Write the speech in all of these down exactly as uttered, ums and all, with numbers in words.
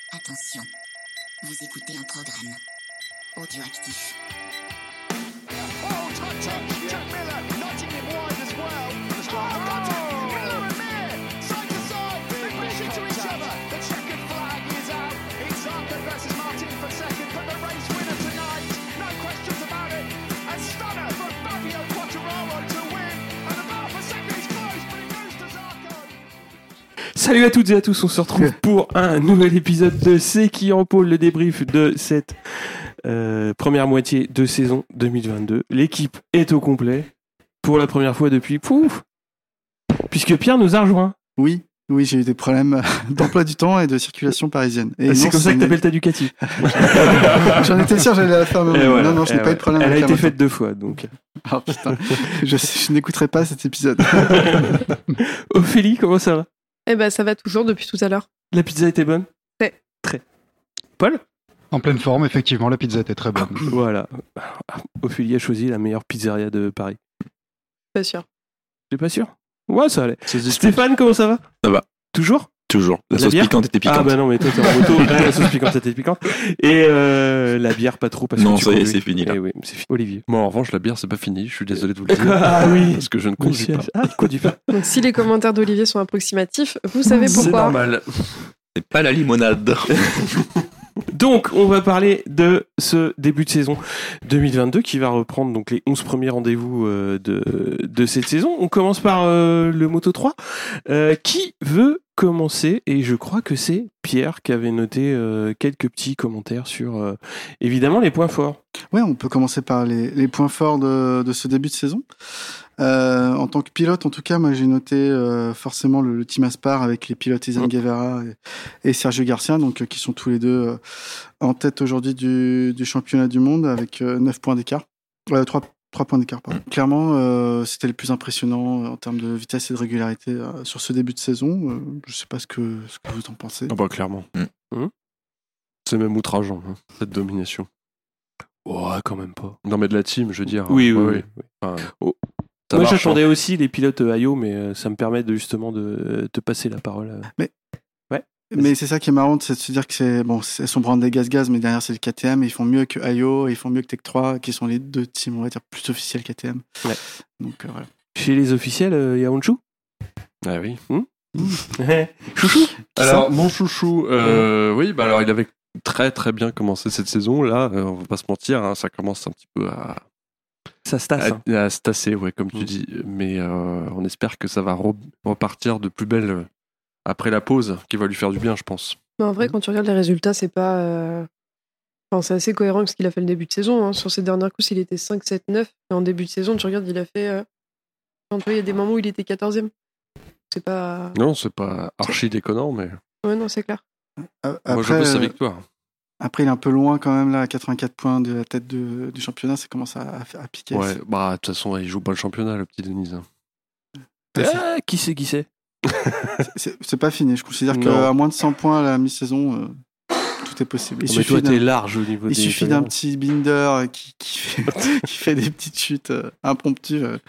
Attention, vous écoutez un programme audioactif. Oh, touch it! Jack Miller, nudging it wide as well. Oh, contact! Miller and Mir, side to side, they push into each other. The checkered flag is out. It's Zarco versus Martin for second, but the race winner tonight, no questions about it. A stunner from Fabio Quartararo to win, and the battle for second is close, but it goes to Zarco. Salut à toutes et à tous, on se retrouve pour un nouvel épisode de C'est qui en pôle, le débrief de cette euh, première moitié de saison deux mille vingt-deux. L'équipe est au complet pour la première fois depuis pouf, puisque Pierre nous a rejoint. Oui, oui, j'ai eu des problèmes d'emploi du temps et de circulation parisienne. Et C'est non, comme ça que n'est- t'appelles ta Ducati. J'en étais sûr, j'allais la faire. Mais Et voilà, non, non, je n'ai et pas ouais. eu de problème. Elle a avec la été moto. faite deux fois, donc. Ah putain, je, je n'écouterai pas cet épisode. Ophélie, comment ça va? Eh ben, ça va toujours depuis tout à l'heure. La pizza était bonne? Très. Très. Paul? En pleine forme, effectivement, la pizza était très bonne. Voilà. Ophélie a choisi la meilleure pizzeria de Paris. Pas sûr. T'es pas sûr? Ouais, ça allait. C'est juste- Stéphane, comment ça va? Ça va. Toujours? Toujours. La, La sauce bière piquante était piquante. Ah bah non, mais toi t'es en moto, ouais, la sauce piquante était piquante. Et euh, la bière pas trop parce Non, que tu ça y est, conduis. c'est fini, là. Eh oui, c'est fini. Olivier. Moi, en revanche, la bière, c'est pas fini. Je suis désolé de vous le dire. Ah oui. Parce que je ne conduis pas. Ah, tu conduis pas. Donc, si les commentaires d'Olivier sont approximatifs, vous savez C'est pourquoi. normal. C'est pas la limonade. Donc, on va parler de ce début de saison deux mille vingt-deux qui va reprendre donc les onze premiers rendez-vous euh, de, de cette saison. On commence par euh, le Moto trois. Euh, qui veut commencer? Et je crois que c'est Pierre qui avait noté euh, quelques petits commentaires sur, euh, évidemment, les points forts. Ouais, on peut commencer par les, les points forts de, de ce début de saison. Euh, en tant que pilote, en tout cas, moi j'ai noté euh, forcément le, le team Aspar avec les pilotes Izan Mm. Guevara et, et Sergio Garcia, donc euh, qui sont tous les deux euh, en tête aujourd'hui du, du championnat du monde avec euh, neuf points d'écart. Euh, trois points d'écart, pardon. Clairement, euh, c'était le plus impressionnant euh, en termes de vitesse et de régularité euh, sur ce début de saison. Euh, je sais pas ce que, ce que vous en pensez. Ah bah, clairement. Mm. Mm. C'est même outrageant, hein, cette domination. Ouais, quand même pas. Non, mais de la team, je veux dire. Oui, oui, Ouais, oui. oui. Enfin, Oh. ça Moi, marche, j'attendais hein. aussi les pilotes euh, I O, mais euh, ça me permet de, justement de te passer la parole. euh. Mais c'est ça qui est marrant, c'est de se dire que c'est bon, c'est- elles sont brandées gaz-gaz, mais derrière c'est le K T M, et ils font mieux que I O, et ils font mieux que Tech trois, qui sont les deux teams, on va dire, plus officiels K T M. Ouais. Donc euh, voilà. Chez les officiels, il y a Honshu. Ah oui. Chouchou. Alors, mon chouchou, euh, oui, bah alors il avait très très bien commencé cette saison. Là, euh, on va pas se mentir, hein, ça commence un petit peu à, Ça se tasse. à, hein. à se tasser, ouais, comme tu Mm. dis. Mais euh, on espère que ça va re- repartir de plus belle euh, après la pause, qui va lui faire du bien, je pense. Mais en vrai, quand tu regardes les résultats, c'est pas. euh, Enfin, c'est assez cohérent avec ce qu'il a fait le début de saison. hein. Sur ses dernières courses, il était cinq, sept, neuf. Et en début de saison, tu regardes, il a fait. euh, Quand tu vois, il y a des moments où il était quatorzième. C'est pas. Non, c'est pas archi déconnant, mais Ouais, non, c'est clair. A- moi je Après, veux sa euh, victoire. après, il est un peu loin quand même, là, à quatre-vingt-quatre points de la tête de- du championnat, ça commence à, à, à piquer. Ouais, bah de toute façon, il joue pas le championnat, le petit Denise. hein. Ah, qui c'est, qui c'est? C'est c'est pas fini, je considère Non. qu'à moins de cent points à la mi-saison, euh, tout est possible. Il Mais suffit toi, t'es d'un- large au niveau il des suffit d'un tolérances. petit Binder qui, qui, fait, qui fait des petites chutes euh, impromptues. euh.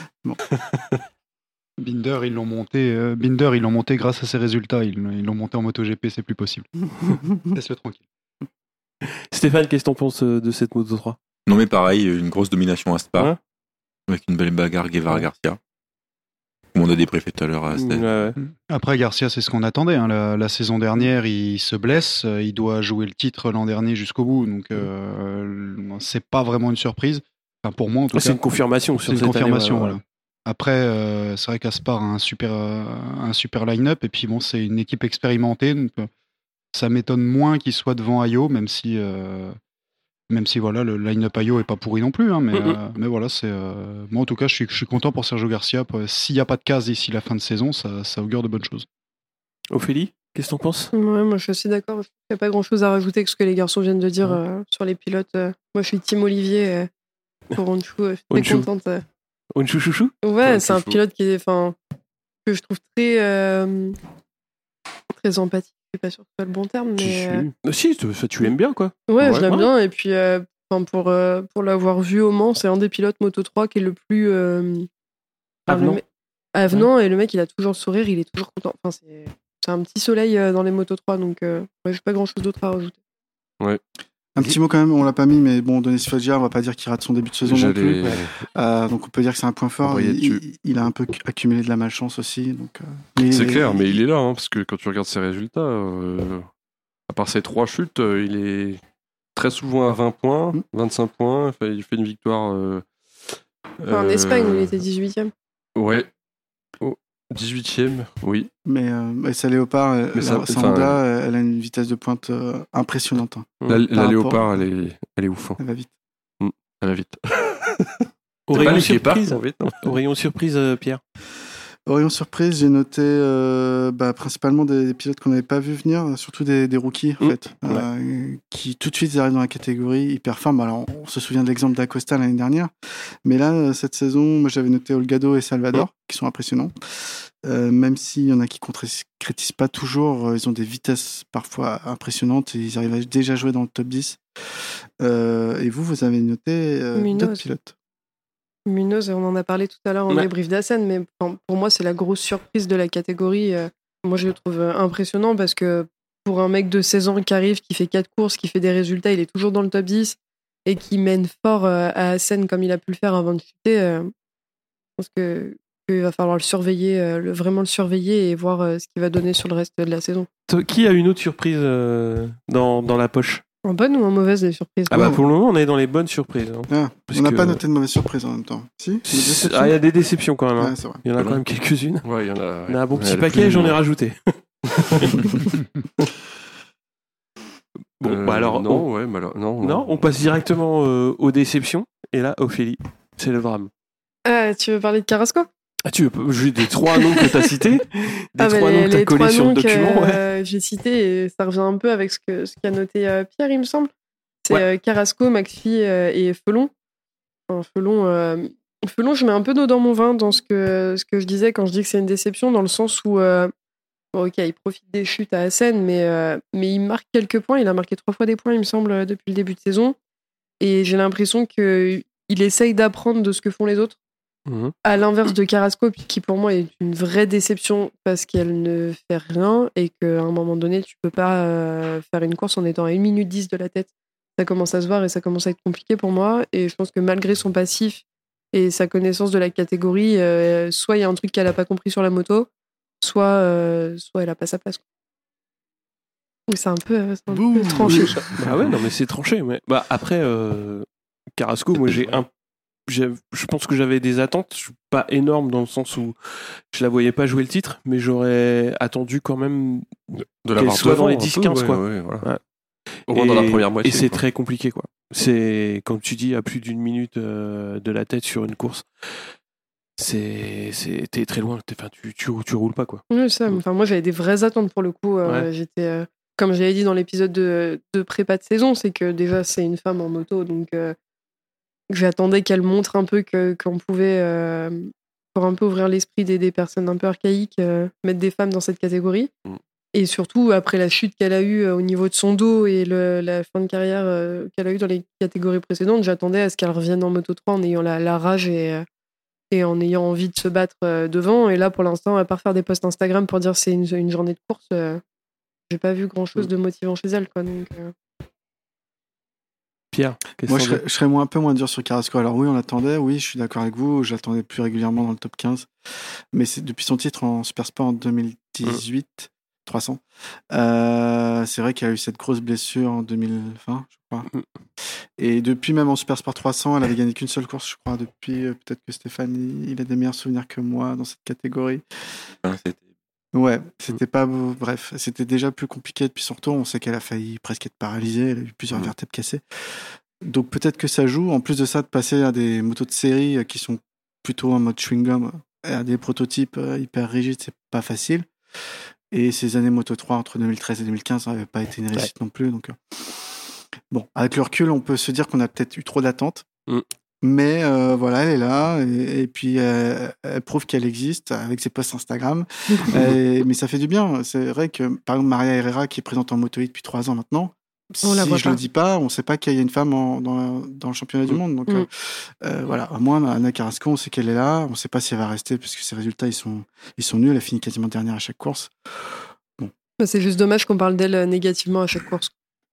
Binder, ils l'ont monté, euh, Binder, ils l'ont monté grâce à ses résultats. Ils ils l'ont monté en MotoGP, c'est plus possible. Laisse-le tranquille. Stéphane, qu'est-ce que t'en penses euh, de cette Moto trois? Non, mais pareil, une grosse domination à Spa. Ouais. Avec une belle bagarre Guevara-Garcia. Comme on a débriefé tout à l'heure. euh, c'était- Ouais, ouais. Après, Garcia, c'est ce qu'on attendait. hein. La, la saison dernière, il se blesse. euh, Il doit jouer le titre l'an dernier jusqu'au bout. Donc, euh, c'est pas vraiment une surprise. Enfin, pour moi, en tout C'est cas. une confirmation sur C'est une cette confirmation, année, ouais, voilà. Après, euh, c'est vrai qu'Aspar a un super, euh, un super line-up, et puis bon, c'est une équipe expérimentée, donc euh, ça m'étonne moins qu'il soit devant I O, même si, euh, même si voilà, le line-up I O est pas pourri non plus, hein, mais, Mhm. euh, mais voilà, c'est euh, moi en tout cas, je suis, je suis content pour Sergio Garcia. Pour- S'il n'y a pas de casse d'ici la fin de saison, ça, ça augure de bonnes choses. Ophélie, qu'est-ce que t'en penses? Ouais, moi je suis assez d'accord. Il n'y a pas grand chose à rajouter avec ce que les garçons viennent de dire Ouais. euh, sur les pilotes. euh. Moi je suis Team Olivier euh, pour Honshu. euh, Je suis très Honshu. contente. euh. Honshu chouchou? Ouais, Ouais, c'est un chouchou. pilote qui est, enfin, que je trouve très, euh, très empathique. Je suis pas sûr que ce soit le bon terme, mais euh, Ah, si, tu- ça, tu l'aimes bien, quoi. ouais, Ouais, je l'aime ouais. bien. Et puis, euh, enfin, pour, euh, pour l'avoir vu au Mans, c'est un des pilotes Moto trois qui est le plus euh, enfin, le Avenant. me- avenant, et le mec, il a toujours le sourire, il est toujours content. Enfin, c'est c'est un petit soleil euh, dans les Moto trois, donc euh, ouais, j'ai pas grand-chose d'autre à rajouter. Un petit mot quand même, on l'a pas mis, mais bon, Denis Foggia, on va pas dire qu'il rate son début de saison non plus. J'allais. Euh, donc on peut dire que c'est un point fort. Envoyer Il, dessus. il- il a un peu accumulé de la malchance aussi. Donc, euh, mais- C'est clair, mais il est là, hein, parce que quand tu regardes ses résultats, euh, à part ses trois chutes, euh, il est très souvent à vingt points, Mm. vingt-cinq points. Enfin, il fait une victoire. Euh, Enfin, en euh, Espagne, où il était dix-huitième. Ouais. Oh, dix-huitième, oui. Mais, euh, mais sa Léopard, euh, Mais ça- la- sa enfin, Honda, euh, elle a une vitesse de pointe euh, impressionnante. hein. La, la Par Léopard, rapport- elle est, elle est ouf. hein. Elle va vite. Elle va vite. Au C'est rayon pas les guépards qui surprise, vont vite, non au rayon surprise, euh, Pierre. Orion surprise, j'ai noté euh, bah, principalement des, des pilotes qu'on n'avait pas vu venir, surtout des, des rookies en Mm. fait, euh, qui tout de suite ils arrivent dans la catégorie, ils performent. Alors on, on se souvient de l'exemple d'Acosta l'année dernière, mais là euh, cette saison, moi j'avais noté Olgado et Salvador qui sont impressionnants. Euh, même s'il y en a qui concrétisent pas toujours, euh, ils ont des vitesses parfois impressionnantes et ils arrivent à déjà jouer dans le top dix. Euh, et vous, vous avez noté euh, Munoz. d'autres pilotes. Munoz, on en a parlé tout à l'heure en Ouais. débrief d'Assen, mais enfin, pour moi, c'est la grosse surprise de la catégorie. Euh, Moi, je le trouve euh, impressionnant parce que pour un mec de seize ans qui arrive, qui fait quatre courses, qui fait des résultats, il est toujours dans le top dix et qui mène fort euh, à Assen comme il a pu le faire avant de chuter. euh, Je pense que qu'il va falloir le surveiller, euh, le- vraiment le surveiller et voir euh, ce qu'il va donner sur le reste de la saison. Toi, Qui a une autre surprise euh, dans, dans la poche? En bonne ou en mauvaise des surprises? Ah bah pour le moment, on est dans les bonnes surprises. hein. Ah, Parce on n'a que- pas noté de mauvaise surprise en même temps. Si, Une déception Ah, il y a des déceptions quand même. hein. Ouais, c'est vrai. Il y en a quand même quelques-unes. Ouais, il y en a. Il y en a un bon Ouais, petit elle est paquet, plus- j'en ai rajouté. Bon, Euh, bah alors, non, on... ouais, mais alors- non, non, on passe directement euh, aux déceptions. Et là, Ophélie, c'est le drame. Ah, tu veux parler de Carrasco? Ah, tu veux j'ai des trois noms que tu as cités, des Ah, bah, trois noms que tu as collés trois sur le noms que, document. Ouais. euh, j'ai cités et ça revient un peu avec ce que ce qu'a noté euh, Pierre, il me semble. C'est Ouais. euh, Carrasco, McPhee euh, et Felon. Enfin, Felon, euh, Felon, je mets un peu d'eau dans mon vin dans ce que, ce que je disais quand je dis que c'est une déception, dans le sens où, euh, bon, ok, il profite des chutes à Assen, mais, euh, mais il marque quelques points. Il a marqué trois fois des points, il me semble, euh, depuis le début de saison. Et j'ai l'impression qu'il essaye d'apprendre de ce que font les autres. Mhm. À l'inverse de Carrasco, qui pour moi est une vraie déception parce qu'elle ne fait rien et qu'à un moment donné, tu peux pas euh, faire une course en étant à une minute dix de la tête. Ça commence à se voir et ça commence à être compliqué pour moi. Et je pense que malgré son passif et sa connaissance de la catégorie, euh, soit il y a un truc qu'elle a pas compris sur la moto, soit, euh, soit elle a pas sa place. Donc c'est un peu, euh, c'est un peu tranché. Ah ouais, non, mais c'est tranché. Mais... Bah, après, euh, Carrasco, moi, j'ai un. j'ai- Je pense que j'avais des attentes, je suis pas énorme dans le sens où je la voyais pas jouer le titre, mais j'aurais attendu quand même De qu'elle l'avoir soit dans devant les un dix peu, quinze, ouais, quoi. ouais, voilà. Ouais. Au moins dans la première moitié. Et c'est quoi. très compliqué, quoi. C'est, comme tu dis, à plus d'une minute euh, de la tête sur une course. C'est, c'est, t'es très loin. T'es- Enfin, tu, tu, tu roules pas, quoi. Oui, ça, enfin, moi, j'avais des vraies attentes pour le coup. Euh, Ouais. J'étais, euh, comme j'avais dit dans l'épisode de, de prépa de saison, c'est que déjà, c'est une femme en moto. Donc, euh, j'attendais qu'elle montre un peu que, qu'on pouvait, euh, pour un peu ouvrir l'esprit des, des personnes un peu archaïques, euh, mettre des femmes dans cette catégorie. Mm. Et surtout, après la chute qu'elle a eue euh, au niveau de son dos et le, la fin de carrière euh, qu'elle a eue dans les catégories précédentes, j'attendais à ce qu'elle revienne en moto trois en ayant la, la rage et. euh, et en ayant envie de se battre euh, devant. Et là, pour l'instant, à part faire des posts Instagram pour dire c'est une, une journée de course, euh, j'ai pas vu grand-chose de motivant chez elle. Quoi, donc, euh. Pierre, qu'est-ce Moi, que je t'en serais, je serais moins, un peu moins dur sur Carrasco. Alors oui, on l'attendait, oui, je suis d'accord avec vous, je l'attendais plus régulièrement dans le top quinze. Mais c'est depuis son titre en Supersport en deux mille dix-huit, trois cents. Euh, c'est vrai qu'il a eu cette grosse blessure en deux mille vingt, je crois. Mm. Et depuis, même en Supersport trois cents, elle avait gagné qu'une seule course, je crois. Depuis, euh, peut-être que Stéphane, il, il a des meilleurs souvenirs que moi dans cette catégorie. Hein, c'était- Ouais, c'était pas. Bref, c'était déjà plus compliqué depuis son retour. On sait qu'elle a failli presque être paralysée, elle a eu plusieurs Mm. vertèbres cassées. Donc peut-être que ça joue. En plus de ça, de passer à des motos de série euh, qui sont plutôt en mode chewing-gum, et à des prototypes euh, hyper rigides, c'est pas facile. Et ces années Moto trois, entre deux mille treize et deux mille quinze, ça n'avait pas été une réussite non plus. Donc, euh, bon, avec le recul, on peut se dire qu'on a peut-être eu trop d'attentes. Mm. Mais euh, voilà, elle est là. Et, et puis, euh, elle prouve qu'elle existe avec ses posts Instagram. Et- mais ça fait du bien. C'est vrai que, par exemple, Maria Herrera, qui est présente en Moto huit depuis trois ans maintenant, On la si voit je pas. le dis pas, on sait pas qu'il y a une femme en- dans, dans le championnat du Mm. monde. Donc, Mm. euh, euh, voilà. À moins, Anna Carrasco, on sait qu'elle est là. On sait pas si elle va rester parce que ses résultats, ils sont, ils sont nuls. Elle a fini quasiment dernière à chaque course. Bon, Bah, c'est juste dommage qu'on parle d'elle négativement à chaque course.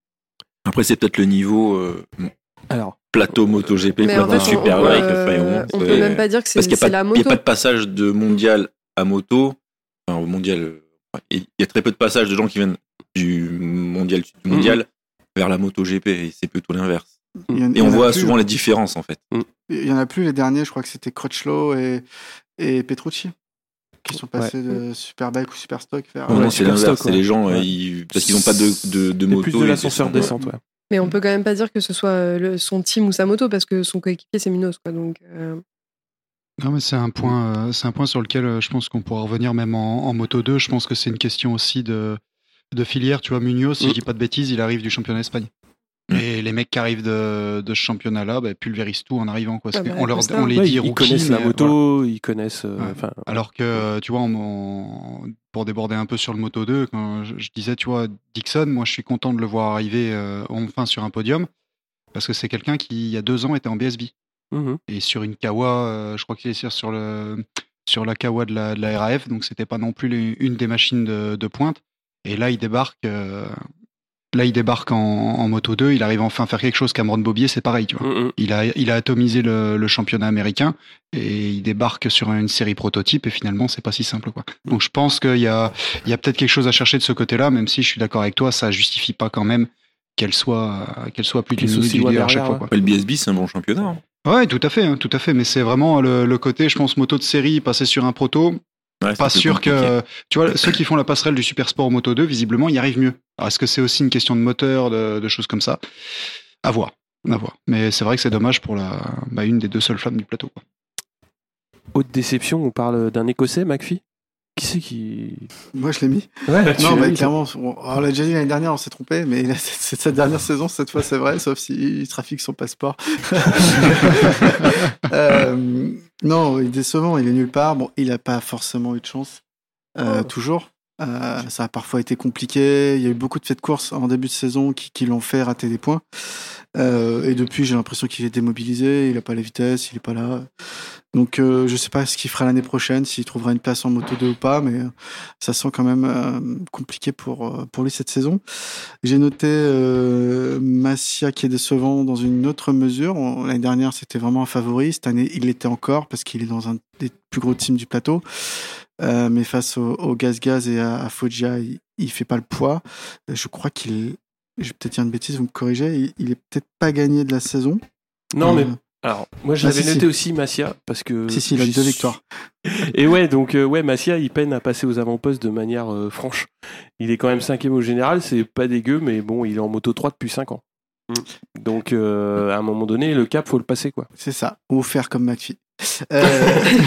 Après, c'est peut-être le niveau euh, Alors, plateau MotoGP, Mais plateau en fait, on, Superbike. euh, enfin, bon, on c'est- peut même pas dire que c'est, Parce qu'il c'est n'y a, la pas de- il y a moto. pas de passage de mondial à moto. Enfin, au mondial, euh, il y a très peu de passages de gens qui viennent du mondial, du mondial vers la MotoGP. Et c'est plutôt l'inverse. Il y en- il Et y on en a voit plus. souvent les différences, en fait. Il y en a plus, les derniers, je crois que c'était Crutchlow et, et Petrucci qui sont passés de Superbike ou Superstock vers. Non, Ouais, non, c'est super l'inverse. stock, C'est ouais. les gens, euh, Ouais. ils- parce qu'ils n'ont pas de, de, de c'est moto. plus de ils l'ascenseur descendent. descente, ouais. Mais on peut quand même pas dire que ce soit euh, le- son team ou sa moto parce que son coéquipier c'est Minos quoi. Donc euh, Non, mais c'est un point, euh, c'est un point sur lequel euh, je pense qu'on pourra revenir même en, en Moto deux. Je pense que c'est une question aussi de, de filière. Tu vois, Munoz, si Mm. je dis pas de bêtises, il arrive du championnat d'Espagne. Mm. Et les mecs qui arrivent de, de ce championnat-là bah, pulvérisent tout en arrivant. Quoi. Ah Parce bah, qu'on leur, Costa. on les Ouais, dit ils, ils rookies, connaissent la mais, moto, voilà. ils connaissent. euh, Ouais. enfin, Alors que, tu vois, en- en- pour déborder un peu sur le Moto deux, quand je, je disais, tu vois, Dixon, moi je suis content de le voir arriver euh, enfin sur un podium. Parce que c'est quelqu'un qui, il y a deux ans, était en B S B. mhm. Et sur une Kawa, euh, je crois qu'il est sur, sur, le, sur la Kawa de la, de la R A F, donc c'était pas non plus les- une des machines de, de pointe. Et là, il débarque, euh, là, il débarque en, en Moto deux, il arrive enfin à faire quelque chose. Cameron Bobier, c'est pareil, tu vois. Mhm. Il a, il a atomisé le, le championnat américain et il débarque sur une série prototype et finalement, c'est pas si simple, quoi. Donc je pense qu'il y a, il y a peut-être quelque chose à chercher de ce côté-là, même si je suis d'accord avec toi, ça justifie pas quand même qu'elle soit, qu'elle soit plus Qu'elle d'une soit minute aussi du loin leader à chaque derrière, fois, quoi. Après, le B S B, c'est un bon championnat. hein. Ouais, tout à fait, hein, tout à fait. Mais c'est vraiment le, le côté, je pense, moto de série, passer sur un proto. Ouais, c'est Pas plus sûr compliqué. que, tu vois, ceux qui font la passerelle du Super Sport Moto deux, visiblement, y arrivent mieux. Alors, est-ce que c'est aussi une question de moteur, de, de choses comme ça? À voir, à voir. Mais c'est vrai que c'est dommage pour la, bah, une des deux seules flammes du plateau, quoi. Haute déception, on parle d'un Écossais, McPhee. Qui c'est qui. Moi, je l'ai mis. Ouais, tu Non, l'as bah, mis, toi. clairement, on, on l'a déjà dit l'année dernière, on s'est trompé, mais là, c'est, c'est cette dernière saison, cette fois, c'est vrai, sauf s'il trafique son passeport. euh, non, il est décevant, il est nulle part. Bon, il n'a pas forcément eu de chance, euh, Oh. toujours. Euh, ça a parfois été compliqué. Il y a eu beaucoup de faits de course en début de saison qui, qui l'ont fait rater des points. Euh, et depuis, j'ai l'impression qu'il est démobilisé. Il n'a pas la vitesse, il n'est pas là. Donc, euh, je sais pas ce qu'il fera l'année prochaine, s'il trouvera une place en Moto deux ou pas, mais euh, ça sent quand même euh, compliqué pour, euh, pour lui cette saison. J'ai noté euh, Massia qui est décevant dans une autre mesure. On- l'année dernière, c'était vraiment un favori. Cette année, il l'était encore parce qu'il est dans un des plus gros teams du plateau. Euh, mais face au, au Gaz Gaz et à, à Foggia, il, il fait pas le poids. Je crois qu'il, je vais peut-être dire une bêtise, vous me corrigez, il, il est peut-être pas gagné de la saison. Non, mais Euh, alors, moi je Ah, l'avais si, noté si. aussi Massia parce que. Si, si, il a j'ai deux su- victoires. Et ouais, donc euh, ouais, Massia il peine à passer aux avant-postes de manière euh, franche. Il est quand même cinquième au général, c'est pas dégueu, mais bon, il est en Moto trois depuis cinq ans. Donc euh, à un moment donné, le cap faut le passer quoi. C'est ça, ou faire comme McPhee. Euh,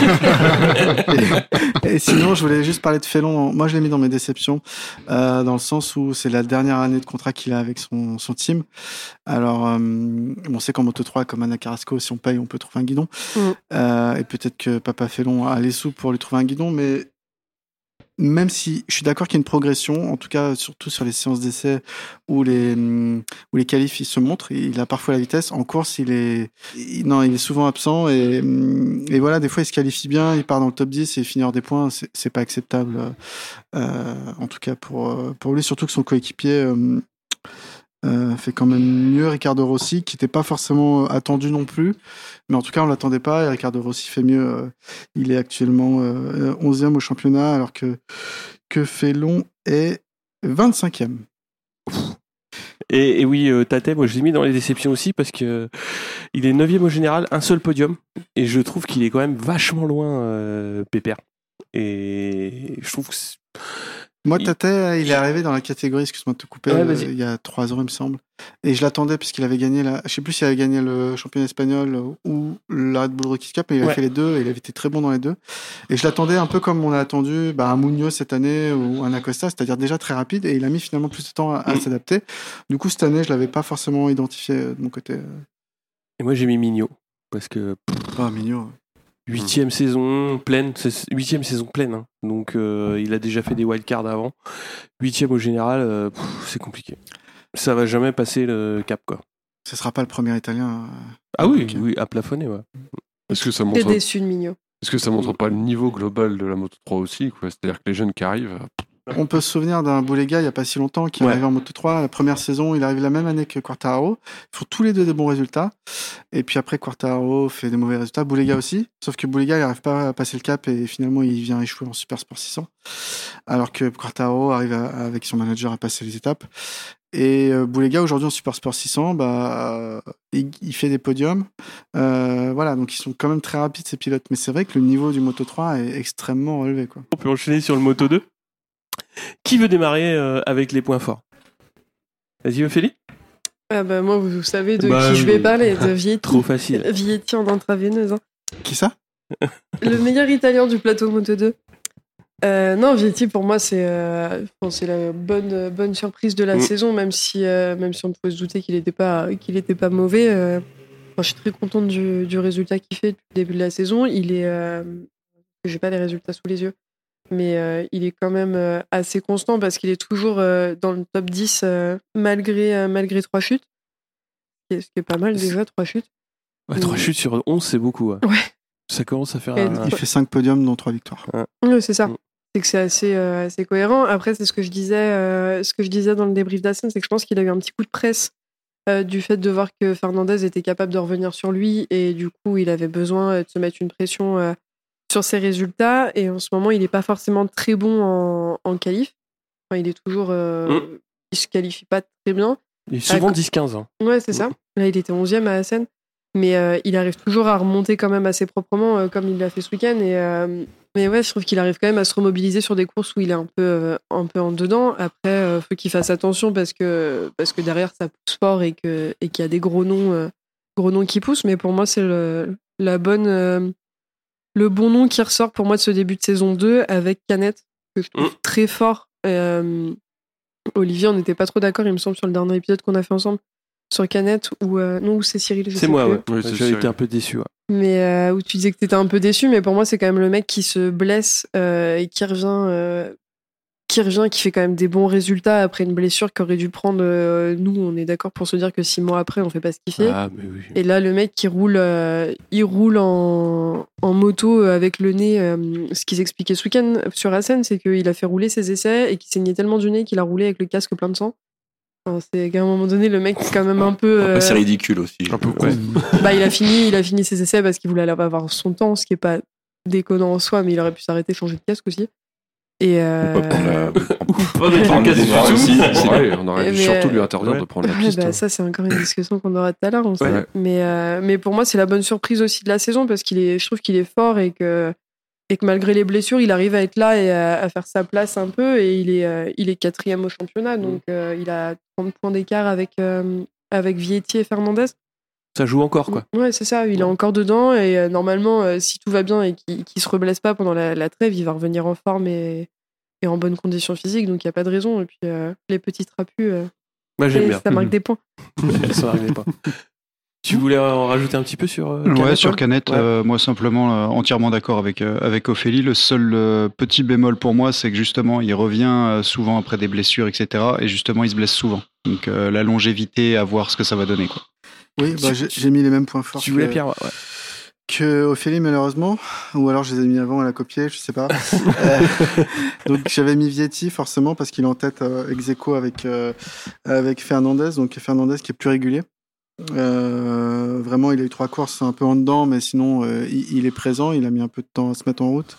et, et sinon, je voulais juste parler de Félon. Moi, je l'ai mis dans mes déceptions, euh, dans le sens où c'est la dernière année de contrat qu'il a avec son, son team. Alors, euh, on sait qu'en Moto trois, comme Anna Carrasco, si on paye, on peut trouver un guidon. Mm. Euh, et peut-être que Papa Félon a les sous pour lui trouver un guidon, mais même si je suis d'accord qu'il y a une progression, en tout cas surtout sur les séances d'essai où les hum, où les qualifs il se montrent, il a parfois la vitesse. En course, il est il- non, il est souvent absent et hum, et voilà, des fois il se qualifie bien, il part dans le top dix et il finit hors des points, c'est c'est pas acceptable. Euh, en tout cas pour euh, pour lui, surtout que son coéquipier euh, euh, fait quand même mieux, Ricardo Rossi, qui n'était pas forcément attendu non plus, mais en tout cas on l'attendait pas et Ricardo Rossi fait mieux. euh, il est actuellement euh, onzième au championnat alors que que Félon est vingt-cinquième. Et, et oui, euh, Tate, moi je l'ai mis dans les déceptions aussi parce que euh, il est neuvième au général, un seul podium, et je trouve qu'il est quand même vachement loin, euh, Pépère. Et je trouve que c'est- Moi, Il- Tate, il est arrivé dans la catégorie, excuse-moi de te couper, Ouais, euh, vas-y. il y a trois ans, il me semble. Et je l'attendais puisqu'il avait gagné la, je sais plus s'il avait gagné le championnat espagnol ou la Red Bull Rookies Cup, mais il a Ouais. fait les deux et il avait été très bon dans les deux. Et je l'attendais un peu comme on a attendu, bah, un Munoz cette année ou un Acosta, c'est-à-dire déjà très rapide et il a mis finalement plus de temps à, à Mm. s'adapter. Du coup, cette année, je l'avais pas forcément identifié euh, de mon côté. Et moi j'ai mis Mignot parce que Ah, mignon. huitième saison pleine, c'est huitième saison pleine, hein. Donc euh, il a déjà fait des wildcards avant. Huitième au général, euh, pff, c'est compliqué. Ça va jamais passer le cap quoi. Ce sera pas le premier Italien. euh, Ah oui, Ok. oui, à plafonner, ouais. Est-ce que ça T'es montre, déçu de Mignon. est-ce que ça montre pas le niveau global de la Moto trois aussi, quoi? C'est-à-dire que les jeunes qui arrivent, On peut se souvenir d'un Boulega il n'y a pas si longtemps qui est Ouais. arrivé en Moto trois. La première saison, il arrive la même année que Quartararo. Ils font tous les deux des bons résultats. Et puis après, Quartararo fait des mauvais résultats. Boulega aussi. Sauf que Boulega, il n'arrive pas à passer le cap et finalement, il vient échouer en Super Sport six cents. Alors que Quartararo arrive à- avec son manager à passer les étapes. Et euh, Boulega, aujourd'hui en Super Sport six cents, bah, euh, il, il fait des podiums. Euh, voilà, donc ils sont quand même très rapides ces pilotes. Mais c'est vrai que le niveau du Moto trois est extrêmement relevé, quoi. On peut enchaîner sur le Moto deux. Qui veut démarrer euh, avec les points forts? Vas-y, Ophélie. Ah bah, moi, vous savez de Bah, qui je vais euh, parler, de Vietti. Trop facile. Vietti en intraveineuse. Hein. Qui ça? Le meilleur italien du plateau Moto deux. Euh, non, Vietti, pour moi, c'est euh, enfin, c'est la bonne, bonne surprise de la Mm. saison, même si, euh, même si on pouvait se douter qu'il n'était pas, qu'il était pas mauvais. euh, enfin, je suis très contente du, du résultat qu'il fait depuis le début de la saison. Il est. Euh, j'ai pas les résultats sous les yeux, mais euh, il est quand même euh, assez constant parce qu'il est toujours euh, dans le top dix euh, malgré, euh, malgré trois chutes. Ce qui est- ce qui est pas mal déjà, trois chutes. Ouais, trois Mm. chutes sur onze, c'est beaucoup. Ouais. Ouais. Ça commence à faire Et- un... Il fait cinq podiums, dont trois victoires. Oui, c'est ça. Mm. C'est que c'est assez, euh, assez cohérent. Après, c'est ce que je disais, euh, ce que je disais dans le débrief d'Assen, c'est que je pense qu'il a eu un petit coup de presse euh, du fait de voir que Fernandez était capable de revenir sur lui et du coup, il avait besoin euh, de se mettre une pression euh, sur ses résultats. Et en ce moment, il n'est pas forcément très bon en, en qualif. Enfin, il est toujours, euh, Mm. il se qualifie pas très bien. Il est souvent Ah, dix quinze. Hein. Ouais, c'est ça. Là, il était onzième à Assen. Mais euh, il arrive toujours à remonter quand même assez proprement, euh, comme il l'a fait ce week-end. Et, euh, mais ouais, je trouve qu'il arrive quand même à se remobiliser sur des courses où il est un peu, euh, un peu en dedans. Après, euh, faut qu'il fasse attention parce que, parce que derrière, ça pousse fort et que, et qu'il y a des gros noms, euh, gros noms qui poussent. Mais pour moi, c'est le, la bonne, euh, le bon nom qui ressort pour moi de ce début de saison deux avec Canet, que je trouve Mm. très fort. Euh, Olivier, on n'était pas trop d'accord, il me semble, sur le dernier épisode qu'on a fait ensemble. Sur Canet, ou euh, non, ou c'est Cyril, je C'est sais moi, plus. ouais. Oui, c'est J'avais sûr. été un peu déçu. Ouais. Mais euh, où tu disais que t'étais un peu déçu, mais pour moi, c'est quand même le mec qui se blesse euh, et qui revient, euh, qui revient, qui fait quand même des bons résultats après une blessure qu'aurait dû prendre. Euh, nous, on est d'accord pour se dire que six mois après, on fait pas ce qu'il fait. Ah, mais oui. Et là, le mec qui roule, euh, il roule en, en moto euh, avec le nez. euh, ce qu'ils expliquaient ce week-end sur Assen, c'est qu'il a fait rouler ses essais et qu'il saignait tellement du nez qu'il a roulé avec le casque plein de sang. Enfin, c'est qu'à un moment donné, le mec est quand même un peu. Après, c'est euh, ridicule aussi. Un peu Ouais. bah, il a fini, il a fini ses essais parce qu'il voulait aller avoir son temps, ce qui est pas déconnant en soi, mais il aurait pu s'arrêter, changer de casque aussi. Et euh... Ou pas prendre la- Pas avec Prendre le des casque noirs du tout. aussi. C'est vrai, on aurait dû Mais, surtout euh, lui interdire ouais. de prendre la Ouais, piste. bah, ça, c'est encore une discussion qu'on aura tout à l'heure, on sait. Ouais. Mais, euh, mais pour moi, c'est la bonne surprise aussi de la saison parce qu'il est, je trouve qu'il est fort et que, et que malgré les blessures, il arrive à être là et à, à faire sa place un peu. Et il est, euh, il est quatrième au championnat, donc euh, il a trente points d'écart avec, euh, avec Vietti et Fernandez. Ça joue encore, quoi. Ouais, c'est ça, il est encore dedans et euh, normalement, euh, si tout va bien et qu'il qu'il se reblesse pas pendant la, la trêve, il va revenir en forme et, et en bonne condition physique, donc il n'y a pas de raison. Et puis euh, les petits trapus, euh, Moi, j'aime et bien. ça marque des points. Ça arrivait pas. Tu voulais en rajouter un petit peu sur euh, Ouais, Canet, sur Paul Canet, Ouais. euh, moi simplement euh, entièrement d'accord avec, euh, avec Ophélie. Le seul euh, petit bémol pour moi, c'est que justement, il revient euh, souvent après des blessures, et cetera. Et justement, il se blesse souvent. Donc euh, la longévité, à voir ce que ça va donner, quoi. Oui, bah, j'ai j'ai mis les mêmes points forts Tu voulais que, Pierre, ouais. que Ophélie, malheureusement. Ou alors je les ai mis avant, elle a copié, je sais pas. Euh, donc j'avais mis Vietti, forcément, parce qu'il est en tête euh, ex aequo avec, euh, avec Fernandez. Donc Fernandez qui est plus régulier. Euh, vraiment, il a eu trois courses un peu en dedans, mais sinon, euh, il, il est présent. Il a mis un peu de temps à se mettre en route.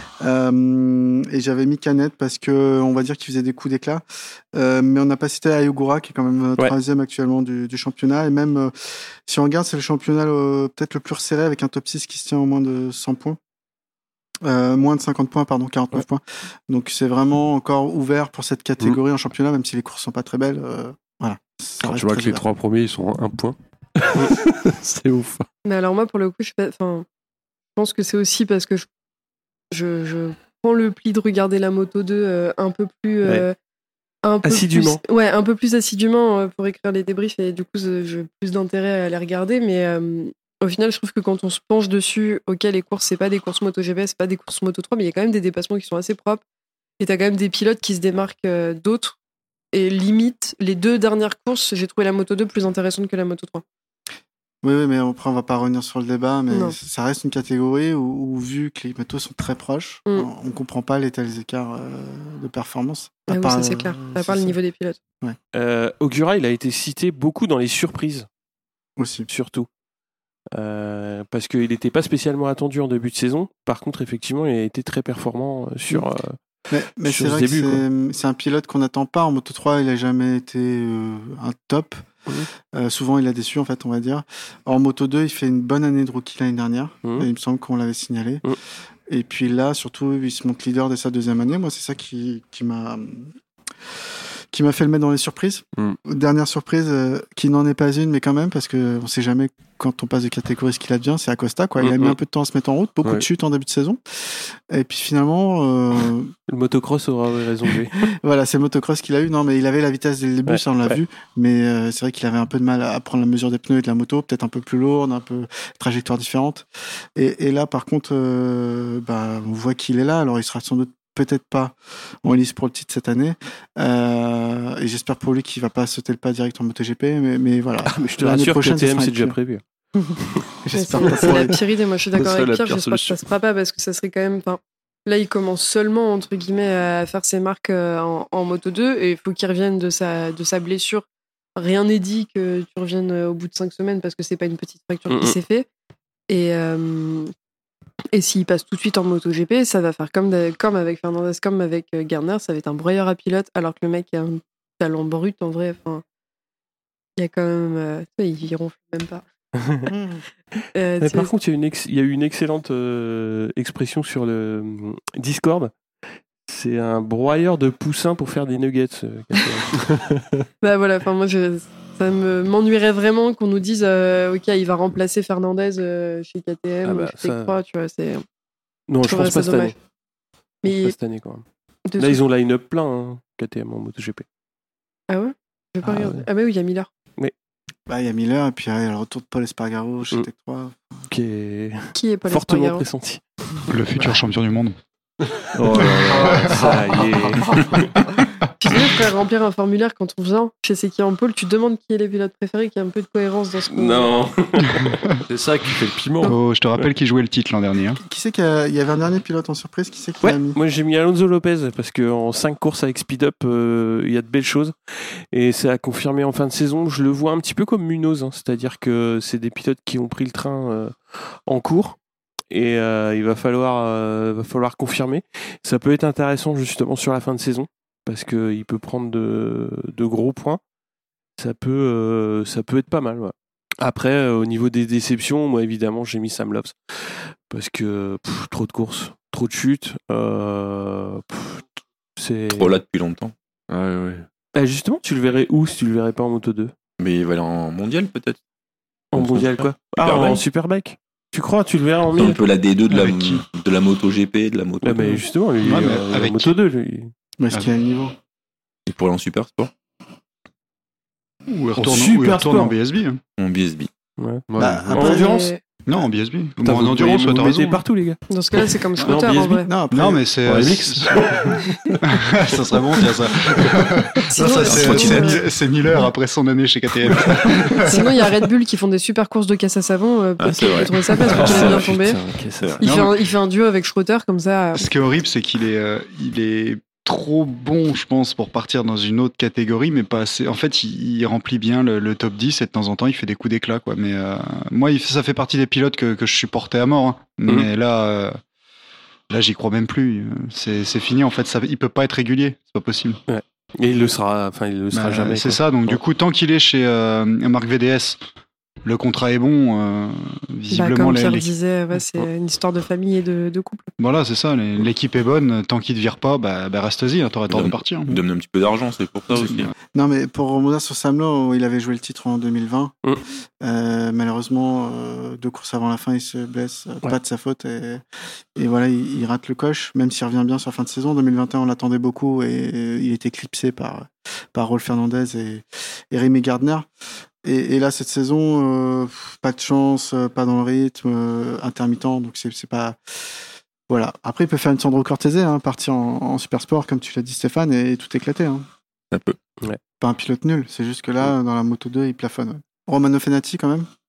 Euh, et j'avais mis Canet parce que, on va dire qu'il faisait des coups d'éclat. Euh, mais on n'a pas cité Ayogura, qui est quand même Ouais. troisième actuellement du, du championnat. Et même, euh, si on regarde, c'est le championnat euh, peut-être le plus resserré avec un top six qui se tient au moins de cent points. Euh, moins de cinquante points, pardon, quarante-neuf Ouais. points. Donc c'est vraiment encore ouvert pour cette catégorie en championnat, même si les courses sont pas très belles. Euh, voilà. Ça Quand reste tu vois très que les ouvert. trois premiers, ils sont à un point. C'est ouf. Mais alors moi, pour le coup, je, suis pas- enfin, je pense que c'est aussi parce que je, je, je prends le pli de regarder la Moto deux euh, un peu plus... euh, un peu Assidûment. plus- ouais, un peu plus assidûment euh, pour écrire les débriefs et du coup, je- j'ai plus d'intérêt à les regarder. Mais euh, au final, je trouve que quand on se penche dessus, ok, les courses, c'est pas des courses MotoGP, c'est pas des courses Moto trois, mais il y a quand même des dépassements qui sont assez propres. Et t'as quand même des pilotes qui se démarquent euh, d'autres. Et limite, les deux dernières courses, j'ai trouvé la Moto deux plus intéressante que la Moto trois. Oui, oui, mais après, on va pas revenir sur le débat, mais Non. ça reste une catégorie où, où vu que les motos sont très proches, Mm. on, on comprend pas les tels écarts euh, de performance. À Ah oui, part, ça c'est euh, clair. À c'est part le ça. niveau des pilotes. Euh, Ogura, il a été cité beaucoup dans les surprises, Aussi. surtout. Euh, parce qu'il n'était pas spécialement attendu en début de saison. Par contre, effectivement, il a été très performant euh, sur. euh, Mais, mais Sur c'est ce vrai début, que c'est, c'est un pilote qu'on n'attend pas. En Moto trois, il a jamais été euh, un top. Mhm. Euh, souvent, il a déçu, en fait, on va dire. En Moto deux, il fait une bonne année de rookie l'année dernière. Mhm. Et il me semble qu'on l'avait signalé. Mhm. Et puis là, surtout, il se montre leader dès sa deuxième année. Moi, c'est ça qui, qui m'a qui m'a fait le mettre dans les surprises. Mhm. Dernière surprise, euh, qui n'en est pas une, mais quand même, parce que on sait jamais quand on passe de catégorie ce qu'il advient, c'est Acosta, quoi. Il a Mhm. mis un peu de temps à se mettre en route, beaucoup Ouais. de chutes en début de saison. Et puis finalement, euh, Le motocross aura raison de lui. voilà, c'est le motocross qu'il a eu. Non, mais il avait la vitesse dès le début, Ouais, ça on l'a ouais. vu. Mais euh, c'est vrai qu'il avait un peu de mal à prendre la mesure des pneus et de la moto, peut-être un peu plus lourde, un peu trajectoire différente. Et, et là, par contre, euh, bah, on voit qu'il est là. Alors, il sera sans doute peut-être pas en lice pour le titre cette année. Euh, et j'espère pour lui qu'il va pas sauter le pas direct en MotoGP. Mais, mais voilà. Ah, mais je te L'année rassure que prochaine, T M ça sera c'est déjà pur. prévu. J'espère Ouais, pas c'est, pour c'est la lui. pire idée. Moi, je suis Ça d'accord serait avec la Pierre. pire J'espère que ça solution. se fera pas parce que ça serait quand même. Enfin, là, il commence seulement entre guillemets à faire ses marques euh, en, en Moto deux et il faut qu'il revienne de sa de sa blessure. Rien n'est dit que tu reviennes euh, au bout de cinq semaines parce que c'est pas une petite fracture qui Mhm. s'est fait. Et euh, et s'il passe tout de suite en MotoGP, ça va faire comme de- comme avec Fernandez, comme avec euh, Gardner, ça va être un broyeur à pilote alors que le mec a un talent brut en vrai. Enfin, il y a quand même, euh, tu sais, il ronfle même pas. Euh, Mais tu par sais, contre, il y a, une ex- il y a eu une excellente euh, expression sur le euh, Discord. C'est un broyeur de poussins pour faire des nuggets. euh, K T M. bah voilà, enfin moi je, ça me m'ennuierait vraiment qu'on nous dise euh, ok il va remplacer Fernandez euh, chez K T M Ah ou bah, chez ça- Tech trois, tu vois, c'est non, je trouverais pense pas ça cette dommage. année. Je pense mais pas cette année quand même. de Là, sou- ils ont line-up plein, hein, K T M en MotoGP. ah ouais je vais pas Ah regarder. ouais. Ah bah oui il y a Miller Bah, il y a Miller, et puis euh, il y a le retour de Paul Espargaro chez Mm. Tech trois. Qui est qui est Paul fortement Espargaro. pressenti. Le futur champion du monde. Oh là là, ça y est. Tu sais, il faudrait remplir un formulaire quand on vient chez Seki en pôle, tu demandes qui est les pilotes préférés, qu'il y a un peu de cohérence dans ce qu'on Non. C'est ça qui fait le piment. Oh, je te rappelle qu'il jouait le titre l'an dernier. hein. Qui c'est qu'il y, a- il y avait un dernier pilote en surprise? Qui c'est qui Ouais, l'a mis? moi j'ai mis Alonso Lopez parce qu'en cinq courses avec Speed Up, euh, il y a de belles choses. Et ça a confirmé en fin de saison. Je le vois un petit peu comme Munoz, hein, c'est-à-dire que c'est des pilotes qui ont pris le train euh, en cours. Et euh, il va falloir, euh, va falloir confirmer. Ça peut être intéressant justement sur la fin de saison parce qu'il peut prendre de, de gros points. Ça peut, euh, ça peut être pas mal. Ouais. Après, euh, au niveau des déceptions, moi évidemment j'ai mis Sam Loves parce que pff, trop de courses, trop de chutes. Euh, pff, c'est... Trop là depuis longtemps. Ouais, ouais. Ah, justement, tu le verrais où si tu le verrais pas en Moto deux? Mais il va aller en mondial peut-être. En En mondial quoi? Ah, Superbike. en Superbike. Tu crois? Tu le verrais en C'est un mille? peu la D deux de la, Avec qui de la MotoGP, de la moto. Ah, mais justement, lui, Ouais, mais euh, avec en Moto qui deux, lui. Mais est-ce Ah. qu'il a le niveau? Il pourrait aller en super sport, Ou il retourne, super ou il retourne sport. en B S B. hein. en B S B. Ouais. Ouais, Bah, ouais. En après, endurance? Mais Non, en B S B. Putain, Bon, en vous endurance, pouvez- t'as vous raison. mettez partout, les gars. dans ce cas-là c'est comme Non, scooter en B S B. vrai. Non, après, Non, mais c'est. Ouais, euh, mix. ça serait bon, tiens, ça. Sinon, Ça, euh, c'est, sinon, c'est euh, Mil- c'est Miller après son année chez K T M. sinon il y a Red Bull qui font des super courses de casse à savon, euh, Ah, peut-être c'est qu'il vrai. peut trouver sa place pour qu'il aime bien tomber. Putain, ok, ça, ça. Il Non, fait, mais- un, il fait un duo avec Schroeter comme ça. euh, Ce qui est horrible, c'est qu'il est, euh, il est trop bon, je pense, pour partir dans une autre catégorie, mais pas assez. En fait, il, il remplit bien le, le top dix et de temps en temps, il fait des coups d'éclat, quoi. Mais euh, moi, il, ça fait partie des pilotes que, que je supportais à mort. hein. Mais là, euh, là, j'y crois même plus. C'est, c'est fini. En fait, ça, il peut pas être régulier. C'est pas possible. Et il le sera, enfin, il le sera Bah, jamais. c'est quoi. ça. Donc, du coup, tant qu'il est chez euh, Marc V D S, le contrat est bon. Euh, bah, visiblement, comme la- Pierre l'équipe- disait, ouais, c'est une histoire de famille et de, de couple. voilà, c'est ça. les- L'équipe est bonne. Tant qu'il te vire pas, bah, bah reste-y. Hein, t'aurais tort de partir. hein. Il donne un petit peu d'argent, c'est pour ça aussi. Non, mais pour rebondir sur Sam Lowe, il avait joué le titre en deux mille vingt. Mm. Euh, malheureusement, euh, deux courses avant la fin, il se blesse, euh, Ouais. pas de sa faute, et, et voilà, il, il rate le coche, même s'il revient bien sur la fin de saison. deux mille vingt et un, on l'attendait beaucoup, et euh, il était éclipsé par, par Rolf Fernandez et, et Rémi Gardner. Et, et là, cette saison, euh, pas de chance, euh, pas dans le rythme, euh, intermittent, donc c'est, c'est pas... Voilà. Après, il peut faire une Sandro Cortese, hein, partir en, en super sport, comme tu l'as dit, Stéphane, et, tout éclater. Hein. Ça peut. Pas un pilote nul, c'est juste que là, dans la Moto deux, il plafonne. Ouais. Romano Fenati, quand même.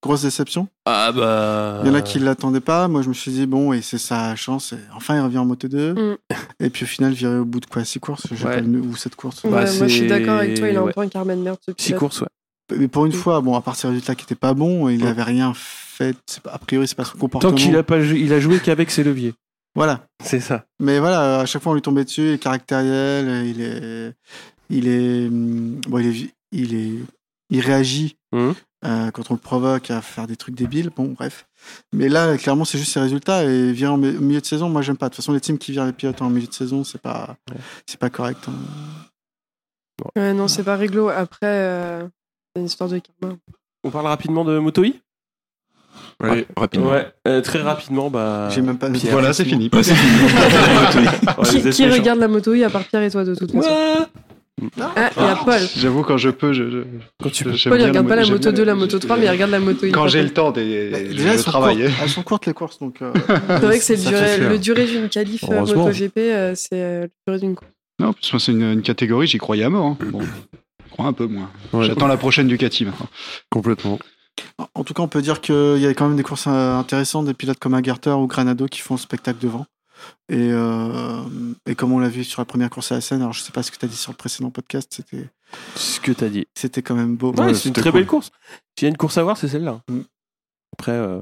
grosse déception. Ah bah. Il y en a qui ne l'attendaient pas. Moi, je me suis dit, bon, et c'est sa chance. Et enfin, il revient en Moto deux. Mm. Et puis au final, viré au bout de quoi, six courses j'ai Ouais. pas le- ou sept courses. Ouais, Bah, moi, je suis c'est- d'accord avec toi, il a un ouais. peu un Carmen merde ce Six pilote. courses, ouais. Mais pour une Mm. fois, bon, à part ces résultats qui n'étaient pas bons, il Mm. n'avait rien fait. C'est pas- A priori, c'est pas son comportement. Tant qu'il a pas jou- il a joué qu'avec ses leviers. Voilà. C'est ça. Mais voilà, à chaque fois, on lui tombait dessus. Il est caractériel. Il est. Il est. hum, Bon, il est. Il, est... il réagit. Mhm. Euh, quand on le provoque à faire des trucs débiles, bon, bref. Mais là, clairement, c'est juste ses résultats. Et virer en mi- au milieu de saison, moi, j'aime pas. De toute façon, les teams qui virent les pilotes en milieu de saison, c'est pas, Ouais. c'est pas correct. hein. Ouais, non, c'est pas réglo. Après, euh, c'est une histoire de karma. On parle rapidement de Moto E? Oui. Rapidement. Ouais, euh, très rapidement, bah. J'ai même pas noté. Pierre. Voilà, c'est fini. Ouais, c'est fini. Ouais, Qui, vous êtes qui méchants. regarde la moto I à part Pierre et toi de toute façon? Ouais. Ah, il y a Paul. J'avoue, quand je peux, je. je Quand tu peux. j'aime Paul, il bien regarde pas la j'aime moto bien deux, la moto trois, mais il regarde la moto I. Quand par j'ai contre. le temps, des, Bah, des- déjà, je elles sont, travaille. courtes, elles sont courtes les courses, donc. euh, C'est vrai que c'est le, ça durée, fait faire. le durée d'une qualif euh, Heureusement. MotoGP, euh, c'est euh, le durée d'une course. Non, parce que moi, c'est une, une catégorie, j'y croyais à mort. hein. Bon, je crois un peu moins. Ouais. J'attends la prochaine Ducati maintenant. Complètement. En tout cas, on peut dire qu'il y a quand même des courses euh, intéressantes, des pilotes comme Agarter ou Granado qui font le spectacle devant. Et, euh, et comme on l'a vu sur la première course à la Seine, alors je sais pas ce que tu as dit sur le précédent podcast, c'était, Ce que t'as dit. c'était quand même beau. Ouais, Ouais, c'est une c'était très cool. belle course. S'il y a une course à voir, c'est celle-là. Mm. Après, euh,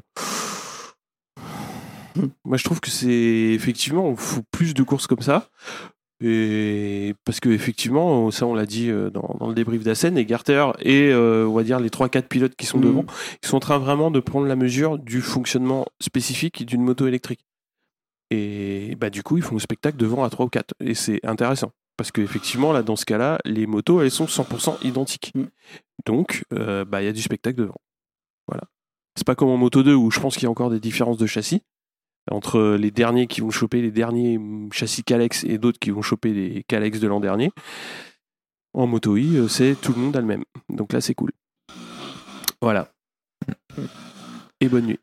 moi je trouve que c'est effectivement, on fout plus de courses comme ça. Et parce que effectivement, ça on l'a dit euh, dans, dans le débrief d'Assen, et Garter et euh, on va dire les trois quatre pilotes qui sont Mm. devant, ils sont en train vraiment de prendre la mesure du fonctionnement spécifique d'une moto électrique. Et bah du coup, ils font le spectacle devant à trois ou quatre. Et c'est intéressant. Parce qu'effectivement, là, dans ce cas-là, les motos, elles sont cent pour cent identiques. Mm. Donc, euh, bah, il y a du spectacle devant. Voilà. C'est pas comme en Moto deux où je pense qu'il y a encore des différences de châssis entre les derniers qui vont choper les derniers châssis Calex et d'autres qui vont choper les Calex de l'an dernier. En Moto I, c'est tout le monde a le même. Donc là, c'est cool. Voilà. Et bonne nuit.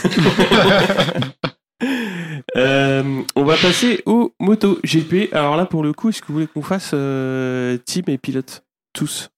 Euh, on va passer au MotoGP. Alors là, pour le coup, est-ce que vous voulez qu'on fasse euh, team et pilote tous?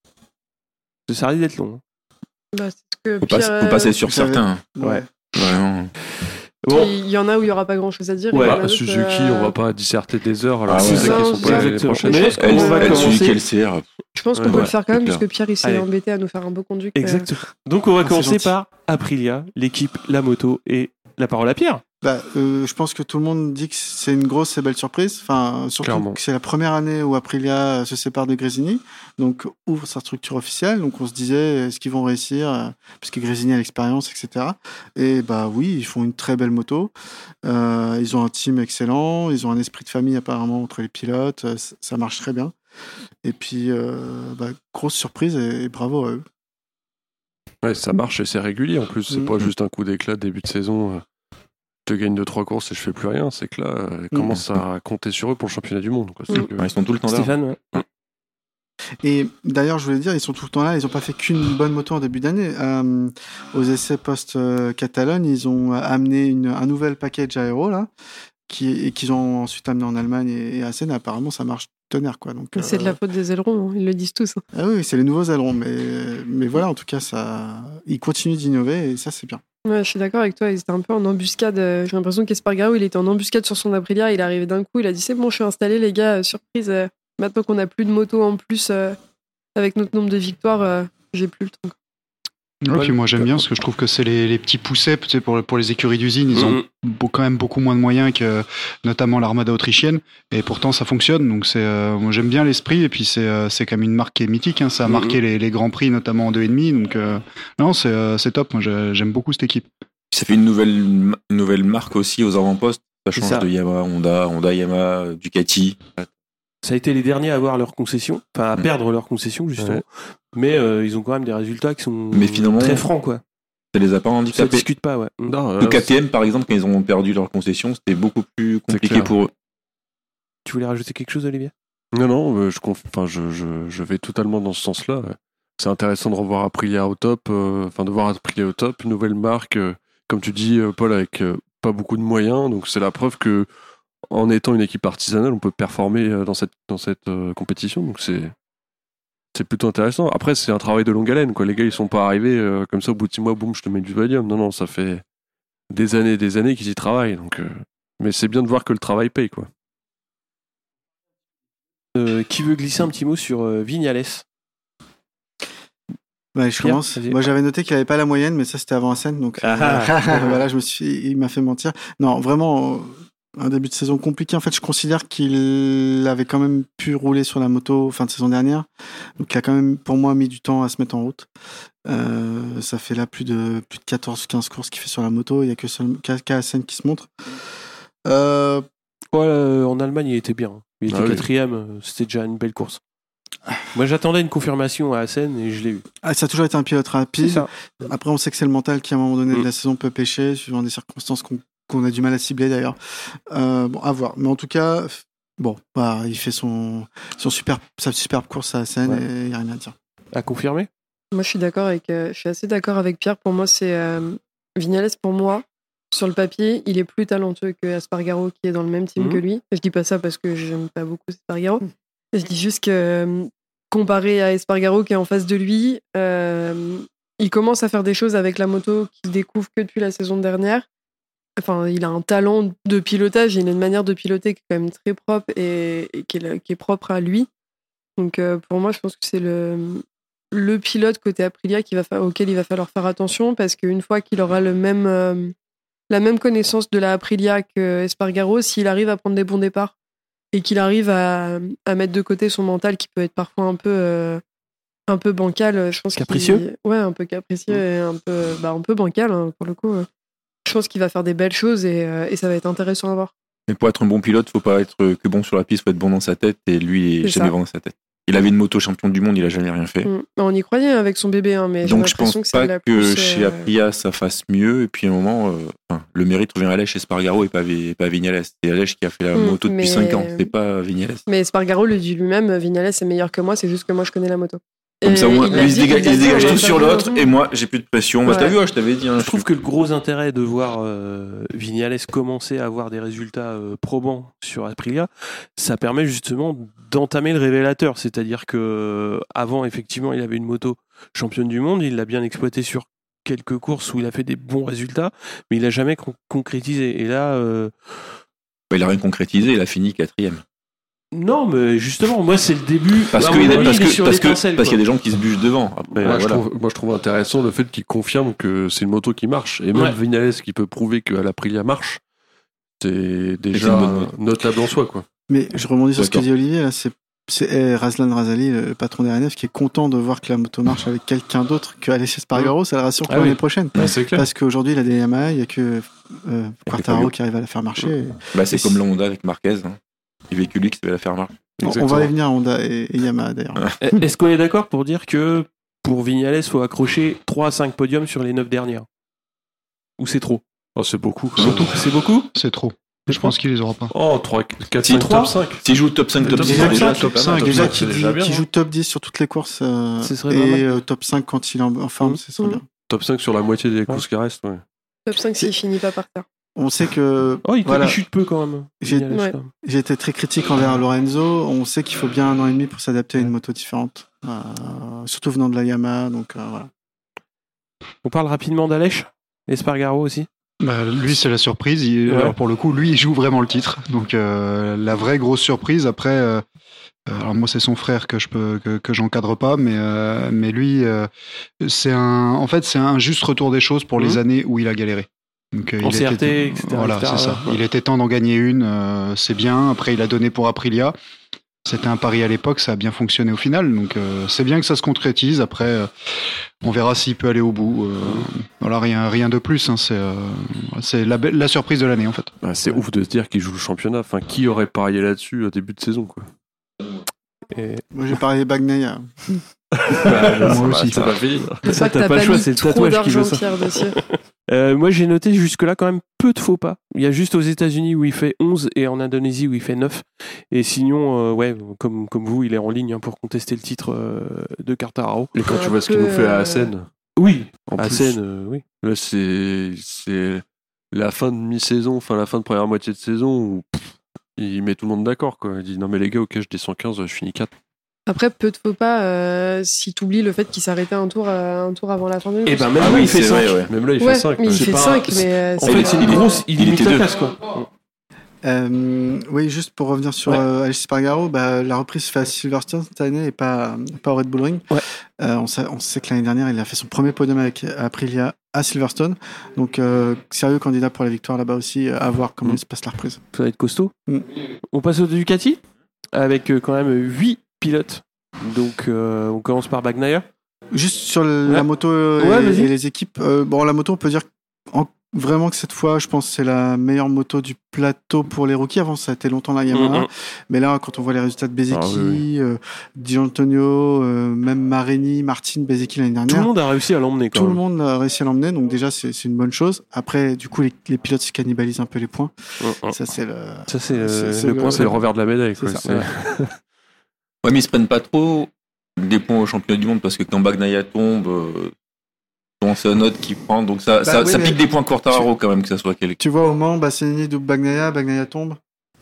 Ça risque d'être long. hein. Bah, c'est ce que Faut, Pierre, passer, faut passer sur vous savez- certains. Ouais. Vraiment. Bon, Il y en a où il y aura pas grand chose à dire. Ouais, et il y en a Bah, d'autres, Suzuki, euh, on va pas disserter des heures. Alors Ah c'est ouais. ça qui sont Non, pour l'année exactement. prochaine. Mais je pense qu'on Elle, va elle commencer- suit quel C R. Je pense qu'on Ouais, peut ouais, le faire quand même, c'est parce que Pierre il s'est Allez. embêté à nous faire un beau conduit. euh, exactement. Donc on va c'est commencer gentil. par Aprilia, l'équipe, la moto et la parole à Pierre. Bah, euh, je pense que tout le monde dit que c'est une grosse et belle surprise. Enfin, surtout Clairement. que c'est la première année où Aprilia se sépare de Gresini, donc ouvre sa structure officielle. Donc on se disait, est-ce qu'ils vont réussir euh, parce que Gresini a l'expérience, et cetera. Et bah oui, ils font une très belle moto. Euh, ils ont un team excellent, ils ont un esprit de famille apparemment entre les pilotes. euh, c- Ça marche très bien. Et puis, euh, bah, grosse surprise et, et bravo à eux. Ouais, ça marche et c'est régulier en plus. C'est Mm. pas juste un coup d'éclat début de saison. euh, Je gagne deux trois courses et je fais plus rien. C'est que là, euh, ils Mm. commencent à compter sur eux pour le championnat du monde. Quoi. C'est Mm. que- Ouais, ils sont tout le temps là. Stéphane, ouais. Et d'ailleurs, je voulais dire, ils sont tout le temps là. Ils n'ont pas fait qu'une bonne moto en début d'année. Euh, aux essais post-Catalogne, ils ont amené une, un nouvel package aéro là, qui, et qu'ils ont ensuite amené en Allemagne et, et à Seine. Apparemment, ça marche tonnerre quoi. Donc, C'est de la euh, faute des ailerons, hein, ils le disent tous. hein. ah oui, c'est les nouveaux ailerons. Mais, mais voilà, en tout cas, ça, ils continuent d'innover et ça, c'est bien. Ouais, je suis d'accord avec toi, ils étaient un peu en embuscade. euh, J'ai l'impression qu'Espargaro, il était en embuscade sur son Aprilia, il est arrivé d'un coup, il a dit c'est bon, je suis installé les gars, euh, surprise. euh, maintenant qu'on a plus de moto en plus, euh, avec notre nombre de victoires, euh, j'ai plus le temps. Ouais, Ouais, puis moi j'aime bien parce que je trouve que c'est les, les petits poussets tu sais, pour, pour les écuries d'usine. Ils ont Mhm. beau- quand même beaucoup moins de moyens que notamment l'armada autrichienne et pourtant ça fonctionne. Donc c'est, euh, moi j'aime bien l'esprit et puis c'est, euh, c'est comme une marque qui est mythique. Hein. Ça a Mhm. marqué les, les grands prix notamment en deux et demi. Donc euh, non c'est, euh, c'est top. Moi j'ai- j'aime beaucoup cette équipe. Ça fait une nouvelle, une nouvelle marque aussi aux avant-postes. Ça C'est change ça. de Yamaha, Honda, Honda, Yamaha, Ducati. Ça a été les derniers à avoir leur concession, enfin à Mm. perdre leur concession justement. Ouais. Mais euh, ils ont quand même des résultats qui sont Mais finalement, très francs quoi. Ça les a pas Ça handicapés. discute pas, ouais. Mm. Non, euh, Le K T M, par exemple, quand ils ont perdu leur concession, c'était beaucoup plus compliqué clair. pour eux. Tu voulais rajouter quelque chose, Olivier? Non, non, euh, je, conf- enfin, je, je, je vais totalement dans ce sens-là. ouais. C'est intéressant de revoir Aprilia au top, euh, enfin de voir Aprilia au top, une nouvelle marque, euh, comme tu dis, euh, Paul, avec euh, pas beaucoup de moyens. Donc c'est la preuve que en étant une équipe artisanale, on peut performer euh, dans cette, dans cette euh, compétition. Donc c'est, c'est plutôt intéressant. Après, c'est un travail de longue haleine, quoi. Les gars, ils sont pas arrivés euh, comme ça au bout de six mois, boum, je te mets du podium. Non, non, ça fait des années et des années qu'ils y travaillent. Donc, euh... mais c'est bien de voir que le travail paye, quoi. Euh, qui veut glisser un petit mot sur euh, Vignales? Ouais, je Pierre, commence. vas-y. Moi, j'avais noté qu'il avait pas la moyenne, mais ça, c'était avant Assen, donc euh, Ah. voilà, je me suis, il m'a fait mentir. Non, vraiment, euh, un début de saison compliqué. En fait, je considère qu'il avait quand même pu rouler sur la moto fin de saison dernière, donc il a quand même, pour moi, mis du temps à se mettre en route. Euh, ça fait là plus de plus de quatorze quinze courses qu'il fait sur la moto. Il y a que seul, qu'à, qu'à Assen qui se montre. Euh, Ouais, euh, en Allemagne, il était bien. Il était Ah oui. quatrième, euh, c'était déjà une belle course. Moi, j'attendais une confirmation à Assen et je l'ai eu. ah, ça a toujours été un pilote rapide. C'est ça. Après, on sait que c'est le mental qui, à un moment donné Mm. de la saison, peut pêcher, suivant des circonstances qu'on, qu'on a du mal à cibler d'ailleurs. Euh, bon, à voir. Mais en tout cas, f- bon, bah, il fait son, son super, sa superbe course à Assen Ouais. et il n'y a rien à dire. À confirmer? Moi, je suis d'accord avec, euh, je suis assez d'accord avec Pierre. Pour moi, c'est euh, Vignales. Pour moi, sur le papier, il est plus talentueux que Espargaro, qui est dans le même team Mhm. que lui. Je dis pas ça parce que j'aime pas beaucoup Espargaro. Je dis juste que euh, comparé à Espargaro qui est en face de lui, euh, il commence à faire des choses avec la moto qu'il découvre que depuis la saison dernière. Enfin, il a un talent de pilotage, il a une manière de piloter qui est quand même très propre et, et qui, est, qui est propre à lui. Donc euh, pour moi, je pense que c'est le, le pilote côté Aprilia qui va fa- auquel il va falloir faire attention parce qu'une fois qu'il aura le même, euh, la même connaissance de la Aprilia que Espargaro, s'il arrive à prendre des bons départs et qu'il arrive à, à mettre de côté son mental qui peut être parfois un peu, euh, un peu bancal, je pense qu'il- Capricieux ouais, un peu capricieux et un peu, bah, un peu bancal hein, pour le coup. euh. Je pense qu'il va faire des belles choses et, euh, et ça va être intéressant à voir. Mais pour être un bon pilote, faut pas être que bon sur la piste, faut être bon dans sa tête. Et lui, il est C'est jamais ça. bon dans sa tête. Il avait une moto champion du monde, il a jamais rien fait. Mm. On y croyait avec son bébé, hein, mais j'ai Donc je pense l'impression que c'est pas de la que plus, chez euh, Aprilia ça fasse mieux. Et puis à un moment, euh, enfin, le mérite revient à Aleix et Espargaro et pas, Vi- pas Vignales. C'est Aleix qui a fait la Mm, moto depuis mais- cinq ans, c'est pas Vignales. Mais Espargaro le dit lui-même, Vignales est meilleur que moi, c'est juste que moi je connais la moto. Comme Et ça, au moins, il l'a lui, il se dit- dégage, il l'a il se dit dégage en tout sur interview. l'autre et moi j'ai plus de pression. Bah, Ouais. t'as vu, hein, je t'avais dit. Hein, Je trouve que le gros intérêt de voir euh, Vignales commencer à avoir des résultats euh, probants sur Aprilia, ça permet justement d'entamer le révélateur. C'est-à-dire que euh, avant, effectivement, il avait une moto championne du monde, il l'a bien exploité sur quelques courses où il a fait des bons résultats, mais il n'a jamais con- concrétisé. Et là, euh, Bah, il a rien concrétisé, il a fini quatrième. non, mais justement, moi, c'est le début. Parce À que mon il est- avis, parce il est que sur parce que l'étincelle, parce qu'il y a quoi. des gens qui se bûchent devant. Après, Moi, euh, je voilà. trouve, moi, je trouve intéressant le fait qu'il confirme que c'est une moto qui marche. Et même Ouais. Vignales qui peut prouver qu'à l'Aprilia marche, c'est déjà une bonne moto. notable en soi, quoi. Mais je rebondis sur ce que D'accord. dit Olivier, là, c'est, c'est eh, Razlan Razali, le patron des R N F, qui est content de voir que la moto marche avec quelqu'un d'autre que Aleix Espargaro, ça le rassure pour Ah oui. l'année prochaine. Ouais, c'est clair. Parce qu'aujourd'hui, il a des Yamaha, il n'y a que euh, Quartararo Fabio. qui arrive à la faire marcher. Bah, c'est Et comme si- la Honda avec Marquez. Hein. Il véhicule X, il va la faire marcher. On- On Exactement. va y venir, Honda et, et Yamaha d'ailleurs. Est-ce qu'on est d'accord pour dire que pour Vignales, il faut accrocher trois à cinq podiums sur les neuf dernières? Ou c'est trop? Oh, c'est beaucoup. quand C'est même. tout. C'est beaucoup? C'est trop. Je pense qu'il les aura pas. Oh, trois, quatre, Si, cinq, trois. top cinq. S'il joue top cinq, top Top six, Déjà, cinq, déjà, top top cinq, cinq. déjà cinq, qui, c'est dit- déjà bien, qui hein. joue top dix sur toutes les courses euh, Ce serait et pas mal. euh, top cinq quand il est en, en forme, Mmh. ce serait Mmh. bien. Top cinq sur la moitié des courses qui restent. Ouais. Top cinq s'il finit pas par terre. On sait que Oh, il, voilà, il chute peu quand même. J'ai- Vignales, Ouais. quand même. j'ai été très critique envers Lorenzo. On sait qu'il faut bien un an et demi pour s'adapter à une moto différente, euh, surtout venant de la Yamaha. Donc euh, voilà. On parle rapidement d'Aleix, Espargaro aussi. Bah, lui, c'est la surprise. Il- Ouais. Alors, pour le coup, lui, il joue vraiment le titre. Donc, euh, la vraie grosse surprise. Après, euh, euh, alors moi, c'est son frère que je peux que, que j'encadre pas, mais euh, mais lui, euh, c'est un. En fait, c'est un juste retour des choses pour Mhm. les années où il a galéré. Donc, euh, En il C R T, était, et cetera, Voilà, et cetera, c'est ça. ouais. Il était temps d'en gagner une. euh, c'est bien. Après, il a donné pour Aprilia. C'était un pari à l'époque, ça a bien fonctionné au final. Donc, euh, c'est bien que ça se concrétise. Après, euh, on verra s'il peut aller au bout. Euh, voilà, rien, rien de plus. Hein, c'est euh, c'est la, be- la surprise de l'année, en fait. Bah, c'est ouf de se dire qu'il joue le championnat. Enfin, qui aurait parié là-dessus au début de saison, quoi. Et... Moi, j'ai parié Bagnaia. Moi aussi. Ça va finir. C'est Ça, pas que t'as t'as pas pas, le choix, mis c'est le trop tatouage qui veut d'argent, ça. Pierre, dessus. Euh, moi, j'ai noté jusque-là quand même peu de faux pas. Il y a juste aux États-Unis où il fait onze et en Indonésie où il fait neuf. Et sinon, euh, ouais, comme, comme vous, il est en ligne hein, pour contester le titre euh, de Quartararo. Et quand Un tu vois ce qu'il peu, nous fait à euh, Assen, Oui, en à plus, Seine, euh, oui. là, c'est, c'est la fin de mi-saison, enfin la fin de première moitié de saison où pff, il met tout le monde d'accord, quoi. Il dit non, mais les gars, ok, je descends quinze, je finis quatre. Après, peu de faux pas euh, si t'oublies le fait qu'il s'arrêtait un tour, euh, un tour avant la fin de Et ben même Ah lui, oui, il fait c'est cinq. vrai, ouais. Même là, il ouais, fait cinq. mais il c'est fait pas- cinq, c'est- mais euh, En c'est fait, pas- c'est une grosse, il Il limite était la deux. casse, quoi. Euh, oui, juste pour revenir sur Ouais. euh, Alexis Spargaro, bah, la reprise se fait à Silverstone cette année et pas, pas au Red Bull Ring. Ouais. Euh, on, sait, on sait que l'année dernière, il a fait son premier podium avec Aprilia à Silverstone. Donc, euh, sérieux candidat pour la victoire là-bas aussi, à voir comment Mm. il se passe la reprise. Ça va être costaud. Mm. On passe au Ducati avec euh, quand même huit pilotes. Donc euh, on commence par Bagnaia. Juste sur le- Ouais. la moto euh, Ouais, et, vas-y. et les équipes. euh, bon, la moto, on peut dire en- vraiment que cette fois, je pense que c'est la meilleure moto du plateau pour les rookies. Avant, ça a été longtemps la Yamaha. Mm, mm. Mais là, quand on voit les résultats de Bezzecchi, Ah, oui, euh, Di Antonio, euh, même Marini, Martin, Bezzecchi l'année dernière. Tout le monde a réussi à l'emmener quand Tout le même. monde a réussi à l'emmener, donc déjà c'est c'est une bonne chose. Après, du coup, les, les pilotes se cannibalisent un peu les points. Mm, mm. Ça, c'est le. Ça c'est, euh, C'est- c'est le le- point. C'est le revers de la médaille. C'est Quoi. ça. C'est- Ouais, mais ils se prennent pas trop des points au championnat du monde parce que quand Bagnaia tombe, euh, bon, c'est un autre qui prend, donc ça, Bah ça, oui, ça mais pique des points Quartararo quand même que ça soit quelqu'un. Tu vois, au Mans, Bastianini double Bagnaia, Bagnaia tombe.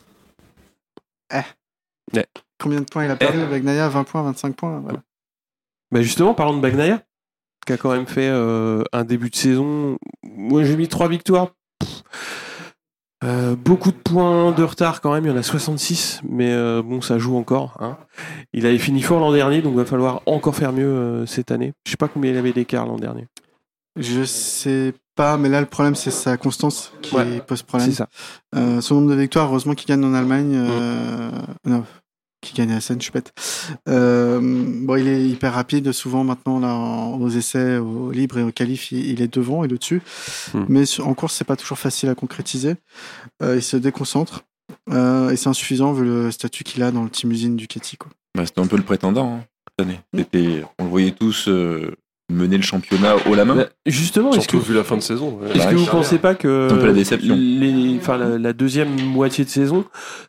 Eh. Ouais. Combien de points il a perdu Bagnaia vingt points, vingt-cinq points. Voilà. Bah justement, parlons de Bagnaia, qui a quand même fait euh, un début de saison. Moi, j'ai mis trois victoires. Pff. Euh, beaucoup de points de retard quand même, il y en a soixante-six, mais euh, bon, ça joue encore. Hein. Il avait fini fort l'an dernier, donc il va falloir encore faire mieux euh, cette année. Je sais pas combien il avait d'écart l'an dernier. Je sais pas, mais là, le problème, c'est sa constance qui Ouais. pose problème. C'est ça. Euh, son nombre de victoires, heureusement qu'il gagne en Allemagne. Euh, Non, qui gagne à Seine, je suis bête. Euh, bon, il est hyper rapide, souvent maintenant là, en- aux essais, au libre et au qualif, il, il est devant, il est au-dessus. Mm. Mais sur- en course, c'est pas toujours facile à concrétiser. Euh, il se déconcentre. Euh, et c'est insuffisant vu le statut qu'il a dans le team usine Ducati. Quoi. Bah, c'était un peu le prétendant hein, cette année. C'était, on le voyait tous euh, mener le championnat haut la main. Bah, justement, est-ce que, Surtout vu la fin de saison. ouais. est-ce Bah, que vous c'est pensez pas que C'est un peu la déception. les, enfin, la, la deuxième moitié de saison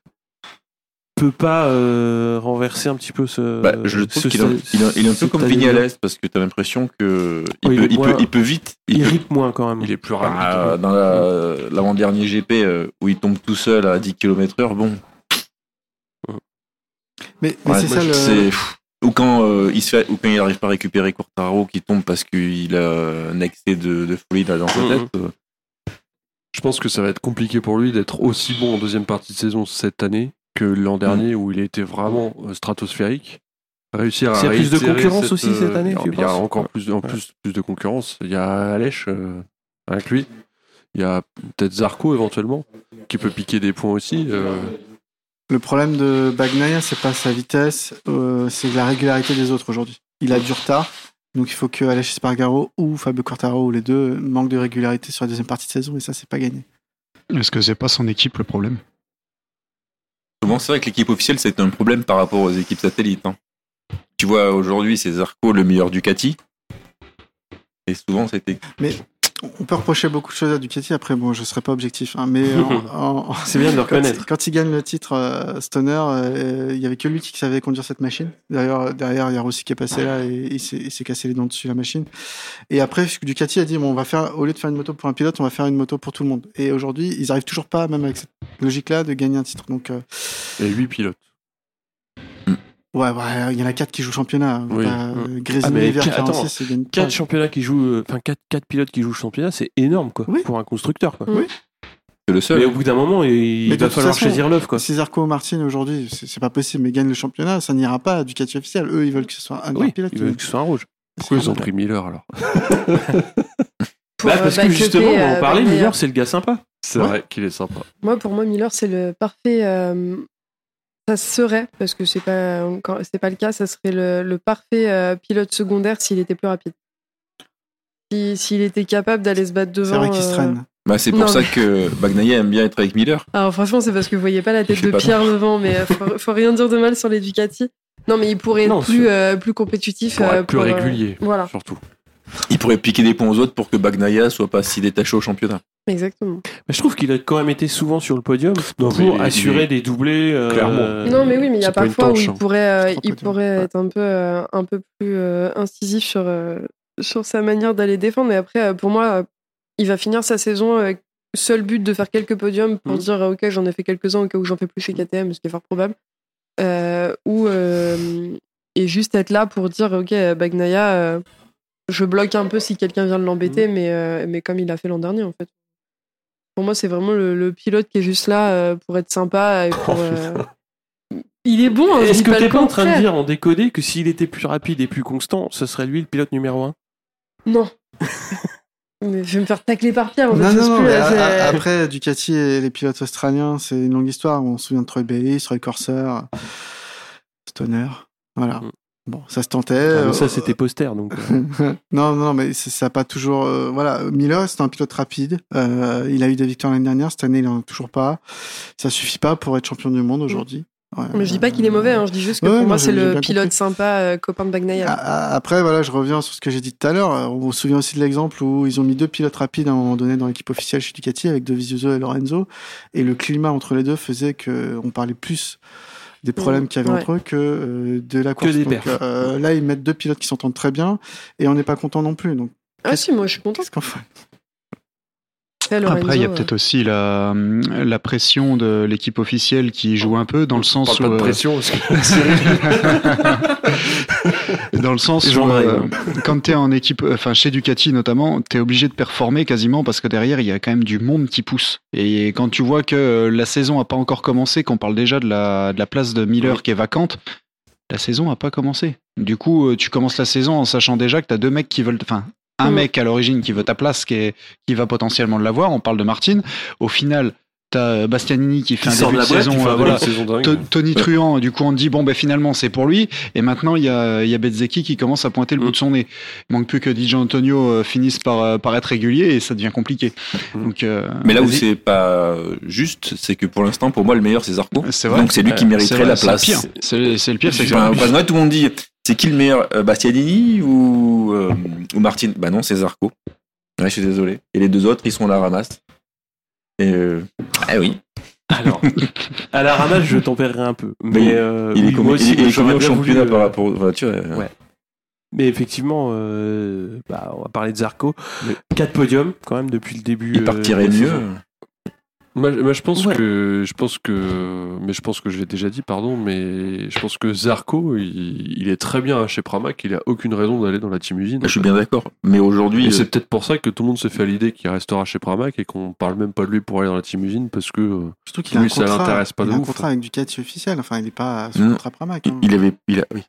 peut pas euh, renverser un petit peu ce. Bah, je trouve ce- qu'il est, un- il est- il est un peu cette comme année-là. Vignales parce que t'as l'impression que il, Oui, peut, il est il, moins- peut, il peut vite. Il peut- ripe moins quand même. Il est plus rapide. Ah, dans la- l'avant-dernier G P euh, où il tombe tout seul à dix kilomètres heure, bon. Mais, mais Ouais, c'est moi, ça je- le. c'est- pff, ou quand euh, il se fait, ou quand il n'arrive pas à récupérer Quartararo qui tombe parce qu'il a un excès de, de folie là, dans sa Mhm. tête. euh, Je pense que ça va être compliqué pour lui d'être aussi bon en deuxième partie de saison cette année que l'an dernier où il était vraiment euh, stratosphérique. Réussir à Il y a plus de réitérer concurrence aussi cette année, euh, tu Il y a penses encore plus, de- en plus, plus de concurrence. Il y a Alèche euh, avec lui. Il y a peut-être Zarco éventuellement qui peut piquer des points aussi. euh. Le problème de Bagnaia, c'est pas sa vitesse, euh, c'est la régularité des autres aujourd'hui. Il a du retard, donc il faut que Aleix Espargaro ou Fabio Quartararo ou les deux manquent de régularité sur la deuxième partie de saison et ça, c'est pas gagné. Est-ce que c'est pas son équipe le problème? Souvent, c'est vrai que l'équipe officielle, c'est un problème par rapport aux équipes satellites. hein. Tu vois, aujourd'hui, c'est Zarco le meilleur Ducati. Et souvent, c'était. Mais on peut reprocher beaucoup de choses à Ducati. Après, bon, je serai pas objectif, hein, mais en- en- C'est bien de le quand, reconnaître. quand il gagne le titre euh, Stoner, euh, il y avait que lui qui savait conduire cette machine. D'ailleurs, derrière, il y a Rossi qui est passé là et il s'est, il s'est cassé les dents dessus la machine. Et après, Ducati a dit bon, on va faire au lieu de faire une moto pour un pilote, on va faire une moto pour tout le monde. Et aujourd'hui, ils arrivent toujours pas, même avec cette logique-là, de gagner un titre. Donc, euh, Et huit pilotes. ouais, ouais, il y en a quatre qui jouent championnat. Oui. Pas, euh, Ah, Grésini, mais vers qu- attends, quarante-six, ils gagnent pas. Quatre championnats qui jouent, euh, enfin quatre, quatre pilotes qui jouent le championnat, c'est énorme quoi Oui. pour un constructeur quoi. Oui. C'est le seul. Mais au bout d'un moment, il, Mais de va toute falloir façon, choisir l'œuf quoi. Si Zarco ou Martin aujourd'hui, c'est, c'est pas possible, mais gagnent le championnat, ça n'ira pas à Ducati officiel. Eux, ils veulent que ce soit un Oui, pilote. il veut que ce soit un rouge. Pourquoi ils ont pris Miller alors? Pour, Bah, euh, parce que backuper, justement, on en euh, parlait, Bagnaia. Miller c'est le gars sympa. C'est Ouais. vrai qu'il est sympa. Moi, pour moi, Miller, c'est le parfait. euh, ça serait, parce que c'est pas encore, c'est pas le cas, ça serait le, le parfait euh, pilote secondaire s'il était plus rapide. Si- S'il était capable d'aller se battre devant. C'est vrai qu'ils se euh, traînent. Bah, c'est pour Non, ça mais- que Bagnaia aime bien être avec Miller. Alors franchement, c'est parce que vous voyez pas la tête Il fait de pas Pierre devant, mais euh, faut, faut rien dire de mal sur les Ducati. Non, mais il pourrait être Non, plus, c'est- euh, plus compétitif. Pour euh, être plus pour, euh, régulier, voilà, surtout. Il pourrait piquer des points aux autres pour que Bagnaia soit pas si détaché au championnat. exactement. Mais je trouve qu'il a quand même été souvent sur le podium Non, pour mais il est- assurer il est- des doublés. euh, Clairement. Non, mais oui, mais il y a c'est pas une parfois où tanche, il hein. pourrait, euh, Trois il podiums. pourrait Ouais. être un peu, euh, un peu plus euh, incisif sur, euh, sur sa manière d'aller défendre. Mais après, euh, pour moi, euh, il va finir sa saison avec seul but de faire quelques podiums pour Mhm. dire euh, ok, j'en ai fait quelques-uns au cas où j'en fais plus chez K T M, ce qui est fort probable. Euh, ou euh, et juste être là pour dire ok, Bagnaia, euh, je bloque un peu si quelqu'un vient de l'embêter, mmh. mais, euh, mais comme il a fait l'an dernier en fait. Pour moi, c'est vraiment le, le pilote qui est juste là euh, pour être sympa et pour. Euh... Il est bon. Hein, Est-ce que pas t'es pas en train de frère. dire en décodé que s'il était plus rapide et plus constant, ce serait lui le pilote numéro un? Non. Mais je vais me faire tacler par Pierre. En non, fait, non, non, plus, mais là, a, après, Ducati et les pilotes australiens, c'est une longue histoire. On se souvient de Troy Bayliss, Roy Corser, Stoner. Voilà. Mm. Bon, ça se tentait. Ah, mais ça, euh... c'était poster, donc. Euh... non, non, mais ça n'a pas toujours. Euh, voilà, Miller, c'était un pilote rapide. Euh, il a eu des victoires l'année dernière. Cette année, il n'en a toujours pas. Ça suffit pas pour être champion du monde aujourd'hui. Ouais, mais je dis pas qu'il est mauvais, hein. Je dis juste que ouais, pour non, moi, c'est le pilote compris. sympa, euh, copain de Bagnaia. Après, voilà, je reviens sur ce que j'ai dit tout à l'heure. On se souvient aussi de l'exemple où ils ont mis deux pilotes rapides à un moment donné dans l'équipe officielle chez Ducati avec Dovizioso et Lorenzo. Et le climat entre les deux faisait qu'on parlait plus des problèmes mmh, qu'il y avait ouais. entre eux que euh, de la course. Que des donc euh, là, ils mettent deux pilotes qui s'entendent très bien et on n'est pas content non plus. Donc, ah si, moi je suis content. Qu'est-ce qu'on fait? Après, il y a peut-être aussi la, la pression de l'équipe officielle qui joue un peu dans le sens où. Pas de pression, parce que. Dans le sens où, euh, quand t'es en équipe, enfin, chez Ducati notamment, t'es obligé de performer quasiment parce que derrière, il y a quand même du monde qui pousse. Et quand tu vois que la saison a pas encore commencé, qu'on parle déjà de la, de la place de Miller oui. qui est vacante, la saison a pas commencé. Du coup, tu commences la saison en sachant déjà que t'as deux mecs qui veulent, enfin, un mmh. mec à l'origine qui veut ta place, qui, est, qui va potentiellement l'avoir. On parle de Martin. Au final, t'as Bastianini qui fait qui un début de, boîte, saison, euh, voilà, saison dingue, Tony ouais. Truant. Du coup, on dit bon, ben finalement, c'est pour lui. Et maintenant, il y a, il y a Bezzecchi qui commence à pointer le mmh. bout de son nez. Il manque plus que Di Gianantonio euh, finisse par, euh, par être régulier et ça devient compliqué. Mmh. Donc, euh, mais là où c'est pas juste, c'est que pour l'instant, pour moi, le meilleur, c'est Zarco. C'est vrai. Donc c'est lui qui mériterait vrai, la place. C'est le pire. C'est, c'est le pire. C'est que enfin, moi, tout le monde dit. C'est qui le meilleur, euh, Bastianini ou, euh, ou Martin? Bah non, c'est Zarco. Ouais, je suis désolé. Et les deux autres, ils sont à la ramasse. Et euh... ah oui. Alors, à la ramasse, je tempérerai un peu. Mais, mais euh, il est oui, comme, aussi, il est comme au championnat voulu, par rapport. Enfin, tu vois, ouais. Mais effectivement, euh, bah, on va parler de Zarco. Mais... Quatre podiums quand même depuis le début. Il partirait euh, mieux. Moi, moi, je pense ouais. que, je pense que, mais je pense que je l'ai déjà dit, pardon, mais je pense que Zarco, il, il est très bien chez Pramac, il a aucune raison d'aller dans la team usine. Je suis bien d'accord, mais aujourd'hui. Et c'est peut-être pour ça que tout le monde se fait à l'idée qu'il restera chez Pramac et qu'on parle même pas de lui pour aller dans la team usine parce que surtout qu'il lui, a un contrat, ça l'intéresse pas il de a un ouf. contrat avec Ducati officiel, enfin, il est pas sous contrat Pramac. Hein. Il avait, il a, oui.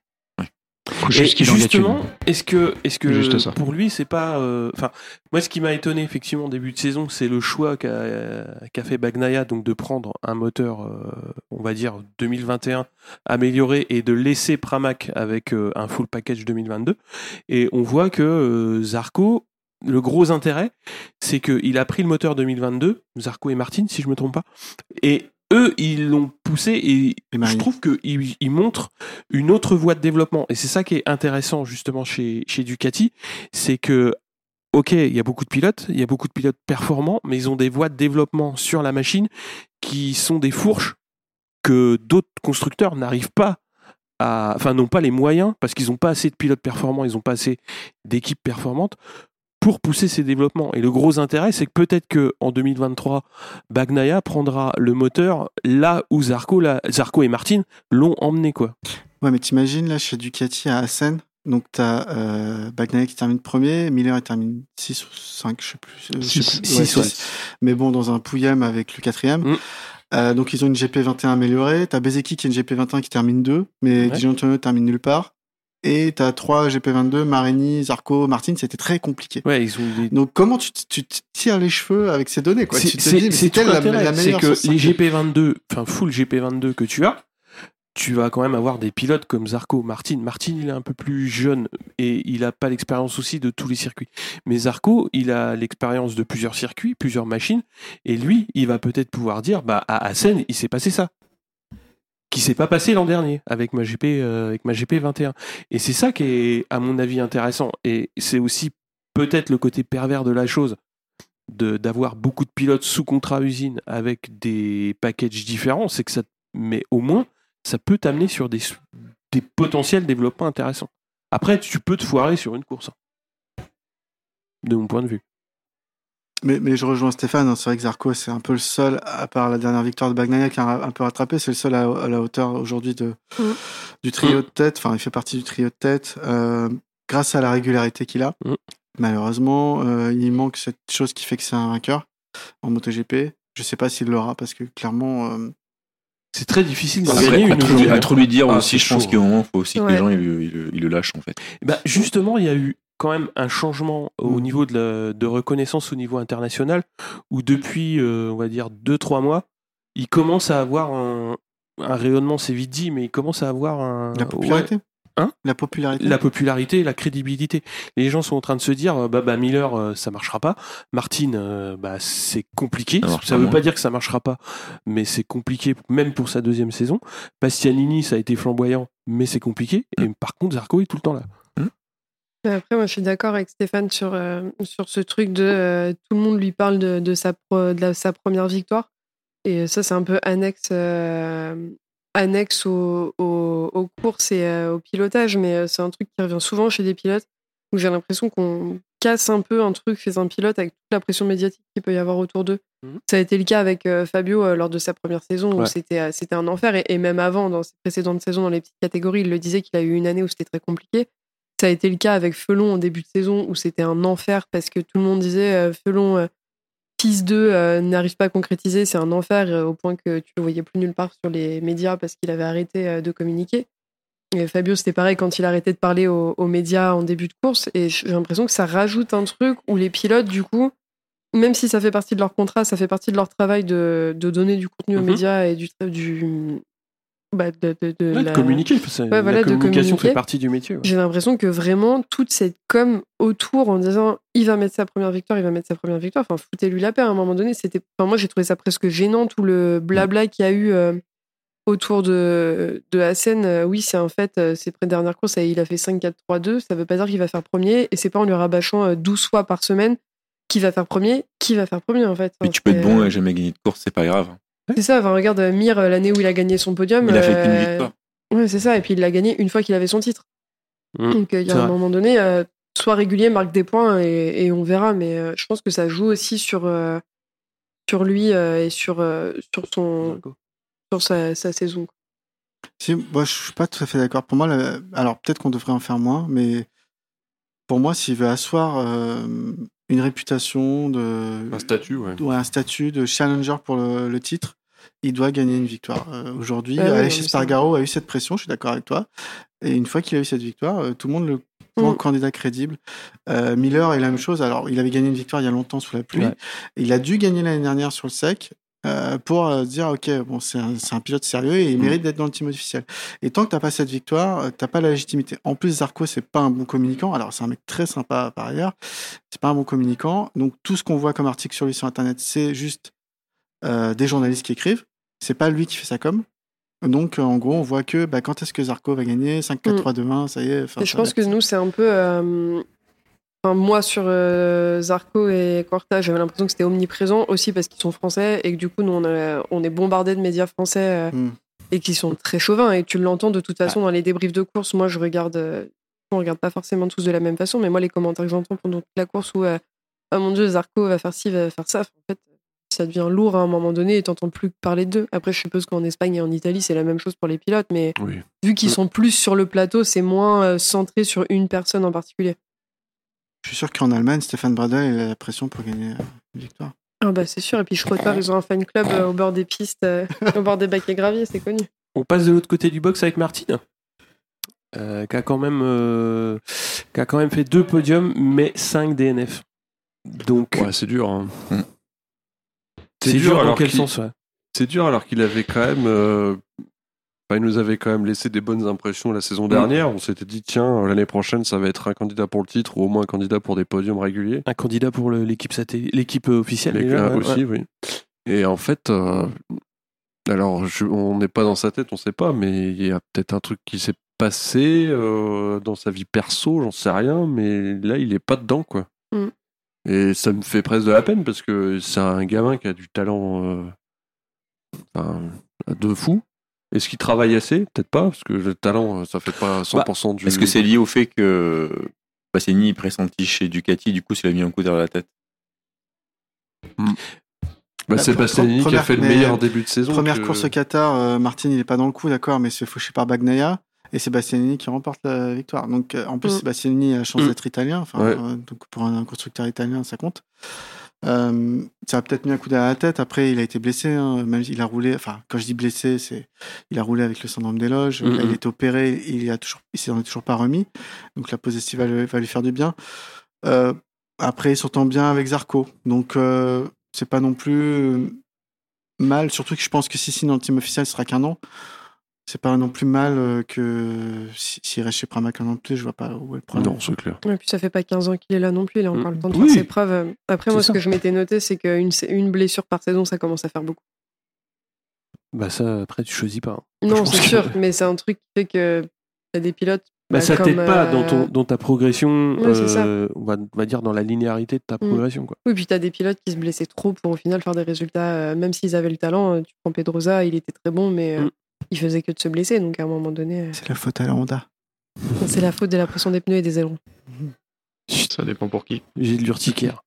Et justement, est-ce que, est-ce que Juste pour lui, c'est pas. Enfin, euh, moi, ce qui m'a étonné effectivement au début de saison, c'est le choix qu'a, qu'a fait Bagnaia, donc de prendre un moteur, euh, on va dire deux mille vingt et un amélioré et de laisser Pramac avec euh, un full package deux mille vingt-deux. Et on voit que euh, Zarco, le gros intérêt, c'est qu'il a pris le moteur deux mille vingt-deux, Zarco et Martin, si je me trompe pas, et eux, ils l'ont poussé et, et je trouve qu'ils ils montrent une autre voie de développement. Et c'est ça qui est intéressant justement chez, chez Ducati, c'est que, ok, il y a beaucoup de pilotes, il y a beaucoup de pilotes performants, mais ils ont des voies de développement sur la machine qui sont des fourches que d'autres constructeurs n'arrivent pas à, enfin, n'ont pas les moyens parce qu'ils n'ont pas assez de pilotes performants, ils n'ont pas assez d'équipes performantes pour pousser ces développements. Et le gros intérêt, c'est que peut-être qu'en deux mille vingt-trois, Bagnaia prendra le moteur là où Zarco, là, Zarco et Martin l'ont emmené, quoi. Ouais, mais t'imagines, là, chez Ducati à Assen, donc t'as euh, Bagnaia qui termine premier, Miller il termine six ou cinq, je sais plus. Euh, six, ouais, ouais. Mais bon, dans un pouillem avec le quatrième. Mm. Euh, donc ils ont une G P vingt et un améliorée. T'as Bezzecchi qui a une G P vingt et un qui termine deux, mais ouais. Di Gianantonio termine nulle part. Et t'as trois G P vingt-deux, Marini, Zarco, Martin, c'était très compliqué. Ouais, ils ont des... Donc comment tu, tu te tires les cheveux avec ces données, quoi? C'est, tu te c'est, dis, mais c'est, c'est quelle la, la meilleure? C'est que les G P vingt-deux, enfin full G P vingt-deux que tu as, tu vas quand même avoir des pilotes comme Zarco, Martin. Martin, il est un peu plus jeune et il a pas l'expérience aussi de tous les circuits. Mais Zarco, il a l'expérience de plusieurs circuits, plusieurs machines, et lui, il va peut-être pouvoir dire, bah à Assen, il s'est passé ça. Qui s'est pas passé l'an dernier avec ma G P euh, avec ma G P vingt et un. Et c'est ça qui est à mon avis intéressant et c'est aussi peut-être le côté pervers de la chose de d'avoir beaucoup de pilotes sous contrat usine avec des packages différents, c'est que ça mais au moins ça peut t'amener sur des des potentiels développements intéressants. Après tu peux te foirer sur une course. De mon point de vue. Mais, mais je rejoins Stéphane, hein, c'est vrai que Zarco, c'est un peu le seul, à part la dernière victoire de Bagnaia qui a un, un peu rattrapé, c'est le seul à, à la hauteur aujourd'hui de, Mm. du trio de tête, enfin il fait partie du trio de tête, euh, grâce à la régularité qu'il a. Mm. Malheureusement, euh, il manque cette chose qui fait que c'est un vainqueur en MotoGP. Je sais pas s'il l'aura, parce que clairement... Euh, C'est très difficile de Après, gagner une à, trop, aujourd'hui. à trop lui dire Ah, aussi, c'est je pense chaud. qu'au moment, il faut aussi que Ouais. les gens ils, le- ils le- ils le lâchent en fait. Bah, justement, il y a eu quand même un changement au Mm. niveau de, la, de reconnaissance au niveau international, où depuis, euh, on va dire, deux trois mois, il commence à avoir un, un rayonnement, c'est vite dit, mais il commence à avoir un... la popularité. Ouais. Hein La popularité. La popularité, la crédibilité. Les gens sont en train de se dire, euh, bah, bah Miller, euh, ça marchera pas. Martin, euh, bah, c'est compliqué. Ça Ça, marche ça pas veut moins. pas dire que ça marchera pas, mais c'est compliqué, même pour sa deuxième saison. Bastianini, ça a été flamboyant, mais c'est compliqué. Et par contre, Zarco est tout le temps là. Après, moi, je suis d'accord avec Stéphane sur, euh, sur ce truc de euh, tout le monde lui parle de, de, sa, pro- de la- sa première victoire. Et ça, c'est un peu annexe, euh, annexe aux, aux, aux courses et euh, au pilotage. Mais euh, c'est un truc qui revient souvent chez des pilotes où j'ai l'impression qu'on casse un peu un truc chez un pilote avec toute la pression médiatique qu'il peut y avoir autour d'eux. Mhm. Ça a été le cas avec euh, Fabio euh, lors de sa première saison où Ouais. c'était, euh, c'était un enfer. Et, et même avant, dans ses précédentes saisons, dans les petites catégories, il le disait qu'il a eu une année où c'était très compliqué. Ça a été le cas avec Felon en début de saison où c'était un enfer parce que tout le monde disait euh, Felon, euh, fils deux, euh, n'arrive pas à concrétiser, c'est un enfer euh, au point que tu le voyais plus nulle part sur les médias parce qu'il avait arrêté euh, de communiquer. Et Fabio, c'était pareil quand il a arrêté de parler aux, aux médias en début de course. Et j'ai l'impression que ça rajoute un truc où les pilotes, du coup, même si ça fait partie de leur contrat, ça fait partie de leur travail de, de donner du contenu aux Mhm. médias et du, du bah, de, de, de Ouais, la- de communiquer. parce que Ouais, voilà, la de communication communiquer. fait partie du métier. Ouais. J'ai l'impression que vraiment toute cette com autour en disant il va mettre sa première victoire, il va mettre sa première victoire. Enfin, foutez-lui la paix. À un moment donné, c'était. Enfin, moi, j'ai trouvé ça presque gênant tout le blabla qu'il y a eu euh, autour de de Hassen. Euh, oui, c'est en fait euh, ses dernières courses, il a fait cinq quatre trois deux. Ça veut pas dire qu'il va faire premier, et c'est pas en lui rabâchant euh, douze fois par semaine qui va faire premier, qui va faire premier en fait. Mais Enfin, tu peux être c'est- bon et jamais gagner de course, c'est pas grave. C'est ça. Enfin, regarde euh, Mir euh, l'année où il a gagné son podium. Il a fait qu'une euh, victoire. Ouais, c'est ça. Et puis il l'a gagné une fois qu'il avait son titre. Mmh, Donc euh, il y a c'est un vrai. moment donné, euh, sois régulier, marque des points et, et on verra. Mais euh, je pense que ça joue aussi sur, euh, sur lui euh, et sur, euh, sur, son, sur sa, sa saison. quoi. Si, moi, je suis pas tout à fait d'accord. Pour moi, la- alors peut-être qu'on devrait en faire moins, mais pour moi, s'il veut asseoir euh, une réputation de, Un statut, ouais. ouais, un statut de challenger pour le, le titre, il doit gagner une victoire. Euh, aujourd'hui, Ah oui, non, Aleix mais Espargaro a eu cette pression, je suis d'accord avec toi. Et une fois qu'il a eu cette victoire, euh, tout le monde le voit en Mm. candidat crédible. Euh, Miller est la même chose. Alors, il avait gagné une victoire il y a longtemps sous la pluie. Ouais. Il a dû gagner l'année dernière sur le sec. Euh, pour euh, dire ok bon c'est un, c'est un pilote sérieux et il Mm. mérite d'être dans le team officiel et tant que t'as pas cette victoire euh, t'as pas la légitimité. En plus Zarco c'est pas un bon communicant, alors c'est un mec très sympa par ailleurs, c'est pas un bon communicant, donc tout ce qu'on voit comme article sur lui sur internet c'est juste euh, des journalistes qui écrivent, c'est pas lui qui fait sa com. Donc euh, en gros on voit que bah, quand est-ce que Zarco va gagner cinq quatre trois deux un, ça y est. enfin, Et je ça pense va- que nous, c'est un peu. euh, Enfin, moi, sur euh, Zarco et Quarta, j'avais l'impression que c'était omniprésent aussi parce qu'ils sont français et que du coup, nous, on, a- on est bombardé de médias français euh, Mm. et qui sont très chauvins. Et tu l'entends de toute façon dans les débriefs de course. Moi, je regarde. euh, on regarde pas forcément tous de la même façon, mais moi, les commentaires que j'entends pendant toute la course où, euh, oh mon Dieu, Zarco va faire ci, va faire ça. En fait, ça devient lourd à un moment donné et t'entends plus parler d'eux. Après, je suppose qu'en Espagne et en Italie, c'est la même chose pour les pilotes, mais Oui. vu qu'ils sont plus sur le plateau, c'est moins euh, centré sur une personne en particulier. Je suis sûr qu'en Allemagne Stéphane Bradel il a la pression pour gagner euh, une victoire. Ah bah c'est sûr, et puis Schroeter, ils ont un fan club euh, au bord des pistes, euh, au bord des bacs et graviers, c'est connu. On passe de l'autre côté du box avec Martin, euh, qui, a quand même, euh, qui a quand même fait deux podiums, mais cinq D N F. Donc, Ouais, c'est dur. Hein. Mm. c'est dur, dans alors quel qu'il- sens ouais. C'est dur alors qu'il avait quand même. euh, enfin, il nous avait quand même laissé des bonnes impressions la saison Mm. dernière. On s'était dit, tiens, l'année prochaine, ça va être un candidat pour le titre ou au moins un candidat pour des podiums réguliers. Un candidat pour le- l'équipe, satéli- l'équipe officielle Les déjà, gars ouais, aussi, ouais. oui. Et en fait, euh, alors je- on n'est pas dans sa tête, on sait pas, mais il y a peut-être un truc qui s'est passé euh, dans sa vie perso, j'en sais rien, mais là, il est pas dedans, quoi. Mm. Et ça me fait presque de la peine parce que c'est un gamin qui a du talent euh, enfin, de fou. Est-ce qu'il travaille assez? Peut-être pas, parce que le talent, ça fait pas cent pour cent du... Est-ce que c'est lié au fait que Bastianini est pressenti chez Ducati, du coup, ça lui a mis un coup derrière la tête? Bah, c'est Pre- Bastianini qui a première- fait le mais, meilleur euh, début de saison. Première que- course au Qatar, euh, Martin il est pas dans le coup, d'accord, mais il se fait faucher par Bagnaia et c'est Bastianini qui remporte la victoire. Donc euh, en plus, Mm. Bastianini a la chance Mm. d'être italien, enfin, Ouais. euh, donc pour un, un constructeur italien, ça compte. Euh, ça a peut-être mis un coup derrière la tête. Après, il a été blessé, hein, même il a roulé. Enfin, quand je dis blessé, c'est il a roulé avec le syndrome des loges. Mm, Là, il mm. est opéré, il a toujours, il s'en est toujours pas remis. Donc la pause estivale va lui faire du bien. Euh, après, il s'entend bien avec Zarco, donc euh, c'est pas non plus euh, mal. Surtout que je pense que si signe dans le team officiel, ce sera qu'un an. C'est pas non plus mal euh, que si- s'il reste chez Pramac un an de plus, je vois pas où est le problème. Non, c'est clair. Et puis ça fait pas quinze ans qu'il est là non plus, il a encore Mm. le temps de Oui. faire ses preuves. Après, moi, C'est ce ça. que je m'étais noté, c'est qu'une une blessure par saison, ça commence à faire beaucoup. Bah ça, après, tu choisis pas. hein. Non, pense c'est que- sûr, mais c'est un truc qui fait que t'as des pilotes. Bah, bah, ça comme, t'aide pas euh, dans, ton, dans ta progression, Ouais, c'est ça. euh, on, va, on va dire dans la linéarité de ta Mm. progression. Quoi. Oui, puis t'as des pilotes qui se blessaient trop pour au final faire des résultats, euh, même s'ils avaient le talent. euh, Tu prends Pedrosa, il était très bon, mais euh, Mm. il faisait que de se blesser. Donc à un moment donné, euh, C'est la faute à la Honda. c'est la faute de la pression des pneus et des ailerons. Ça dépend pour qui. J'ai de l'urticaire.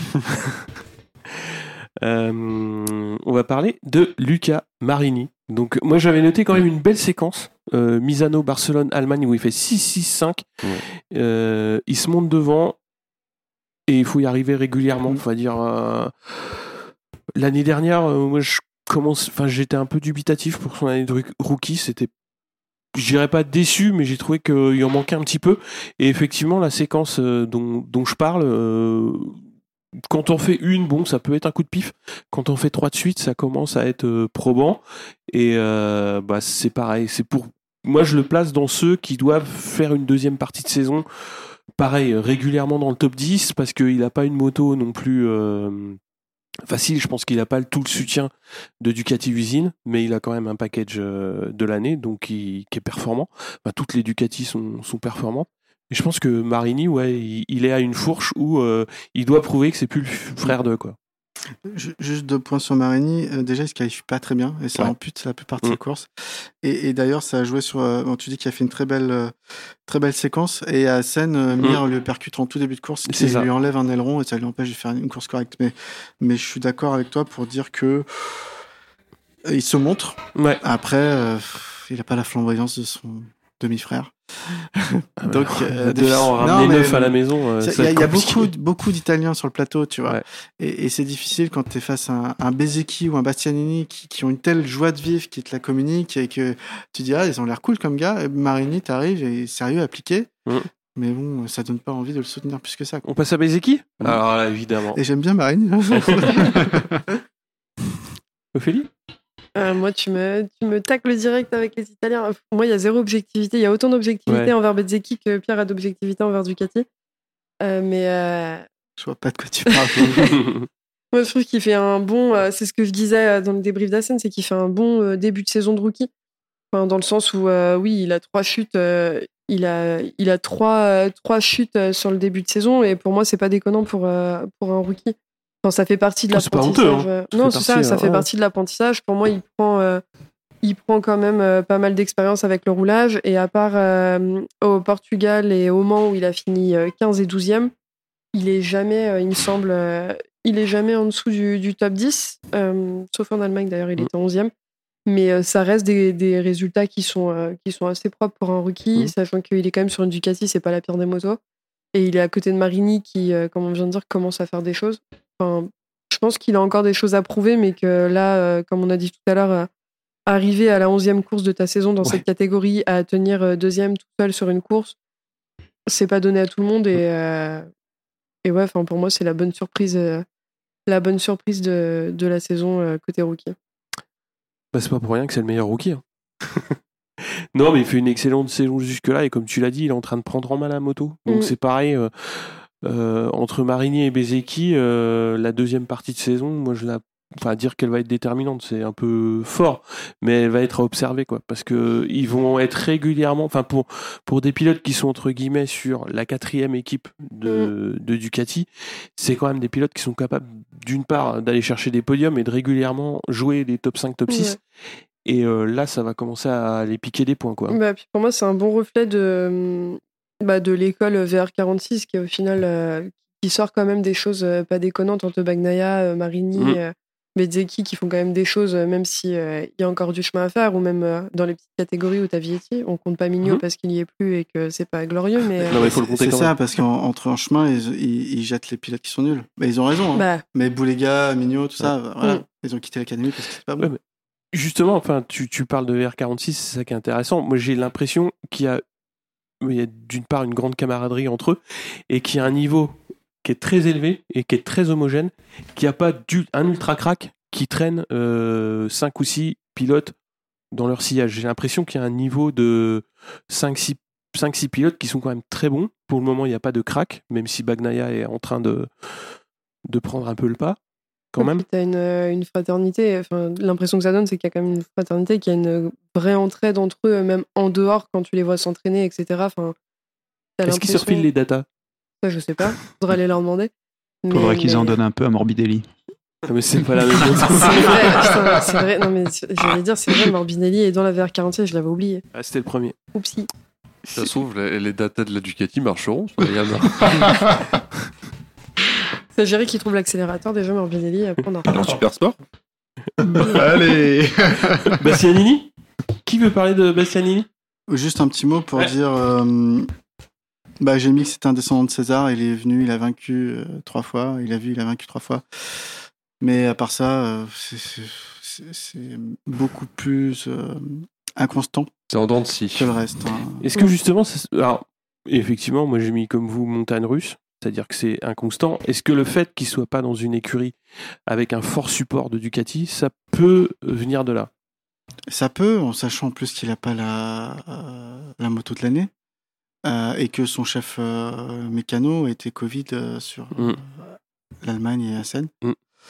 Euh, on va parler de Luca Marini. Donc moi j'avais noté quand même une belle séquence. Euh, Misano, Barcelone, Allemagne où il fait six six cinq. Ouais. Euh, il se monte devant et il faut y arriver régulièrement. Mm. On va dire euh, l'année dernière, euh, moi je commence, enfin j'étais un peu dubitatif pour son année de roo- rookie. C'était, je dirais pas déçu, mais j'ai trouvé qu'il en manquait un petit peu. Et effectivement la séquence euh, dont, dont je parle. Euh, quand on fait une, bon, ça peut être un coup de pif. Quand on fait trois de suite, ça commence à être euh, probant. Et euh, bah, c'est pareil. C'est pour moi, je le place dans ceux qui doivent faire une deuxième partie de saison. Pareil, euh, régulièrement dans le top dix, parce qu'il n'a pas une moto non plus euh, facile. Je pense qu'il n'a pas le- tout le soutien de Ducati Usine, mais il a quand même un package euh, de l'année, donc qui, qui est performant. Enfin, toutes les Ducati sont, sont performantes. Et je pense que Marini, ouais, il, il est à une fourche où euh, il doit prouver que c'est plus le f- frère de quoi. Ju- Juste deux points sur Marini. Euh, déjà, il se qualifie pas très bien et ça Ouais. ampute la plupart de Mm. ses courses. Et, et d'ailleurs, ça a joué sur. euh, bon, tu dis qu'il a fait une très belle, euh, très belle séquence et à Seine, euh, Mir le percute en tout début de course, C'est qui ça. lui enlève un aileron et ça lui empêche de faire une course correcte. Mais, mais je suis d'accord avec toi pour dire que euh, il se montre. Ouais. Après, euh, il a pas la flamboyance de son demi-frère. Donc, euh, de là, on non, ramener mais- neuf à la maison. euh, Il y ça a, va il être y a compliqué. beaucoup, beaucoup d'Italiens sur le plateau, tu vois. Ouais. Et, et c'est difficile quand tu es face à un, un Bezzecchi ou un Bastianini qui, qui ont une telle joie de vivre, qui te la communiquent et que tu dis, ah, ils ont l'air cool comme gars. Et Marini, t'arrives et sérieux, appliqué. Mm. Mais bon, ça donne pas envie de le soutenir plus que ça, quoi. On passe à Bezeki Mm. Alors là, évidemment. Et j'aime bien Marini. Ophélie Euh, moi, tu me, tu me tacles direct avec les Italiens. Pour moi, il y a zéro objectivité. Il y a autant d'objectivité Ouais. envers Bezzecchi que Pierre a d'objectivité envers Ducati. Euh, mais euh, Je vois pas de quoi tu parles. moi, je trouve qu'il fait un bon. euh, c'est ce que je disais euh, dans le débrief d'Assen, c'est qu'il fait un bon euh, début de saison de rookie. Enfin, dans le sens où, euh, oui, il a trois chutes. euh, il a, il a trois, euh, trois chutes euh, sur le début de saison. Et pour moi, c'est pas déconnant pour, euh, pour un rookie. Enfin, ça fait partie de Oh, c'est pas l'apprentissage. honteux, hein. euh, Ça Non, fait c'est ça, partie, ça euh, fait ouais. partie de l'apprentissage. Pour moi, il prend, euh, il prend quand même euh, pas mal d'expérience avec le roulage. Et à part euh, au Portugal et au Mans où il a fini euh, quinze et douzième, il est jamais, euh, il me semble, euh, il est jamais en dessous du, du top dix. euh, sauf en Allemagne d'ailleurs, il Mm. était onzième. Mais euh, ça reste des, des résultats qui sont, euh, qui sont assez propres pour un rookie, Mm. sachant qu'il est quand même sur une Ducati, c'est pas la pire des motos. Et il est à côté de Marini qui, euh, comme on vient de dire, commence à faire des choses. Enfin, je pense qu'il a encore des choses à prouver, mais que là, euh, comme on a dit tout à l'heure, euh, arriver à la onzième course de ta saison dans Ouais. cette catégorie, à tenir euh, deuxième tout seul sur une course, c'est pas donné à tout le monde. Et, euh, et ouais, enfin, pour moi, c'est la bonne surprise, euh, la bonne surprise de, de la saison euh, côté rookie. Bah, c'est pas pour rien que c'est le meilleur rookie. hein. Non, mais il fait une excellente saison jusque-là, et comme tu l'as dit, il est en train de prendre en main la moto. Donc Mm. c'est pareil, euh, euh, entre Marini et Bezzecchi, euh, la deuxième partie de saison, moi je la. Enfin, dire qu'elle va être déterminante, c'est un peu fort, mais elle va être à observer, quoi, parce que ils vont être régulièrement, enfin pour pour des pilotes qui sont entre guillemets sur la quatrième équipe de, de Ducati, c'est quand même des pilotes qui sont capables d'une part d'aller chercher des podiums et de régulièrement jouer des top cinq, top six. Ouais. Et euh, là, ça va commencer à les piquer des points, quoi. Bah, puis pour moi, c'est un bon reflet de, bah, de l'école V R quarante-six qui, au final, euh, qui sort quand même des choses euh, pas déconnantes entre Bagnaia, euh, Marini, Mm. euh, Bezzecchi, qui font quand même des choses, euh, même s'il euh, y a encore du chemin à faire, ou même euh, dans les petites catégories où t'as Vietti. On compte pas Mignot Mhm. parce qu'il y est plus et que c'est pas glorieux, mais. euh, Non, mais il faut le compter C'est quand ça, même. parce qu'entre en chemin, ils, ils, ils jettent les pilotes qui sont nuls. Mais ils ont raison. Hein. bah, Mais Boulega, Mignot, tout ça, voilà. Mm. Ils ont quitté l'académie parce que c'est pas bon. Ouais, mais justement, enfin, tu, tu parles de R quarante-six, c'est ça qui est intéressant. Moi, j'ai l'impression qu'il y a, il y a d'une part une grande camaraderie entre eux et qu'il y a un niveau qui est très élevé et qui est très homogène, qu'il n'y a pas du, un ultra crack qui traîne euh, cinq ou six pilotes dans leur sillage. J'ai l'impression qu'il y a un niveau de cinq six pilotes qui sont quand même très bons. Pour le moment, il n'y a pas de crack, même si Bagnaia est en train de, de prendre un peu le pas, quand et même. puis t'as une, euh, une fraternité. Enfin, l'impression que ça donne, c'est qu'il y a quand même une fraternité, qu'il y a une vraie entraide entre eux, même en dehors, quand tu les vois s'entraîner, et cetera. Enfin, t'as Est-ce qu'ils se l'impression- refilent les datas? Ça, je sais pas. Faudrait aller leur demander. Faudrait Mais- qu'ils en mais- donnent un peu à Morbidelli. Ah, mais c'est pas la même chose. C'est vrai, putain, c'est vrai. Non, mais j'allais dire, c'est vrai, Morbidelli est dans la V R quarante-six, je l'avais oublié. Ah, c'était le premier. Oupsie. Ça se trouve, les, les datas de la Ducati marcheront sur la Yamaha. C'est Géry qui trouve l'accélérateur, déjà Morbidelli, après on en Dans reparlera. Super Sport. Allez. Bastianini? Qui veut parler de Bastianini? Juste un petit mot pour Ouais. dire. euh, bah, j'ai mis que c'était un descendant de César. Il est venu, il a vaincu euh, trois fois. Il a vu, il a vaincu trois fois. Mais à part ça, euh, c'est- c'est- c'est c'est beaucoup plus euh, inconstant C'est en dents de scie. que le reste. hein. Est-ce que justement, ça se- alors, effectivement, moi j'ai mis comme vous montagne russe, c'est-à-dire que c'est inconstant. Est-ce que le fait qu'il soit pas dans une écurie avec un fort support de Ducati, ça peut venir de là? Ça peut, en sachant en plus qu'il n'a pas la, euh, la moto de l'année euh, et que son chef euh, mécano a été Covid euh, sur euh, Mm. l'Allemagne et Assen. Mm.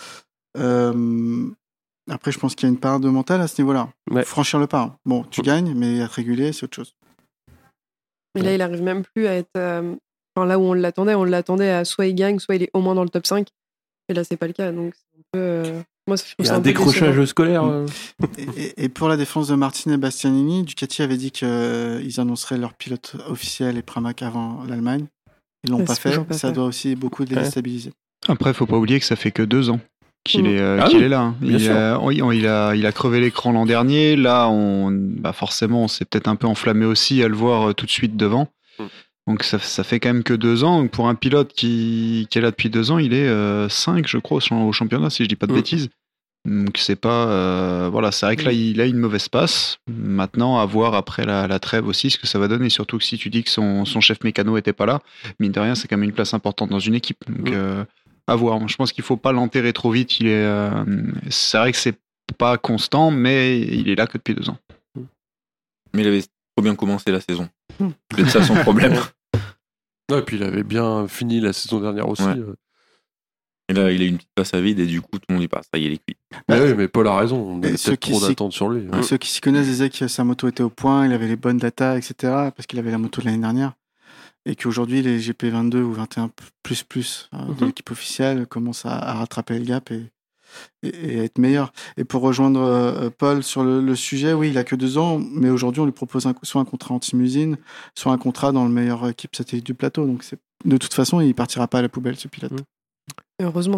Euh, après, je pense qu'il y a une part de mental à ce niveau-là. Ouais. Franchir le pas. Bon, tu gagnes, mais être régulier, c'est autre chose. Mais là, il arrive même plus à être. euh, Enfin, là où on l'attendait, on l'attendait à soit il gagne, soit il est au moins dans le top cinq. Et là, c'est pas le cas. Donc, c'est un peu. euh, Moi, je trouve Il y ça a un un peu décrochage décevant. scolaire. Mm. euh. Et, et- et pour la défense de Martin et Bastianini, Ducati avait dit qu'ils annonceraient leur pilote officiel et Pramac avant l'Allemagne. Ils l'ont Ouais, pas c'est fait. toujours pas Ça fait. doit aussi beaucoup les Ouais. déstabiliser. Après, faut pas oublier que ça fait que deux ans qu'il Mm. est, euh, Ah qu'il oui, est là. hein. bien Il, sûr. a, oui, on- il, a, il a crevé l'écran l'an dernier. Là, on, bah forcément, on s'est peut-être un peu enflammé aussi à le voir euh, tout de suite devant. Mm. Donc ça, ça fait quand même que deux ans. Donc, pour un pilote qui, qui est là depuis deux ans, il est euh, cinq, je crois, au champ- au championnat, si je dis pas de Mm. bêtises. Donc c'est pas... euh, voilà, c'est vrai que là, il a une mauvaise passe. Maintenant, à voir après la, la trêve aussi ce que ça va donner. Surtout que si tu dis que son, son chef mécano était pas là, mine de rien, c'est quand même une place importante dans une équipe. Donc... Mm. euh, à voir. Je pense qu'il faut pas l'enterrer trop vite. Il est, euh, c'est vrai que c'est pas constant, mais il est là que depuis deux ans. Mais il avait trop bien commencé la saison. C'est peut-être ça son problème. Ouais, et puis il avait bien fini la saison dernière aussi. Ouais. euh. Et là, il a une petite passe à vide et du coup, tout le monde dit pas, ça y est, il est cuit. Mais oui, mais Paul a raison. On Et avait ceux peut-être qui trop s'y- d'attentes sur lui. Mm. Ceux qui s'y connaissent disaient que sa moto était au point, il avait les bonnes datas, et cetera. Parce qu'il avait la moto de l'année dernière. Et qu'aujourd'hui, les G P vingt-deux ou vingt et un plus plus euh, de Mhm. l'équipe officielle commencent à, à rattraper le gap et, et, et à être meilleurs. Et pour rejoindre euh, Paul sur le, le sujet, oui, il a que deux ans, mais aujourd'hui, on lui propose un, soit un contrat anti-musine, soit un contrat dans le meilleur équipe satellite du plateau. Donc, c'est, de toute façon, il partira pas à la poubelle, ce pilote. Mhm. Heureusement.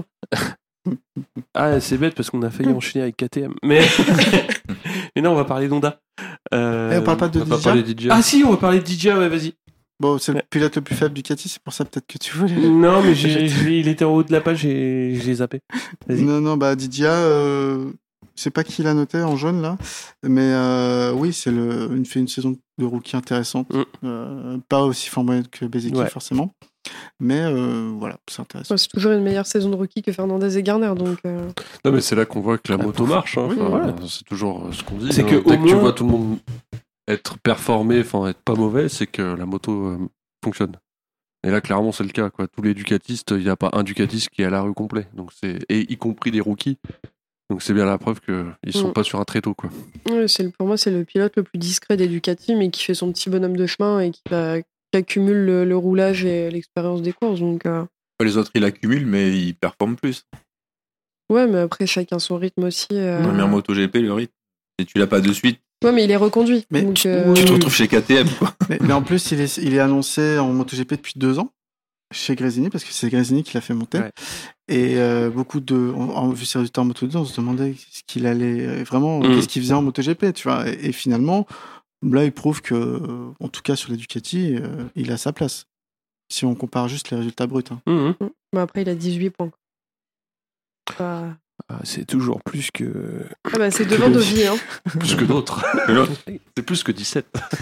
Ah, c'est bête parce qu'on a failli enchaîner avec K T M. Mais, mais non, on va parler d'Honda. Euh, Et on parle pas de On va pas Didier. parler D J. Ah si, on va parler de D J, ouais, vas-y. Bon, c'est le Ouais. pilote le plus faible du Ducati, c'est pour ça peut-être que tu voulais. Non, mais j'ai, j'ai- il était en haut de la page et je l'ai zappé. Vas-y. Non, non, bah Didia, euh, je sais pas qui l'a noté en jaune là, mais euh, oui, c'est le, il fait une saison de rookie intéressante, Mm. Euh, pas aussi flamboyante que Bezzecchi Ouais. forcément, mais euh, voilà, c'est intéressant. Ouais, c'est toujours une meilleure saison de rookie que Fernandez et Garner. Donc, euh, Non, mais c'est là qu'on voit que la Ah, moto pour- marche. hein. oui, Enfin, voilà. C'est toujours euh, ce qu'on dit. C'est hein. que Dès au que tu moins- vois tout le monde être performé, enfin être pas mauvais, c'est que la moto euh, fonctionne. Et là, clairement, c'est le cas. Quoi. Tous les Ducatistes, il n'y a pas un Ducatiste qui est à la rue complet. Donc c'est... Et y compris des rookies. Donc c'est bien la preuve qu'ils ne sont Mm. pas sur un tréteau. Quoi. ouais, c'est le- pour moi, c'est le pilote le plus discret des Ducati, mais qui fait son petit bonhomme de chemin et qui, va- qui accumule le, le roulage et l'expérience des courses. Donc, euh, Les autres, il accumule, mais il performe plus. ouais, mais après, chacun son rythme aussi. euh, Première MotoGP, le rythme. Si tu l'as pas de suite, Ouais, mais il est reconduit. Mais donc, tu- euh, tu te retrouves chez K T M. Quoi. Mais, mais en plus, il est, il est annoncé en MotoGP depuis deux ans. chez Gresini, parce que c'est Gresini qui l'a fait monter. Ouais. Et euh, beaucoup de, en, en vu ses résultats en Moto deux, on se demandait ce qu'il allait vraiment, Mm. qu'est-ce qu'il faisait en MotoGP, tu vois. Et, et finalement, là, il prouve que, euh, en tout cas sur les Ducati, euh, il a sa place. Si on compare juste les résultats bruts. Hein. Mhm. Bon, après, il a dix-huit points. Bah, Ah, c'est toujours plus que. ah bah, c'est devant Dovi. Hein. Plus que d'autres. Que l'autre. C'est plus que dix-sept.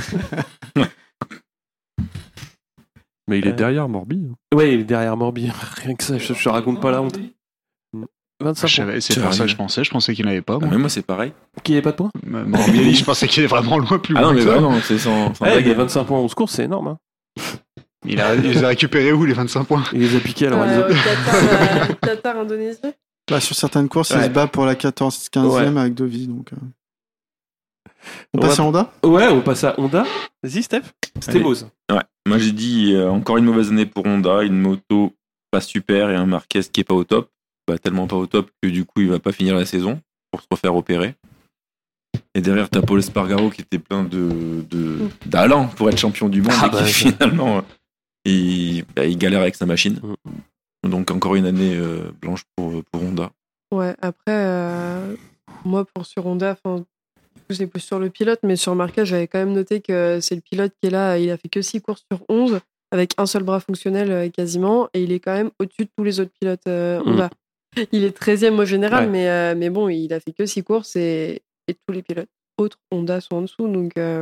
Mais il est Euh. derrière Morbi. hein. Ouais, il est derrière Morbi. Rien que ça, je, je te raconte pas la honte. vingt-cinq Je points. savais- C'est Tu pour as ça que raison. je pensais. Je pensais qu'il n'avait pas. Ah, Moi. mais moi, c'est pareil. Qui n'avait pas de points Morbidelli, je pensais qu'il est vraiment loin plus Ah loin non, mais que ça. vraiment, c'est sans, sans Ouais, blague. il y a vingt-cinq points en onze courses, c'est énorme. Hein. Il, a, il les a récupérés où les vingt-cinq points? Il les a piqués à Euh, Lorenzo. au Qatar, euh, Qatar, Indonésie. Bah, sur certaines courses, il Ouais. se bat pour la quatorze quinzième Ouais. avec Dovi. Donc, euh. On On passe va- à Honda. Ouais, on passe à Honda. Vas-y, Steph. C'était Allez. beau ça. Ouais. Moi, j'ai dit euh, encore une mauvaise année pour Honda, une moto pas super et un Marquez qui est pas au top. Bah, tellement pas au top que du coup, il va pas finir la saison pour se refaire opérer. Et derrière, t'as Paul Espargaro qui était plein de, de d'allant pour être champion du monde Ah et qui bah, finalement, euh, il, bah, il galère avec sa machine. Donc encore une année euh, blanche pour, pour Honda. Ouais, après, euh, moi, pour sur Honda, enfin, c'est plus sur le pilote, mais sur Marquez, j'avais quand même noté que c'est le pilote qui est là, il a fait que six courses sur onze, avec un seul bras fonctionnel euh, quasiment, et il est quand même au-dessus de tous les autres pilotes euh, Mm. Honda. Il est treizième au général, Ouais. mais, euh, mais bon, il a fait que six courses, et, et tous les pilotes autres Honda sont en dessous, donc euh,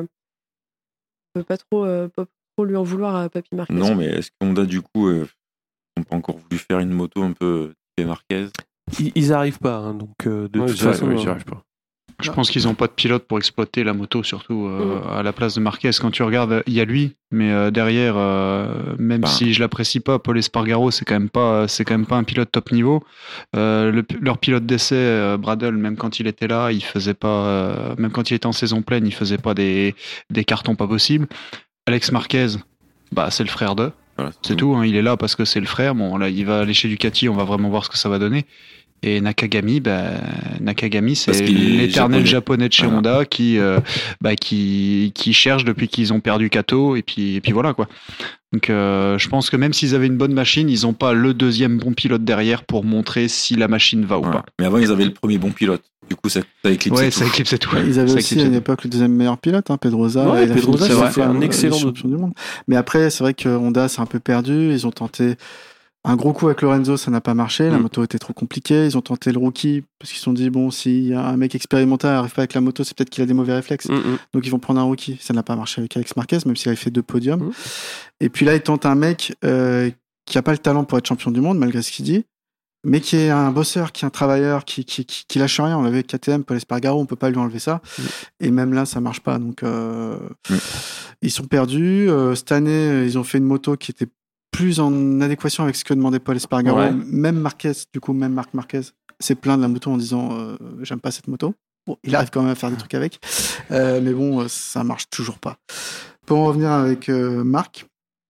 on peut pas trop, euh, pas trop lui en vouloir à Papy Marquez. Non, mais est-ce que Honda, du coup, euh, n'ont pas encore voulu faire une moto un peu typée Marquez? Ils, ils arrivent pas, hein, donc euh, de Ouais, toute j'y arrive- façon. ouais, j'y euh, arrive pas. Je pense qu'ils n'ont pas de pilote pour exploiter la moto, surtout euh, Mm. à la place de Marquez. Quand tu regardes, il y a lui, mais euh, derrière, euh, même Bah. si je l'apprécie pas, Paul Espargaro, c'est quand même pas, c'est quand même pas un pilote top niveau. Euh, le- leur pilote d'essai, euh, Bradle, même quand il était là, il faisait pas, euh, même quand il était en saison pleine, il faisait pas des, des cartons pas possibles. Alex Marquez, bah c'est le frère d'eux. Voilà, C'est tout, hein, il est là parce que c'est le frère. Bon, là, il va aller chez Ducati, on va vraiment voir ce que ça va donner. Et Nakagami, bah, Nakagami, c'est Parce qu'il est l'éternel japonais. japonais de chez Voilà. Honda qui, euh, bah, qui, qui cherche depuis qu'ils ont perdu Kato, et puis, et puis voilà, quoi. Donc, euh, je pense que même s'ils avaient une bonne machine, ils n'ont pas le deuxième bon pilote derrière pour montrer si la machine va ou Voilà. pas. Mais avant, ils avaient le premier bon pilote. Du coup, ça, ça éclipse Ouais, tout. ça éclipse tout. Ils avaient Ça aussi éclipse à une tout. époque le deuxième meilleur pilote, hein, Pedrosa. Ouais, il a Pedrosa, fini c'est deux vrai, fois, un euh, excellent champion du monde. Mais après, c'est vrai que Honda c'est un peu perdu. Ils ont tenté un gros coup avec Lorenzo, ça n'a pas marché. La Mm. moto était trop compliquée. Ils ont tenté le rookie parce qu'ils se sont dit bon, si un mec expérimenté n'arrive pas avec la moto, c'est peut-être qu'il a des mauvais réflexes. mm, mm. Donc ils vont prendre un rookie. Ça n'a pas marché avec Alex Marquez, même s'il avait fait deux podiums. Mhm. Et puis là, ils tentent un mec euh, qui a pas le talent pour être champion du monde, malgré ce qu'il dit, mais qui est un bosseur, qui est un travailleur, qui, qui, qui, qui lâche rien. On l'avait avec K T M, Paul Espargaro, on peut pas lui enlever ça. Mhm. Et même là, ça marche pas. Donc euh, Mhm. ils sont perdus. Euh, cette année, ils ont fait une moto qui était plus en adéquation avec ce que demandait Paul Espargaro. Ouais. Même Marquez, du coup, même Marc Marquez s'est plaint de la moto en disant euh, j'aime pas cette moto. Bon, il arrive quand même à faire des trucs avec. Euh, mais bon, euh, ça marche toujours pas. Pour en revenir avec euh, Marc,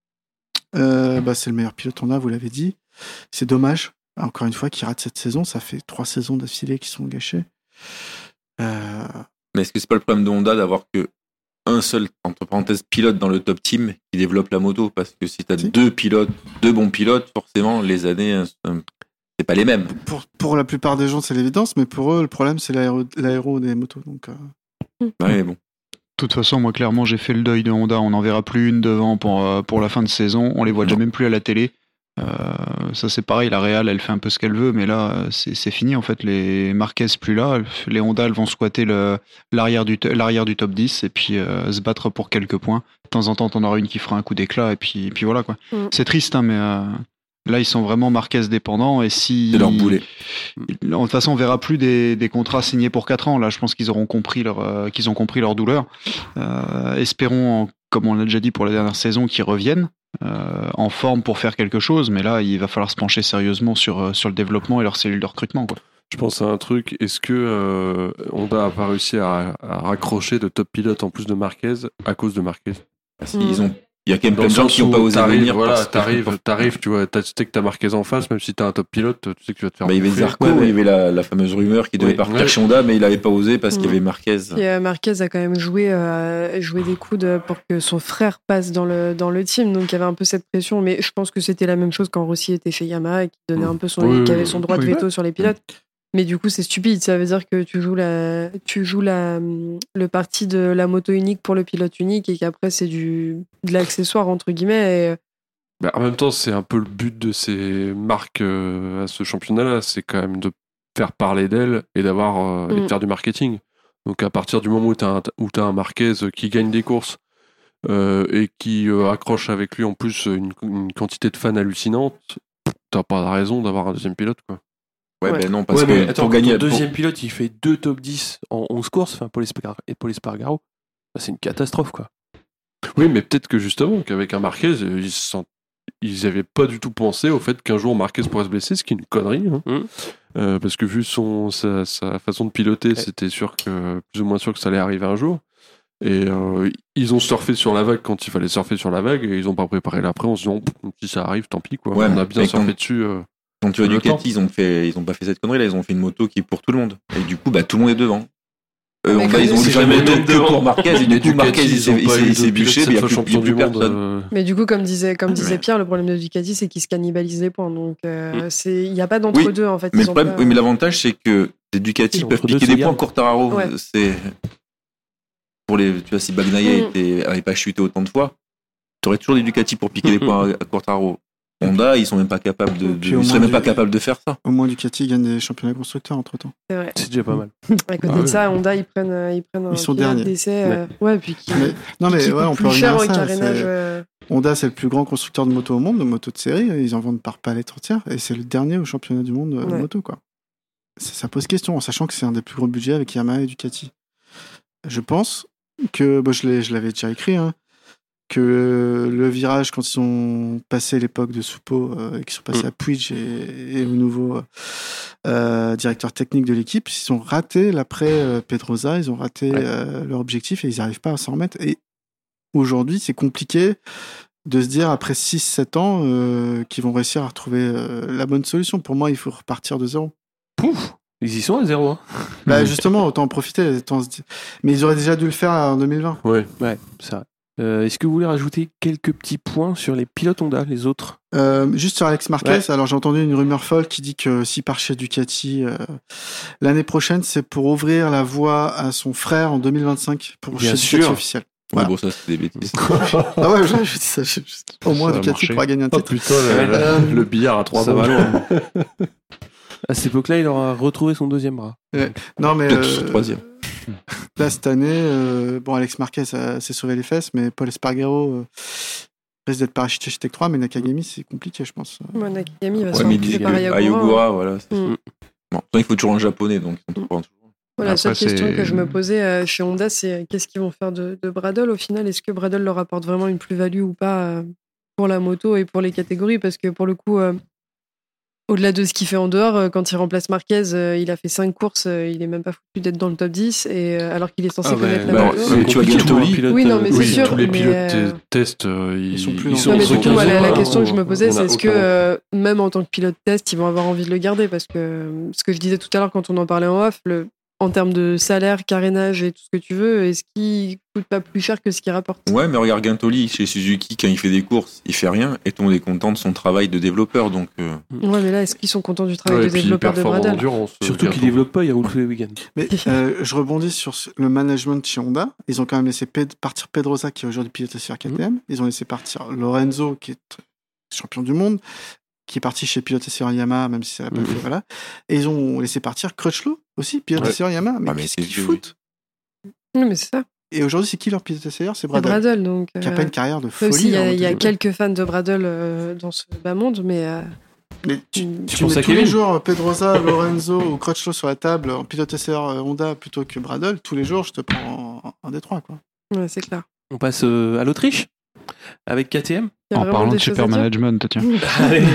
euh, bah, c'est le meilleur pilote Honda, vous l'avez dit. C'est dommage, encore une fois, qu'il rate cette saison. Ça fait trois saisons d'affilée qui sont gâchées. Euh, Mais est-ce que c'est pas le problème de Honda d'avoir que un seul, entre parenthèses, pilote dans le top team qui développe la moto? Parce que si t'as Si. deux pilotes, deux bons pilotes, forcément, les années, hein, c'est c'est pas les mêmes. pour, pour la plupart des gens, c'est l'évidence, mais pour eux, le problème, c'est l'aéro, l'aéro des motos. Donc, euh, Ouais, bon. De toute façon, moi, clairement, j'ai fait le deuil de Honda. On n'en verra plus une devant pour, euh, pour la fin de saison. On les voit déjà même plus à la télé. Euh, ça, c'est pareil. La Real, elle fait un peu ce qu'elle veut, mais là, euh, c'est, c'est fini. En fait, les Marquez plus là. Les Honda, elles vont squatter le, l'arrière, du, l'arrière du top dix et puis euh, se battre pour quelques points. De temps en temps, t'en auras une qui fera un coup d'éclat et puis, et puis voilà, quoi. Mm. C'est triste, hein, mais euh, là, ils sont vraiment Marquez dépendants. Et si. C'est leur boulet. De toute façon, on verra plus des, des contrats signés pour quatre ans. Là, je pense qu'ils auront compris leur, euh, qu'ils ont compris leur douleur. Euh, espérons, comme on l'a déjà dit pour la dernière saison, qu'ils reviennent euh, en forme pour faire quelque chose. Mais là, il va falloir se pencher sérieusement sur, euh, sur le développement et leur cellule de recrutement, quoi. Je pense à un truc. Est-ce que euh, Honda a pas réussi à, à raccrocher de top pilote en plus de Marquez à cause de Marquez? Parce Mm. qu'ils ont Il y a quand même Dans plein de le gens sens qui n'ont pas où osé t'arrives, venir. voilà, parce que- t'arrives, t'arrives, tu vois, t'as- tu sais que t'as Marquez en face, même si t'as un top pilote, tu sais que tu vas te faire. Bah, il y avait bouffer. Zarco, Ouais, mais- il y avait la, la fameuse rumeur qui devait Oui, partir ouais. chez Honda, mais il n'avait pas osé parce qu'il y Mm. avait Marquez. Et euh, Marquez a quand même joué, euh, joué des coudes pour que son frère passe dans le, dans le team, donc il y avait un peu cette pression, mais je pense que c'était la même chose quand Rossi était chez Yamaha et qu'il donnait un peu son, Oui, qui avait oui, son droit de oui. veto sur les pilotes. Mais du coup, c'est stupide. Ça veut dire que tu joues, la, tu joues la, le parti de la moto unique pour le pilote unique et qu'après, c'est du, de l'accessoire, entre guillemets. Et, Bah, en même temps, c'est un peu le but de ces marques euh, à ce championnat-là, c'est quand même de faire parler d'elles et d'avoir euh, et de Mm. faire du marketing. Donc à partir du moment où tu as un, où t'as un Marquez qui gagne des courses euh, et qui euh, accroche avec lui en plus une, une quantité de fans hallucinante, t'as pas de raison d'avoir un deuxième pilote, quoi. Ouais, Ouais. ben non, parce Ouais, mais que attends, pour gagner. ton pour- deuxième pilote, il fait deux top dix en onze courses, enfin, Paul Espar- et Paul Espargaro. Bah, c'est une catastrophe, quoi. Oui, mais peut-être que justement, qu'avec un Marquez, euh, ils se sentent- ils avaient pas du tout pensé au fait qu'un jour Marquez pourrait se blesser, ce qui est une connerie. Hein. Mm. Euh, parce que vu son, sa, sa façon de piloter, c'était sûr que, plus ou moins sûr que ça allait arriver un jour. Et euh, ils ont surfé sur la vague quand il fallait surfer sur la vague et ils ont pas préparé l'après en se disant Pff, si ça arrive, tant pis, quoi. Ouais, On a bien mais surfé quand- dessus. euh. Quand tu vois Le Ducati, temps. ils ont fait, ils ont pas fait cette connerie là, ils ont fait une moto qui est pour tout le monde. Et du coup, bah tout le monde est devant. Euh, Mais Honda, comme ils ont c'est fait une jamais moto même que devant. pour Marquez et du coup Marquez il s'est ont il pas s'est- eu il de s'est pilote bûché, sept mais il n'y a fois plus, il y champion a plus du monde, personne. euh. mais du coup, comme disait, comme disait Ouais. Pierre, le problème de Ducati, c'est qu'ils se cannibalisent les points. Donc, euh, c'est- il n'y a pas d'entre-deux, en fait. Mais, Ils le ont problème- pas- oui, mais l'avantage c'est que les Ducati Ils ont peuvent entre deux piquer des Sagan. points. Quartararo, Ouais. c'est pour les, tu vois, si Bagnaia Mm. était, avait pas chuté autant de fois, tu aurais toujours des Ducati pour piquer des points à, à Quartararo. Honda, ils sont même pas capables de, de- Puis au ils seraient moins même pas du- capables de faire ça. Au moins, Ducati gagne des championnats constructeurs entre temps. C'est vrai. C'est déjà pas mal. À côté Ah de ouais. ça, Honda, ils prennent, euh, ils prennent un Ils sont pilote derniers. d'essai. euh, ouais, puis qui, Mais, non, mais qui ouais, coûte on peut plus cher revenir en à ça. carénage. c'est- euh, Honda, c'est le plus grand constructeur de motos au monde, de motos de série. Ils en vendent par palette entière. Et c'est le dernier au championnat du monde euh, Ouais. moto, quoi. Ça, ça pose question, en sachant que c'est un des plus gros budgets avec Yamaha et Ducati. Je pense que, bon, je l'ai- je l'avais déjà écrit, hein, que le virage, quand ils ont passé l'époque de Soupo euh, et qu'ils sont passés Mm. à Puig et, et au nouveau euh, directeur technique de l'équipe, ils ont raté l'après euh, Pedrosa, ils ont raté Ouais. euh, leur objectif et ils n'arrivent pas à s'en remettre. Et aujourd'hui, c'est compliqué de se dire, après six sept ans, euh, qu'ils vont réussir à retrouver euh, la bonne solution. Pour moi, il faut repartir de zéro. Pouf, ils y sont à zéro. Hein. Bah, justement, autant en profiter. autant se dire- Mais ils auraient déjà dû le faire en deux mille vingt. Ouais. Ouais, c'est vrai. Euh, Est-ce que vous voulez rajouter quelques petits points sur les pilotes Honda, les autres? Euh, juste sur Alex Marquez, Ouais. alors j'ai entendu une rumeur folle qui dit que s'il part chez Ducati euh, l'année prochaine, c'est pour ouvrir la voie à son frère en deux mille vingt-cinq pour Bien chez sûr. Ducati officiel. Voilà. Ouais, bon, ça, c'est des bêtises. Ah ouais, je, je dis ça. je- je- au moins, Ça va Ducati marcher. pourra gagner un Oh titre. putain, le, Euh, le billard à trois Ça balles. va loin. À cette époque-là, il aura retrouvé son deuxième bras. non, mais Peut-être euh, son troisième. là, cette année, euh, bon, Alex Marquez euh, s'est sauvé les fesses, mais Paul Espargaro euh, risque d'être parachuté chez Tech trois, mais Nakagami, c'est compliqué, je pense. ouais, Nakagami il va Ouais, se mais faire il par à Ayagura. Ayogura, voilà. c'est- Mm. Bon, il faut toujours un japonais, donc ils sont pas toujours. Voilà, la seule Après, question c'est- que je me posais euh, chez Honda, c'est euh, qu'est-ce qu'ils vont faire de, de Bradle au final? Est-ce que Bradle leur apporte vraiment une plus-value ou pas euh, pour la moto et pour les catégories? Parce que pour le coup, euh, au-delà de ce qu'il fait en dehors, euh, quand il remplace Marquez, euh, il a fait cinq courses, euh, il est même pas foutu d'être dans le top dix, et, euh, alors qu'il est censé Ah, connaître bah, la bah, moto. euh, tu vois, compliqué pour un Gantoli- pilote, Oui, non, mais euh, c'est Oui, sûr, tous les mais, pilotes euh, te- testent, euh, ils, ils sont plus ils dans- sont Non, mais dans du coup, aucun moi, la, la endroit, question que je on- me posais, on a c'est est-ce que, aucun- euh, même en tant que pilote test, ils vont avoir envie de le garder? Parce que euh, ce que je disais tout à l'heure quand on en parlait en off, le, en termes de salaire, carénage et tout ce que tu veux, est-ce qu'il coûte pas plus cher que ce qu'il rapporte? Ouais, mais regarde Gantoli chez Suzuki, quand il fait des courses, il fait rien, et tout le monde est content de son travail de développeur, donc. euh, Ouais, mais là, est-ce qu'ils sont contents du travail Ouais, de et puis il développeur de performe en Bradle? endurance. euh, Surtout qu'il Gantoli. développe pas, il roule tous les week-ends. Mais euh, je rebondis sur ce- le management chez Honda. Ils ont quand même laissé Ped- partir Pedrosa, qui est aujourd'hui pilote sur K T M. Ils ont laissé partir Lorenzo, qui est champion du monde, qui est parti chez pilote sur Yamaha, même si ça n'a pas Mhm. fait. Voilà. Et ils ont laissé partir Crutchlow aussi, pilote Ouais. sur Yamaha. Mais Ah, mais qu'est-ce c'est qu'ils vieux, foutent? Oui, mais c'est ça. Et aujourd'hui, c'est qui leur pilote essayeur? C'est C'est Bradle, Bradle, donc. qui a euh, pas une carrière de là folie. aussi, il y a, en il y a moto. quelques fans de Bradle euh, dans ce bas monde, mais. euh, Mais tu, Mm. tu Tu penses mets à tous les Kevin jours Pedrosa, Lorenzo ou Crutchlow sur la table en pilote essayeur euh, Honda plutôt que Bradle, tous les jours, je te prends un des trois, quoi. ouais, c'est clair. On passe euh, à l'Autriche avec K T M. Il y a En vraiment parlant des de choses super à dire. management, tiens. Allez.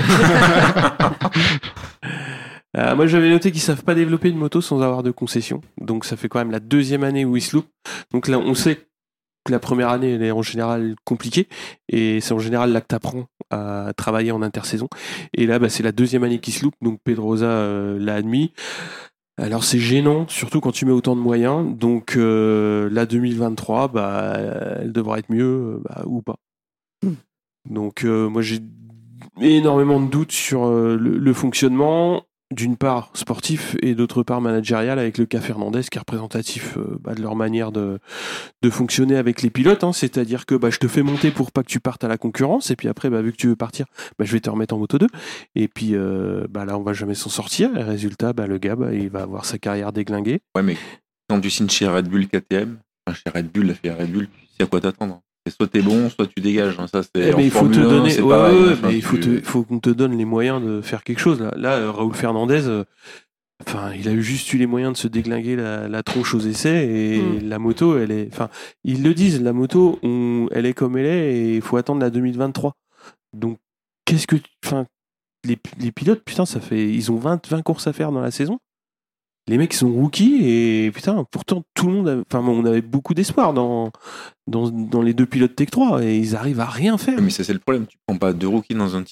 Euh, moi, j'avais noté qu'ils savent pas développer une moto sans avoir de concession. Donc, ça fait quand même la deuxième année où ils se loupent. Donc là, on sait que la première année, elle est en général compliquée. Et c'est en général là que tu apprends à travailler en intersaison. Et là, bah, c'est la deuxième année qui se loupe. Donc Pedrosa euh, l'a admis. Alors c'est gênant, surtout quand tu mets autant de moyens. Donc euh, la deux mille vingt-trois, bah, elle devra être mieux bah, ou pas. Mm. Donc euh, moi j'ai énormément de doutes sur euh, le, le fonctionnement, d'une part sportif et d'autre part managérial, avec le cas Fernandez qui est représentatif euh, bah, de leur manière de, de fonctionner avec les pilotes, hein, c'est-à-dire que bah, je te fais monter pour pas que tu partes à la concurrence, et puis après bah, vu que tu veux partir, bah, je vais te remettre en moto deux, et puis euh, bah, là on va jamais s'en sortir, et résultat bah, le gars bah, il va avoir sa carrière déglinguée. Ouais, mais quand tu signes chez Red Bull K T M, enfin, chez Red Bull, la filière Red Bull, tu sais à quoi t'attendre. Et soit t'es bon, soit tu dégages. Hein. Ça, c'est eh mais il faut te un, donner, ouais, pareil, ouais, enfin, mais il faut, tu... te, faut qu'on te donne les moyens de faire quelque chose. Là, là euh, Raoul Fernandez, euh, enfin, il a eu juste eu les moyens de se déglinguer la, la tronche aux essais, et mm. la moto, elle est, enfin, ils le disent, la moto, on, elle est comme elle est, et il faut attendre la deux mille vingt-trois. Donc, qu'est-ce que, enfin, les, les pilotes, putain, ça fait, ils ont vingt, vingt courses à faire dans la saison. Les mecs sont rookies et putain, pourtant tout le monde, avait, enfin on avait beaucoup d'espoir dans, dans dans les deux pilotes Tech trois et ils arrivent à rien faire. Mais ça c'est le problème, tu prends pas deux rookies dans un team.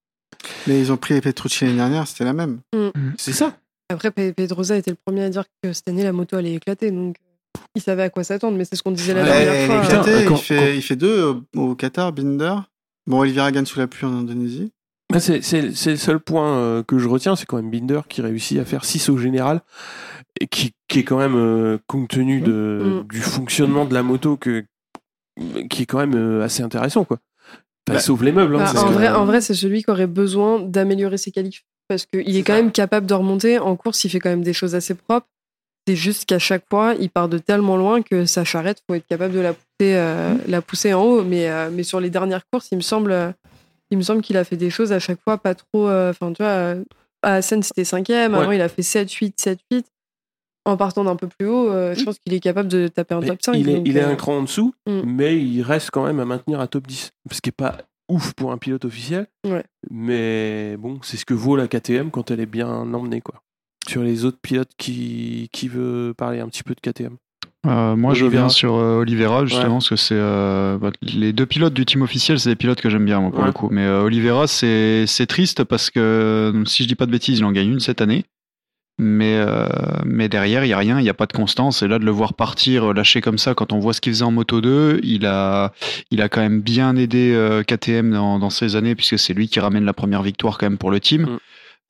Mais ils ont pris les Petrucci l'année dernière, c'était la même. Mm. C'est ça. Après Pedrosa était le premier à dire que cette année la moto allait éclater, donc il savait à quoi s'attendre. Mais c'est ce qu'on disait la ouais, dernière fois. Éclaté, euh, quand, il, fait, quand... il fait deux au, au Qatar, Binder. Bon, Oliveira gagne sous la pluie en Indonésie. C'est, c'est, c'est le seul point euh, que je retiens, c'est quand même Binder qui réussit à faire six au général, et qui, qui est quand même, euh, compte tenu de, mmh. du fonctionnement de la moto, que, qui est quand même euh, assez intéressant, quoi. Enfin, bah, sauve les meubles. Hein, bah, en, vrai, en vrai, c'est celui qui aurait besoin d'améliorer ses qualifs, parce qu'il est quand ça. même capable de remonter. En course, il fait quand même des choses assez propres. C'est juste qu'à chaque fois, il part de tellement loin que sa charrette, il faut être capable de la pousser, euh, mmh. la pousser en haut. Mais, euh, mais sur les dernières courses, il me semble... Euh, Il me semble qu'il a fait des choses à chaque fois pas trop. Enfin, euh, tu vois, euh, à Assen, c'était cinquième. Ouais. Avant, il a fait sept huit, sept huit. En partant d'un peu plus haut, euh, je pense qu'il est capable de taper un mais top cinq. Il est, donc, il est euh... un cran en dessous, mm. mais il reste quand même à maintenir un top dix. Ce qui n'est pas ouf pour un pilote officiel. Ouais. Mais bon, c'est ce que vaut la K T M quand elle est bien emmenée, quoi. Sur les autres pilotes, qui, qui veut parler un petit peu de K T M? Euh, moi, Oliveira. Je reviens sur euh, Oliveira, justement, ouais. parce que c'est euh, bah, les deux pilotes du team officiel, c'est des pilotes que j'aime bien, moi, pour ouais. le coup. Mais euh, Oliveira, c'est, c'est triste parce que, si je dis pas de bêtises, il en gagne une cette année. Mais, euh, mais derrière, il n'y a rien, il n'y a pas de constance. Et là, de le voir partir, lâcher comme ça, quand on voit ce qu'il faisait en Moto deux, il a, il a quand même bien aidé euh, K T M dans, dans ces années, puisque c'est lui qui ramène la première victoire quand même pour le team. Mm.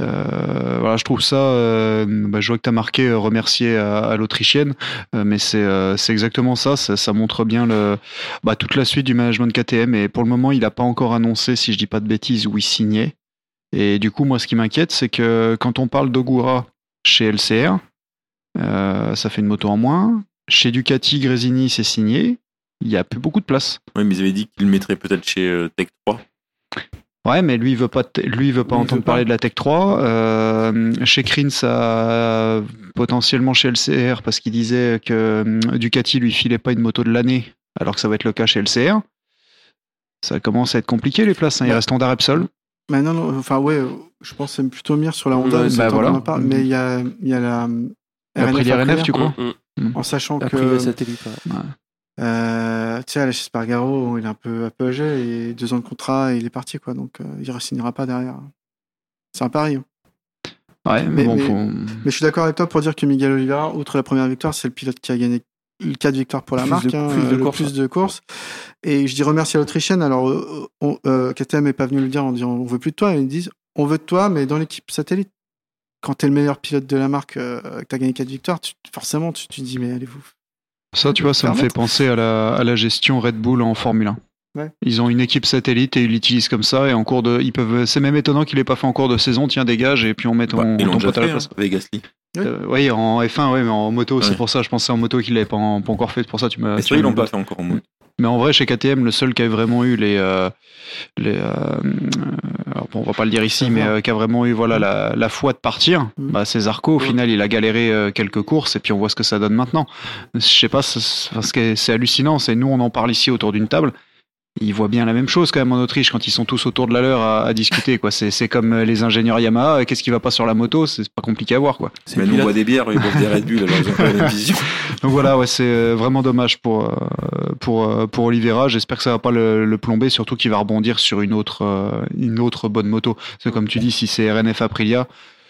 Euh, voilà, je trouve ça. Euh, bah, je vois que tu as marqué euh, remercier à, à l'Autrichienne, euh, mais c'est, euh, c'est exactement ça, ça. Ça montre bien le, bah, toute la suite du management de K T M. Et pour le moment, il n'a pas encore annoncé, si je dis pas de bêtises, où il signait. Et du coup, moi, ce qui m'inquiète, c'est que quand on parle d'Ogura chez L C R, euh, ça fait une moto en moins. Chez Ducati, Gresini, c'est signé. Il n'y a plus beaucoup de place. Oui, mais ils avaient dit qu'ils le mettraient peut-être chez euh, Tech trois. Ouais, mais lui, il veut pas, t- lui, il veut pas lui entendre veut parler pas. de la Tech trois. Euh, chez Krins, ça, potentiellement chez L C R, parce qu'il disait que euh, Ducati lui filait pas une moto de l'année, alors que ça va être le cas chez L C R. Ça commence à être compliqué, les places. Hein. Il ouais. reste Honda Repsol. Mais non, non, enfin, ouais, je pense que c'est plutôt Mir sur la Honda. Mmh, bah voilà. Pas, mais il y a, y a la. Après les R N F, tu crois mmh. En sachant Après que. Après satellite, ouais. ouais. Euh, tu sais, là, chez Spargaro, il est un peu, un peu âgé, et deux ans de contrat, et il est parti, quoi. Donc, euh, il ne re-signera pas derrière. C'est un pari. Ouais, mais, bon, mais, faut... mais je suis d'accord avec toi pour dire que Miguel Oliveira, outre la première victoire, c'est le pilote qui a gagné quatre victoires pour la plus marque, de, hein, plus de le course, plus de courses. Et je dis remercie à l'Autrichienne. Alors, on, euh, K T M n'est pas venu le dire en disant on veut plus de toi. Ils disent on veut de toi, mais dans l'équipe satellite. Quand tu es le meilleur pilote de la marque, euh, que tu as gagné quatre victoires, tu, forcément, tu te dis mais allez-vous. Ça, tu vois, ça me fait penser à la, à la gestion Red Bull en Formule un. Ouais. Ils ont une équipe satellite et ils l'utilisent comme ça. Et en cours de, ils peuvent. C'est même étonnant qu'il n'ait pas fait en cours de saison. Tiens, dégage et puis on met ton, bah, ton pote à la place. Hein, avec Gasly. Oui. Euh, oui, en F un, oui, mais en moto, ouais. C'est pour ça. Je pensais en moto qu'il l'avait pas, en, pas encore fait. C'est pour ça tu m'as. Mais ça, ils l'ont pas fait encore en moto. Mais en vrai, chez K T M, le seul qui a vraiment eu les, euh, les, euh, alors bon, on va pas le dire ici, mais euh, qui a vraiment eu voilà la, la foi de partir, mmh. bah, c'est Zarco. Au mmh. final, il a galéré euh, quelques courses et puis on voit ce que ça donne maintenant. Je sais pas, c'est, c'est, c'est hallucinant. C'est nous, on en parle ici autour d'une table. ils voient bien la même chose quand même en Autriche quand ils sont tous autour de la leur à, à discuter, quoi. C'est, c'est comme les ingénieurs Yamaha, qu'est-ce qui va pas sur la moto, c'est pas compliqué à voir, quoi. C'est mais nous on boit des bières, ils boivent des Red Bull, alors ils ont pas la même vision. Donc voilà, ouais, c'est vraiment dommage pour, pour, pour Oliveira. J'espère que ça va pas le, le plomber, surtout qu'il va rebondir sur une autre, une autre bonne moto. Parce que comme tu dis, si c'est R N F Aprilia,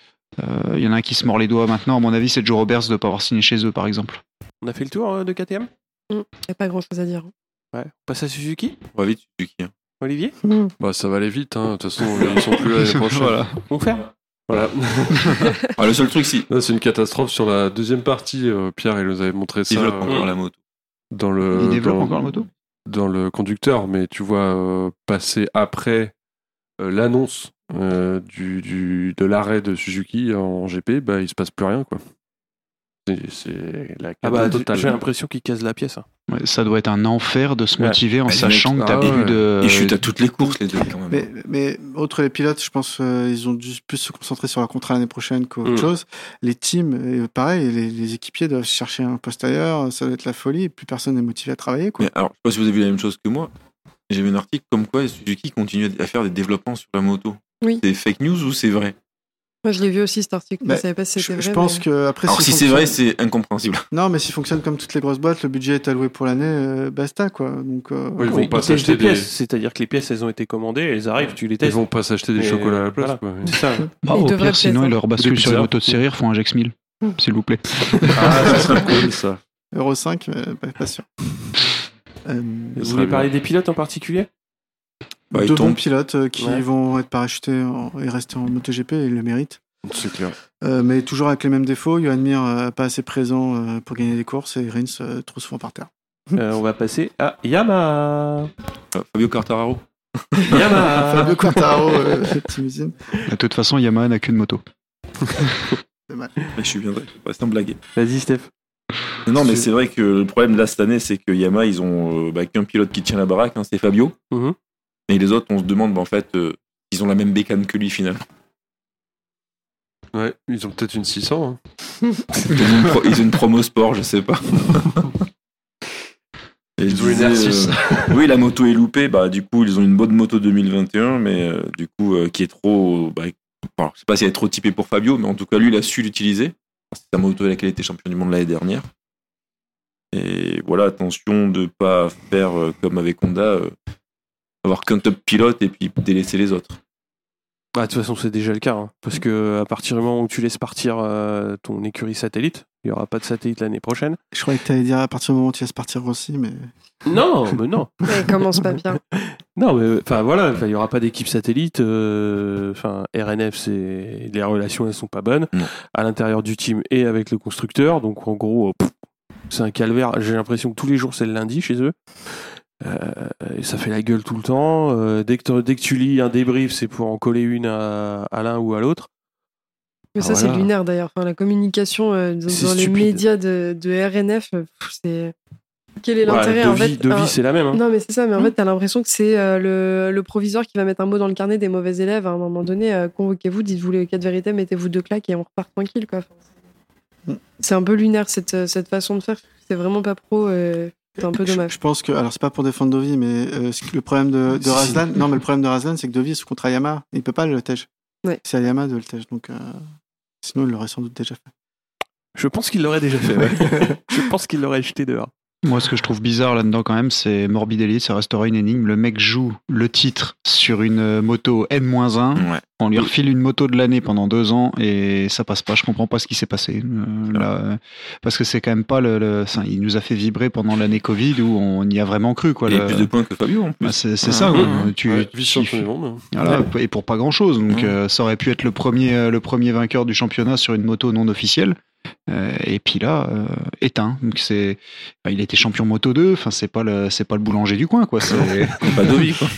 il euh, y en a un qui se mord les doigts maintenant. À mon avis, c'est Joe Roberts de ne pas avoir signé chez eux, par exemple. On a fait le tour euh, de K T M ? Il mmh, n'y a pas grand-chose à dire. Ouais. On passe à Suzuki ? On va vite, Suzuki. Hein. Olivier ? mmh. Bah, ça va aller vite, hein. De toute façon, ils sont plus là l'année prochaine. Voilà. On fait ? Voilà. Ah, le seul truc, si. Là, c'est une catastrophe sur la deuxième partie. Euh, Pierre, il nous avait montré ça. Il développe euh, encore la moto. Dans le, il développe dans, encore la moto dans le conducteur, mais tu vois, euh, passer après euh, l'annonce euh, du, du, de l'arrêt de Suzuki en G P, bah, il se passe plus rien, quoi. C'est, c'est la ah bah, totale. J'ai l'impression qu'il casse la pièce. Hein. Ouais, ça doit être un enfer de se motiver ouais. en bah, sachant mecs, que t'as ah, plus ouais. de... Ils chutent à toutes les courses, les deux, quand même. Mais, mais outre les pilotes, je pense euh, ils ont dû plus se concentrer sur la contrat l'année prochaine qu'autre mmh. chose. Les teams, euh, pareil, les, les équipiers doivent chercher un poste ailleurs, ça doit être la folie, et plus personne n'est motivé à travailler, quoi. Mais alors, je sais pas si vous avez vu la même chose que moi. J'ai vu un article comme quoi Suzuki continue à faire des développements sur la moto. Oui. C'est fake news ou c'est vrai ? Moi, je l'ai vu aussi, cet article. Bah, je savais pas si c'était je, vrai. Je pense mais... que après, alors, si, si c'est vrai, c'est incompréhensible. Non, mais s'il fonctionne comme toutes les grosses boîtes, le budget est alloué pour l'année, euh, basta, quoi. Donc, euh... oui, ils vont oui, pas ils s'acheter des pièces. C'est-à-dire que les pièces, elles ont été commandées, elles arrivent, tu les testes. Ils vont pas s'acheter des Et chocolats à la place, voilà. quoi. C'est ça. Ah, au pire, sinon, ils leur basculent sur les motos de série, ils font un G X mille, s'il vous plaît. Ah, ça serait cool, ça. Euro cinq, mais pas, pas sûr. euh, vous voulez parler des pilotes en particulier ? Bah, Deux bons pilotes euh, qui ouais. vont être parachutés en, et rester en MotoGP, ils le méritent. C'est clair. Euh, mais toujours avec les mêmes défauts. Johan Mir euh, pas assez présent euh, pour gagner des courses et Rins euh, trop souvent par terre. Euh, on va passer à Yamaha. Euh, Fabio Quartararo. Yamaha. Fabio Quartararo, euh, Team de toute façon, Yamaha n'a qu'une moto. C'est mal. Je suis bien d'accord. Pas sans blaguer. Vas-y, Steph. Non, mais c'est vrai que le problème là cette année, c'est que Yamaha, ils ont euh, bah, qu'un pilote qui tient la baraque, hein, c'est Fabio. Mm-hmm. Et les autres, on se demande, bah, en fait, euh, ils ont la même bécane que lui finalement. Ouais, ils ont peut-être une six cents. Hein. ils, ont une pro- ils ont une promo sport, je sais pas. Et ils ont une R six. Euh, oui, la moto est loupée. Bah, du coup, ils ont une bonne moto deux mille vingt et un, mais euh, du coup, euh, qui est trop. Bah, enfin, je sais pas si elle est trop typée pour Fabio, mais en tout cas, lui, il a su l'utiliser. C'est sa moto avec laquelle il était champion du monde l'année dernière. Et voilà, attention de pas faire euh, comme avec Honda, euh, avoir qu'un top pilote et puis délaisser les autres. Bah, de toute façon, c'est déjà le cas. Hein, parce que à partir du moment où tu laisses partir euh, ton écurie satellite, il n'y aura pas de satellite l'année prochaine. Je croyais que tu allais dire à partir du moment où tu laisses partir aussi, mais. Non, mais non. Ouais, commence pas bien. Non, mais enfin voilà, il n'y aura pas d'équipe satellite. Enfin, euh, R N F, c'est les relations, elles sont pas bonnes non. à l'intérieur du team et avec le constructeur. Donc en gros, pff, c'est un calvaire. J'ai l'impression que tous les jours, c'est le lundi chez eux. Euh, et ça fait la gueule tout le temps. Euh, dès, que dès que tu lis un débrief, c'est pour en coller une à, à l'un ou à l'autre. Mais ça, voilà. C'est lunaire d'ailleurs. Enfin, la communication euh, dans, dans les médias de, de R N F, pff, c'est. Quel est l'intérêt ouais, en fait Devis, un... c'est la même. Hein. Non, mais c'est ça. Mais en mmh. fait, t'as l'impression que c'est euh, le, le proviseur qui va mettre un mot dans le carnet des mauvais élèves. À un moment donné, euh, convoquez-vous, dites-vous les quatre vérités, mettez-vous deux claques et on repart tranquille, quoi. Enfin, c'est... Mmh. c'est un peu lunaire cette, cette façon de faire. C'est vraiment pas pro. Euh... C'est un peu dommage. Je, je pense que, alors c'est pas pour défendre Dovi, mais euh, le problème de, de Razlan, non, mais le problème de Razlan, c'est que Dovi est sous contrat Yamaha, il peut pas le tège. Ouais. C'est à Yamaha de le tège, donc euh, sinon il l'aurait sans doute déjà fait. Je pense qu'il l'aurait déjà fait. Ouais. Je pense qu'il l'aurait jeté dehors. Moi, ce que je trouve bizarre là-dedans quand même, c'est Morbidelli, ça restera une énigme. Le mec joue le titre sur une moto N moins un. Ouais. On lui refile une moto de l'année pendant deux ans et ça passe pas. Je comprends pas ce qui s'est passé. Euh, là, euh, parce que c'est quand même pas le, le. Enfin, il nous a fait vibrer pendant l'année Covid où on y a vraiment cru, quoi. Il y le... a plus de points que Fabio. En plus. Bah, c'est c'est ah, ça. Ouais. Ouais. Tu, ouais, tu champion du monde. Voilà, ouais. Et pour pas grand-chose. Donc, ouais. euh, ça aurait pu être le premier, le premier vainqueur du championnat sur une moto non officielle. Euh, et puis là, euh, éteint. Donc c'est, bah, il était champion moto deux. Enfin, c'est pas le, c'est pas le boulanger du coin, quoi. C'est pas Dovi, quoi.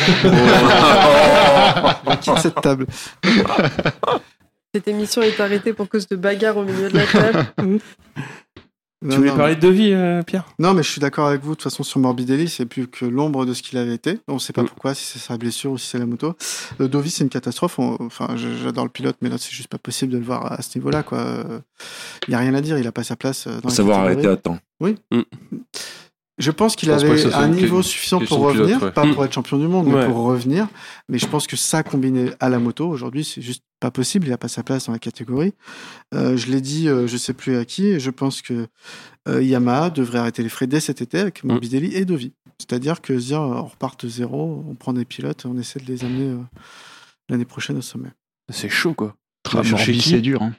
On quitte cette table. Cette émission est arrêtée pour cause de bagarre au milieu de la table. Non, tu voulais non, parler mais... de Dovi, euh, Pierre ? Non, mais je suis d'accord avec vous. De toute façon, sur Morbidelli, c'est plus que l'ombre de ce qu'il avait été. On ne sait pas mm. pourquoi, si c'est sa blessure ou si c'est la moto. Euh, Dovi, c'est une catastrophe. On... Enfin, j'adore le pilote, mais là, c'est juste pas possible de le voir à ce niveau-là, quoi. Il n'y a rien à dire. Il a pas sa place. Dans Faut savoir arrêter à temps. Oui. Mm. Je pense qu'il Je pense pas avait que ça soit un une niveau que- suffisant question pour de pilote, revenir, ouais. pas Mm. pour être champion du monde, mais Ouais. pour revenir. Mais je pense que ça, combiné à la moto, aujourd'hui, c'est juste pas possible. Il n'a pas sa place dans la catégorie. Euh, je l'ai dit, euh, je sais plus à qui, je pense que euh, Yamaha devrait arrêter les frais dès cet été avec Morbidelli et Dovi. C'est-à-dire que se dire, euh, on repart de zéro, on prend des pilotes et on essaie de les amener euh, l'année prochaine au sommet. C'est chaud, quoi. Tra- vas chercher Morbi, qui c'est dur. Hein.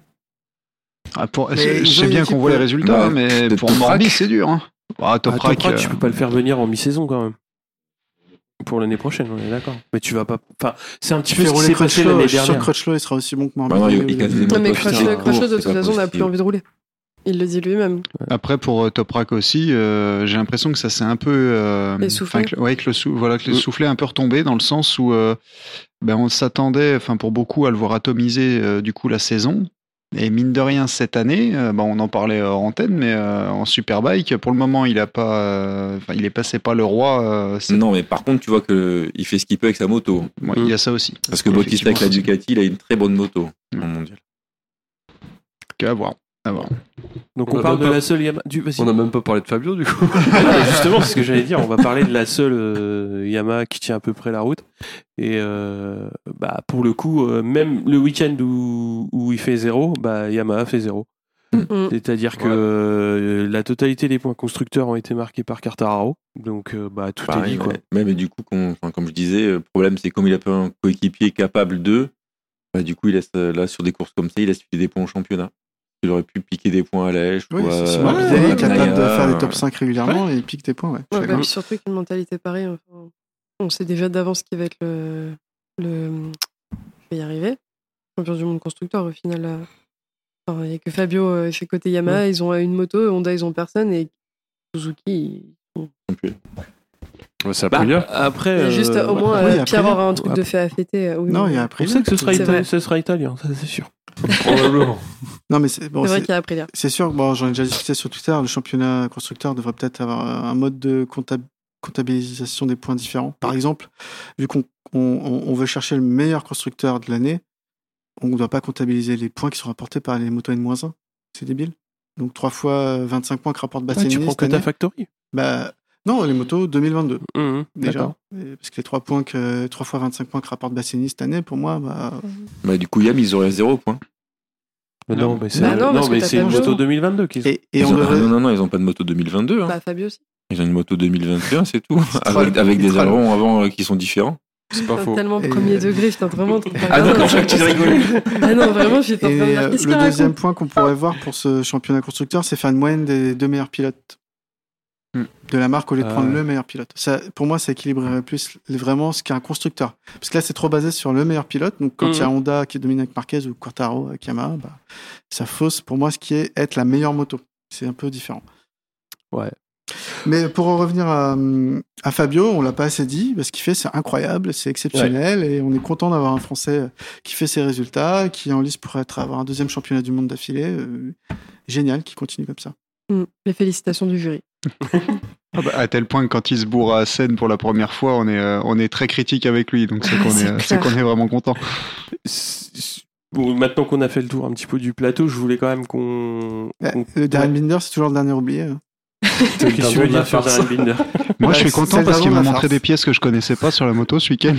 Ah, pour... Mais c'est- ils Je ont sais une bien équipe, qu'on voit les euh, résultats, bah, mais peut-être pour Toprak. Morbi, c'est dur. Hein. Ah, Ah, Toprak, Toprak, euh, tu peux pas le faire venir en mi-saison, quand même. Pour l'année prochaine, on est d'accord. Mais tu vas pas. Enfin, c'est un petit Tu peu fais ce qui rouler s'est passé Crutchlow, l'année je suis sûr que dernière. Crutchlow, il sera aussi bon que Bah non, Morbidelli. il- il au a début. des Non, mais motos, Crutchlow, c'est Crutchlow, de c'est toute pas façon, n'a plus possible. envie de rouler. Il le dit lui-même. Après, pour euh, Toprak aussi, euh, j'ai l'impression que ça s'est un peu. Euh, Essoufflé. enfin, que, ouais, que le, sou- voilà, que le Mm. soufflet est un peu retombé dans le sens où euh, ben, on s'attendait, enfin, pour beaucoup, à le voir atomiser euh, du coup la saison. Et mine de rien, cette année, euh, ben, on en parlait hors antenne, mais euh, en Superbike, pour le moment, il a pas, euh, enfin, il est passé pas le roi. euh, c'est- Non, mais par contre, tu vois qu'il fait ce qu'il peut avec sa moto. Ouais, il y a ça aussi. Parce que Bautista avec la Effectivement. Ducati, il a une très bonne moto Mm. en mondial. À voir. À voir. Donc On on a parle même de pas- la seule Yamaha. Du... Vas-y. On n'a même pas parlé de Fabio, du coup. Ah, justement, c'est ce que j'allais dire. On va parler de la seule euh, Yamaha qui tient à peu près la route. Et euh, bah, pour le coup, euh, même le week-end où, où il fait zéro, bah, Yamaha fait zéro. Mm. C'est-à-dire que Ouais. euh, la totalité des points constructeurs ont été marqués par Quartararo. Donc euh, bah, tout est Pareil, dit. Quoi. ouais. Même, et du coup, qu'on- enfin, comme je disais, le problème, c'est comme il a pas un coéquipier capable d'eux, bah, du coup, il laisse, euh, là, sur des courses comme ça, il laisse filer des points aux championnat. Il aurait pu piquer des points à l'Èche. Oui, ou à- c'est si à Morbidelli est capable de Bagnaia, faire des euh, top cinq régulièrement et il pique des points. Ouais. Je suis Ouais, bah, d'accord. puis surtout qu'une mentalité pareille, enfin, on sait déjà d'avance qui va être le, le, va y arriver. Champion du monde constructeur au final. là. Enfin, il n'y a que Fabio euh, chez côté Yamaha, ils ont une moto, Honda ils ont personne et Suzuki. ils- non plus. Ouais, c'est Bah, Aprilia. après, Il y a juste euh, au moins oui, euh, après, Pierre là. aura un truc Ouais. de fait à fêter. euh, oui, Non, mais- il y a on Aprilia. sait que ce sera, C'est ita- vrai. ce sera italien, ça c'est sûr. Probablement. Non, mais c'est bon, C'est vrai c'est- qu'il y a Aprilia. c'est sûr. Bon, j'en ai déjà discuté sur Twitter. Le championnat constructeur devrait peut-être avoir un mode de compta- comptabilisation des points différents. Par exemple, vu qu'on on, on- on veut chercher le meilleur constructeur de l'année, on ne doit pas comptabiliser les points qui sont rapportés par les motos N un. C'est débile. Donc trois fois vingt-cinq points que rapporte Ah, Bastianini tu prends cette que ta année. factory. Bah, non, les motos deux mille vingt-deux. Mhm, Déjà. d'accord. Et parce que les trois points que trois fois vingt-cinq points que rapporte Bastianini cette année, pour moi, bah, Bah, du coup, Yam, ils auraient zéro point. Mais non, mais c'est Bah non, non, parce que mais t'as c'est une Fabio. moto deux mille vingt-deux qu'ils ont. et, et Ils on ont- ah, devrait. non, non, non, ils ont pas de moto deux mille vingt-deux. Hein. Bah, Fabio aussi. Ils ont une moto deux mille vingt et un, c'est tout. trop- avec avec c'est des trop- ailerons avant euh, qui sont différents. C'est pas faux. Tellement Et- premier degré, putain, vraiment. trop Ah non, comme ça que tu rigolais. Ah non, vraiment, j'étais en train de Et dire euh, qu'est-ce le qu'il deuxième raconte. point qu'on pourrait voir pour ce championnat constructeur, c'est faire une moyenne des deux meilleurs pilotes Hmm. de la marque au lieu de Ah prendre ouais. le meilleur pilote. Ça, pour moi, ça équilibrerait plus vraiment ce qu'est un constructeur. Parce que là, c'est trop basé sur le meilleur pilote. Donc, quand il y a Mhm. Honda qui domine avec Marquez ou Quartaro avec Yamaha, bah, ça fausse pour moi ce qui est être la meilleure moto. C'est un peu différent. Ouais. Mais pour en revenir à, à Fabio, on l'a pas assez dit. Ce qu'il fait, c'est incroyable, c'est exceptionnel, et on est content d'avoir un Français qui fait ses résultats, qui est en lice pour être avoir un deuxième championnat du monde d'affilée. Euh, génial, qui continue comme ça. Mm. Les félicitations du jury. Ah bah, à tel point que quand il se bourre à Seine pour la première fois, on est, euh, on est très critique avec lui. Donc c'est qu'on C'est est, euh, clair. c'est qu'on est vraiment content. C'est- Bon, maintenant qu'on a fait le tour un petit peu du plateau, je voulais quand même qu'on. Euh, qu'on- Le Darren Binder, c'est toujours le dernier oublié. hein. Qu'est-ce que tu veux dire sur Darren Binder? Moi, Ouais, je suis c'est content le parce qu'il dindon m'a de la montré farce. des pièces que je connaissais pas sur la moto ce week-end.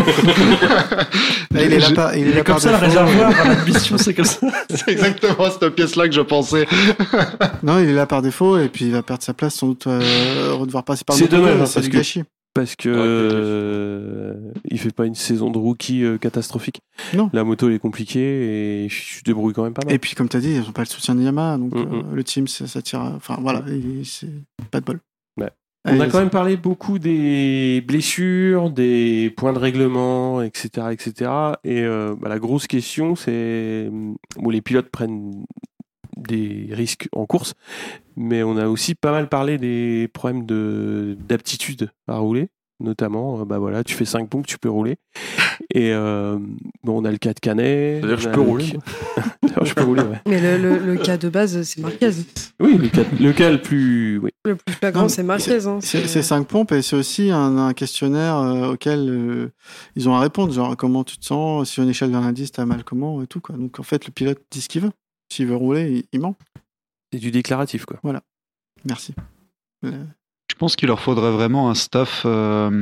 Là, il est là J'ai- par, il est là Comme par ça, le défaut. réservoir, à l'ambition, c'est comme ça. C'est exactement cette pièce-là que je pensais. Non, il est là par défaut, et puis il va perdre sa place sans doute, euh, devoir passer par le C'est moto, dommage, hein, c'est parce du que- gâchis. Parce que Ouais, euh, il fait pas une saison de rookie euh, catastrophique. Non. La moto elle est compliquée et je débrouille quand même pas mal. Et puis, comme tu as dit, ils n'ont pas le soutien de Yamaha, donc Mm, euh, le team, ça, ça tire. Enfin, voilà, et c'est pas de bol. Ouais. Allez, On a vas-y. quand même parlé beaucoup des blessures, des points de règlement, et cetera, et cetera. Et euh, bah, la grosse question, c'est bon, les pilotes prennent des risques en course, mais on a aussi pas mal parlé des problèmes de d'aptitude à rouler, notamment. euh, Bah voilà, tu fais cinq pompes, tu peux rouler. Et euh, bon, on a le cas de Canet. C'est-à-dire que on je a peux le- rouler, D'ailleurs, je peux rouler, ouais. Mais le, le, le cas de base, c'est Marquez. Oui, le cas, le cas le plus. Oui. Le plus flagrant, Non, c'est Marquez. Hein. C'est c'est cinq pompes et c'est aussi un, un questionnaire euh, auquel euh, ils ont à répondre, genre comment tu te sens, sur une échelle d'un indice, t'as mal comment et tout quoi. Donc en fait, le pilote dit ce qu'il veut. S'il veut rouler, il, il ment. C'est du déclaratif, quoi. Merci. Le- pense qu'il leur faudrait vraiment un staff, euh,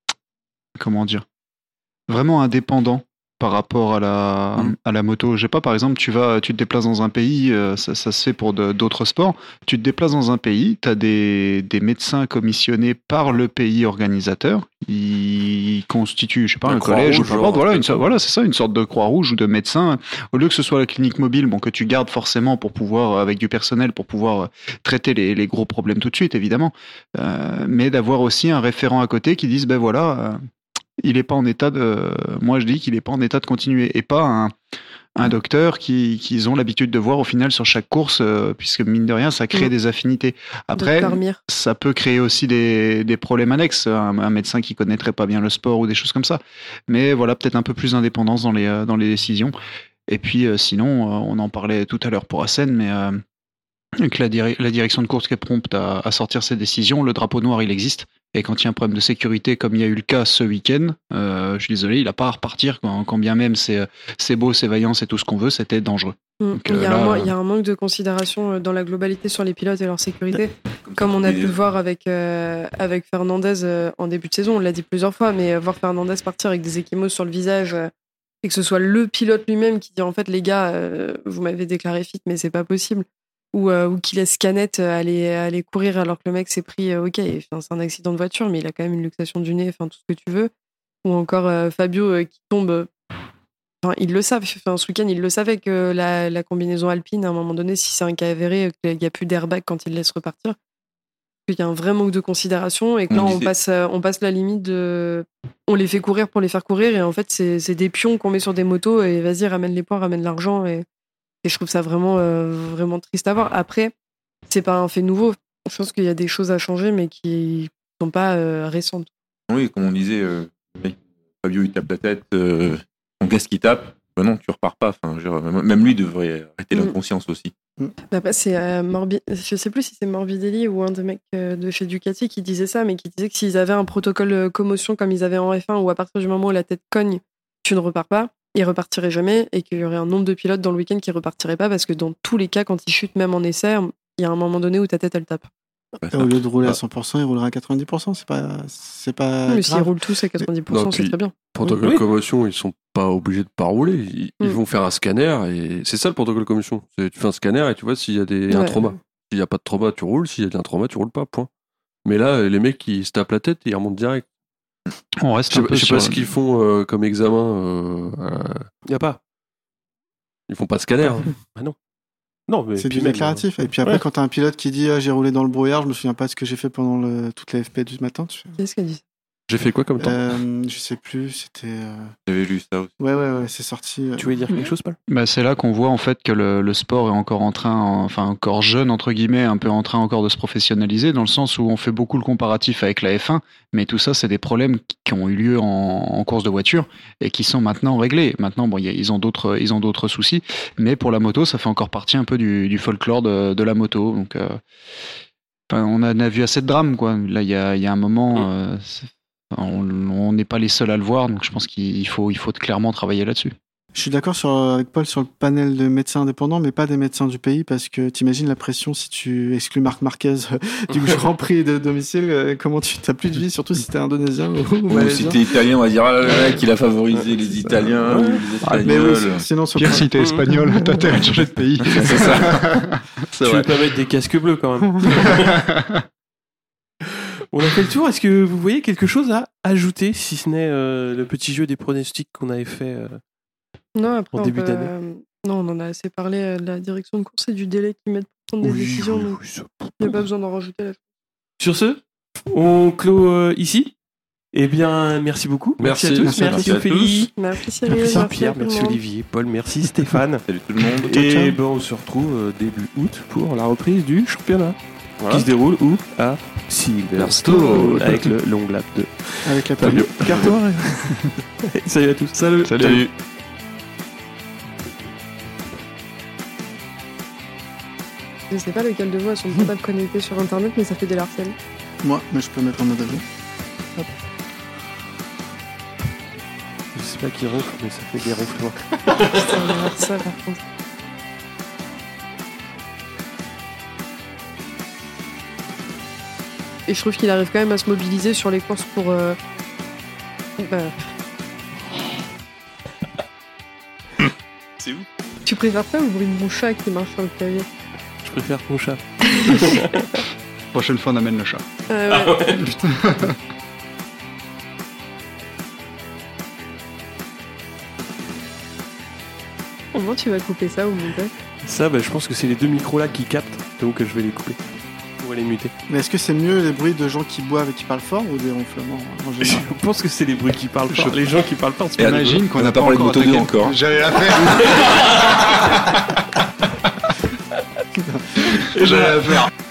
comment dire, vraiment indépendant par rapport à la, Mm. à la moto. Je sais pas, par exemple, tu vas, tu te déplaces dans un pays, euh, ça, ça se fait pour de- d'autres sports, tu te déplaces dans un pays, tu as des, des médecins commissionnés par le pays organisateur, ils constituent, je sais pas, La un collège ou Croix-Rouge, peu importe, genre, voilà, une, peut-être. sorte- voilà, c'est ça, une sorte de Croix-Rouge ou de médecin. Au lieu que ce soit la clinique mobile, bon, que tu gardes forcément pour pouvoir, avec du personnel, pour pouvoir euh, traiter les, les gros problèmes tout de suite, évidemment, euh, mais d'avoir aussi un référent à côté qui dise, ben voilà, euh, il est pas en état de, moi je dis qu'il est pas en état de continuer, et pas un, un docteur qui qu'ils ont l'habitude de voir au final sur chaque course, euh, puisque mine de rien, ça crée Mm. des affinités. Après, Docteur Mir. ça peut créer aussi des, des problèmes annexes, un, un médecin qui connaîtrait pas bien le sport ou des choses comme ça. Mais voilà, peut-être un peu plus d'indépendance dans les, euh, dans les décisions. Et puis euh, sinon, euh, on en parlait tout à l'heure pour Assen, mais euh, que la, diri- la direction de course qui est prompte à, à sortir ses décisions, le drapeau noir, il existe. Et quand il y a un problème de sécurité, comme il y a eu le cas ce week-end, euh, je suis désolé, il n'a pas à repartir, quand, quand bien même c'est, c'est beau, c'est vaillant, c'est tout ce qu'on veut, c'était dangereux. Mm. Donc, il, y a euh, un là, man- il y a un manque de considération euh, dans la globalité sur les pilotes et leur sécurité, comme on a pu le voir avec, euh, avec Fernandez euh, en début de saison, on l'a dit plusieurs fois, mais euh, voir Fernandez partir avec des échymoses sur le visage euh, et que ce soit le pilote lui-même qui dit en fait les gars, euh, vous m'avez déclaré fit mais c'est pas possible, ou, euh, ou qui laisse Canette euh, aller, aller courir alors que le mec s'est pris, euh, ok, enfin, c'est un accident de voiture mais il a quand même une luxation du nez, enfin tout ce que tu veux, ou encore euh, Fabio euh, qui tombe. euh, Enfin, ils le savent. Enfin, ce week-end, ils le savaient que la, la combinaison alpine, à un moment donné, si c'est un cas avéré, qu'il n'y a plus d'airbag quand ils le laissent repartir, qu'il y a un vrai manque de considération et que On là, on disait- passe, euh, on passe la limite de. On les fait courir pour les faire courir et en fait, c'est, c'est des pions qu'on met sur des motos et vas-y, ramène les points, ramène l'argent. Et, et je trouve ça vraiment, euh, vraiment triste à voir. Après, c'est pas un fait nouveau. Je pense qu'il y a des choses à changer, mais qui sont pas euh, récentes. Oui, comme on disait, euh, le mec, Fabio il tape la tête, euh, son gaz qui tape, bah non, tu repars pas. Enfin, je veux dire, même lui devrait arrêter Mm. l'inconscience aussi. Mais après, c'est euh, Morbi- je sais plus si c'est Morbidelli ou un des mecs euh, de chez Ducati qui disait ça, mais qui disait que s'ils avaient un protocole euh, commotion comme ils avaient en F un, où à partir du moment où la tête cogne, tu ne repars pas, ils repartiraient jamais, et qu'il y aurait un nombre de pilotes dans le week-end qui repartiraient pas, parce que dans tous les cas, quand ils chutent même en essai, il y a un moment donné où ta tête elle tape. Bah, Et au lieu de rouler à Ah. cent pour cent, il roulera à quatre-vingt-dix pour cent. C'est pas, c'est pas mais s'ils grave. roulent tous à quatre-vingt-dix pour cent, Non, c'est puis- très bien. Protocole Oui. commotion, ils sont pas obligés de pas rouler. Ils, ils Mm. vont faire un scanner et c'est ça le protocole commotion. C'est, tu fais un scanner et tu vois s'il y a des, un Ouais. trauma. S'il y a pas de trauma, tu roules. S'il y a un trauma, tu roules pas. Point. Mais là, les mecs, ils se tapent la tête et ils remontent direct. On reste Je sais un pas, peu je sais sur... pas ce qu'ils font euh, comme examen. Euh, euh, Il n'y a pas. ils font pas de scanner. hein. Ah non. Non, mais C'est puis du même, déclaratif. Et puis après, ouais. quand t'as un pilote qui dit ah, j'ai roulé dans le brouillard, je me souviens pas de ce que j'ai fait pendant le, toute la F P du matin. Tu fais, Qu'est-ce qu'elle dit? J'ai fait quoi comme temps euh, je sais plus, c'était. euh, J'avais lu ça aussi. Ouais, ouais, ouais, c'est sorti. euh, Tu voulais dire quelque chose, Paul? Bah, c'est là qu'on voit en fait que le, le sport est encore en train, enfin encore jeune entre guillemets, un peu en train encore de se professionnaliser, dans le sens où on fait beaucoup le comparatif avec la F un, mais tout ça c'est des problèmes qui- qui ont eu lieu en, en course de voiture et qui sont maintenant réglés. Maintenant, bon, il y a- ils ont d'autres, ils ont d'autres soucis, mais pour la moto, ça fait encore partie un peu du, du folklore de, de la moto. Donc, euh, enfin, on a, on a vu assez de drames, quoi. Là, il y a, il y a un moment. euh, c'est- on on n'est pas les seuls à le voir, donc je pense qu'il faut, il faut clairement travailler là-dessus. Je suis d'accord sur, avec Paul sur le panel de médecins indépendants, mais pas des médecins du pays, parce que t'imagines la pression si tu exclus Marc Marquez du Grand Prix de domicile, euh, comment tu t'as plus de vie, surtout si t'es indonésien ou, ou Ou si malaisien. t'es italien, on va dire ah là là, qu'il a favorisé les Italiens ou les Ah, mais oui, Espagnols. sinon sur Pire si t'es espagnol, t'as intérêt de changer de pays. C'est ça. C'est Tu vrai. veux pas mettre des casques bleus quand même. On a fait le tour. Est-ce que vous voyez quelque chose à ajouter, si ce n'est euh, le petit jeu des pronostics qu'on avait fait euh, Non, après, En on début peut, d'année. euh, non, on en a assez parlé euh, de la direction de course et du délai qu'ils mettent pour prendre des oui, décisions, oui, donc oui, ça- il n'y a pas besoin d'en rajouter là. Sur ce, on clôt euh, ici. Eh bien, merci beaucoup. Merci. à tous. Merci Merci, à tous. Ophélie. Merci Cyril, Merci merci, Pierre. à tout le Merci monde. Olivier. Paul. Merci Stéphane. Salut tout le monde. Ciao, Et ciao. ben, on se retrouve euh, début août pour la reprise du championnat. Voilà. Qui se déroule où? À Silverstone. Avec le long lap de avec la Fabio Fabio. Cartor. Salut à tous. Salut. Salut. Je sais pas lequel de vous a son portable connecté sur internet, mais ça fait des larcènes. Moi, mais je peux mettre en mode avion. Je sais pas qui ronfle, mais ça fait des ronflements. Putain, on va voir ça par contre. et je trouve qu'il arrive quand même à se mobiliser sur les courses pour. Euh... Bah... C'est où? Tu préfères pas ou le bruit de mon chat qui marche sur le clavier? Je préfère ton chat. Prochaine fois, on amène le chat. Euh, ouais. Ah ouais, putain. Comment tu vas couper ça au montage? Ça, bah, je pense que c'est les deux micros là qui captent, donc je vais les couper. On va les muter. Mais est-ce que c'est mieux les bruits de gens qui boivent et qui parlent fort ou des ronflements en Je général? pense que c'est les bruits qui parlent fort. Les gens qui parlent fort, c'est Et pas Imagine qu'on on n'a n'a pas pas parlé de encore Moto deux attaqué. encore. J'allais la faire. J'allais la faire.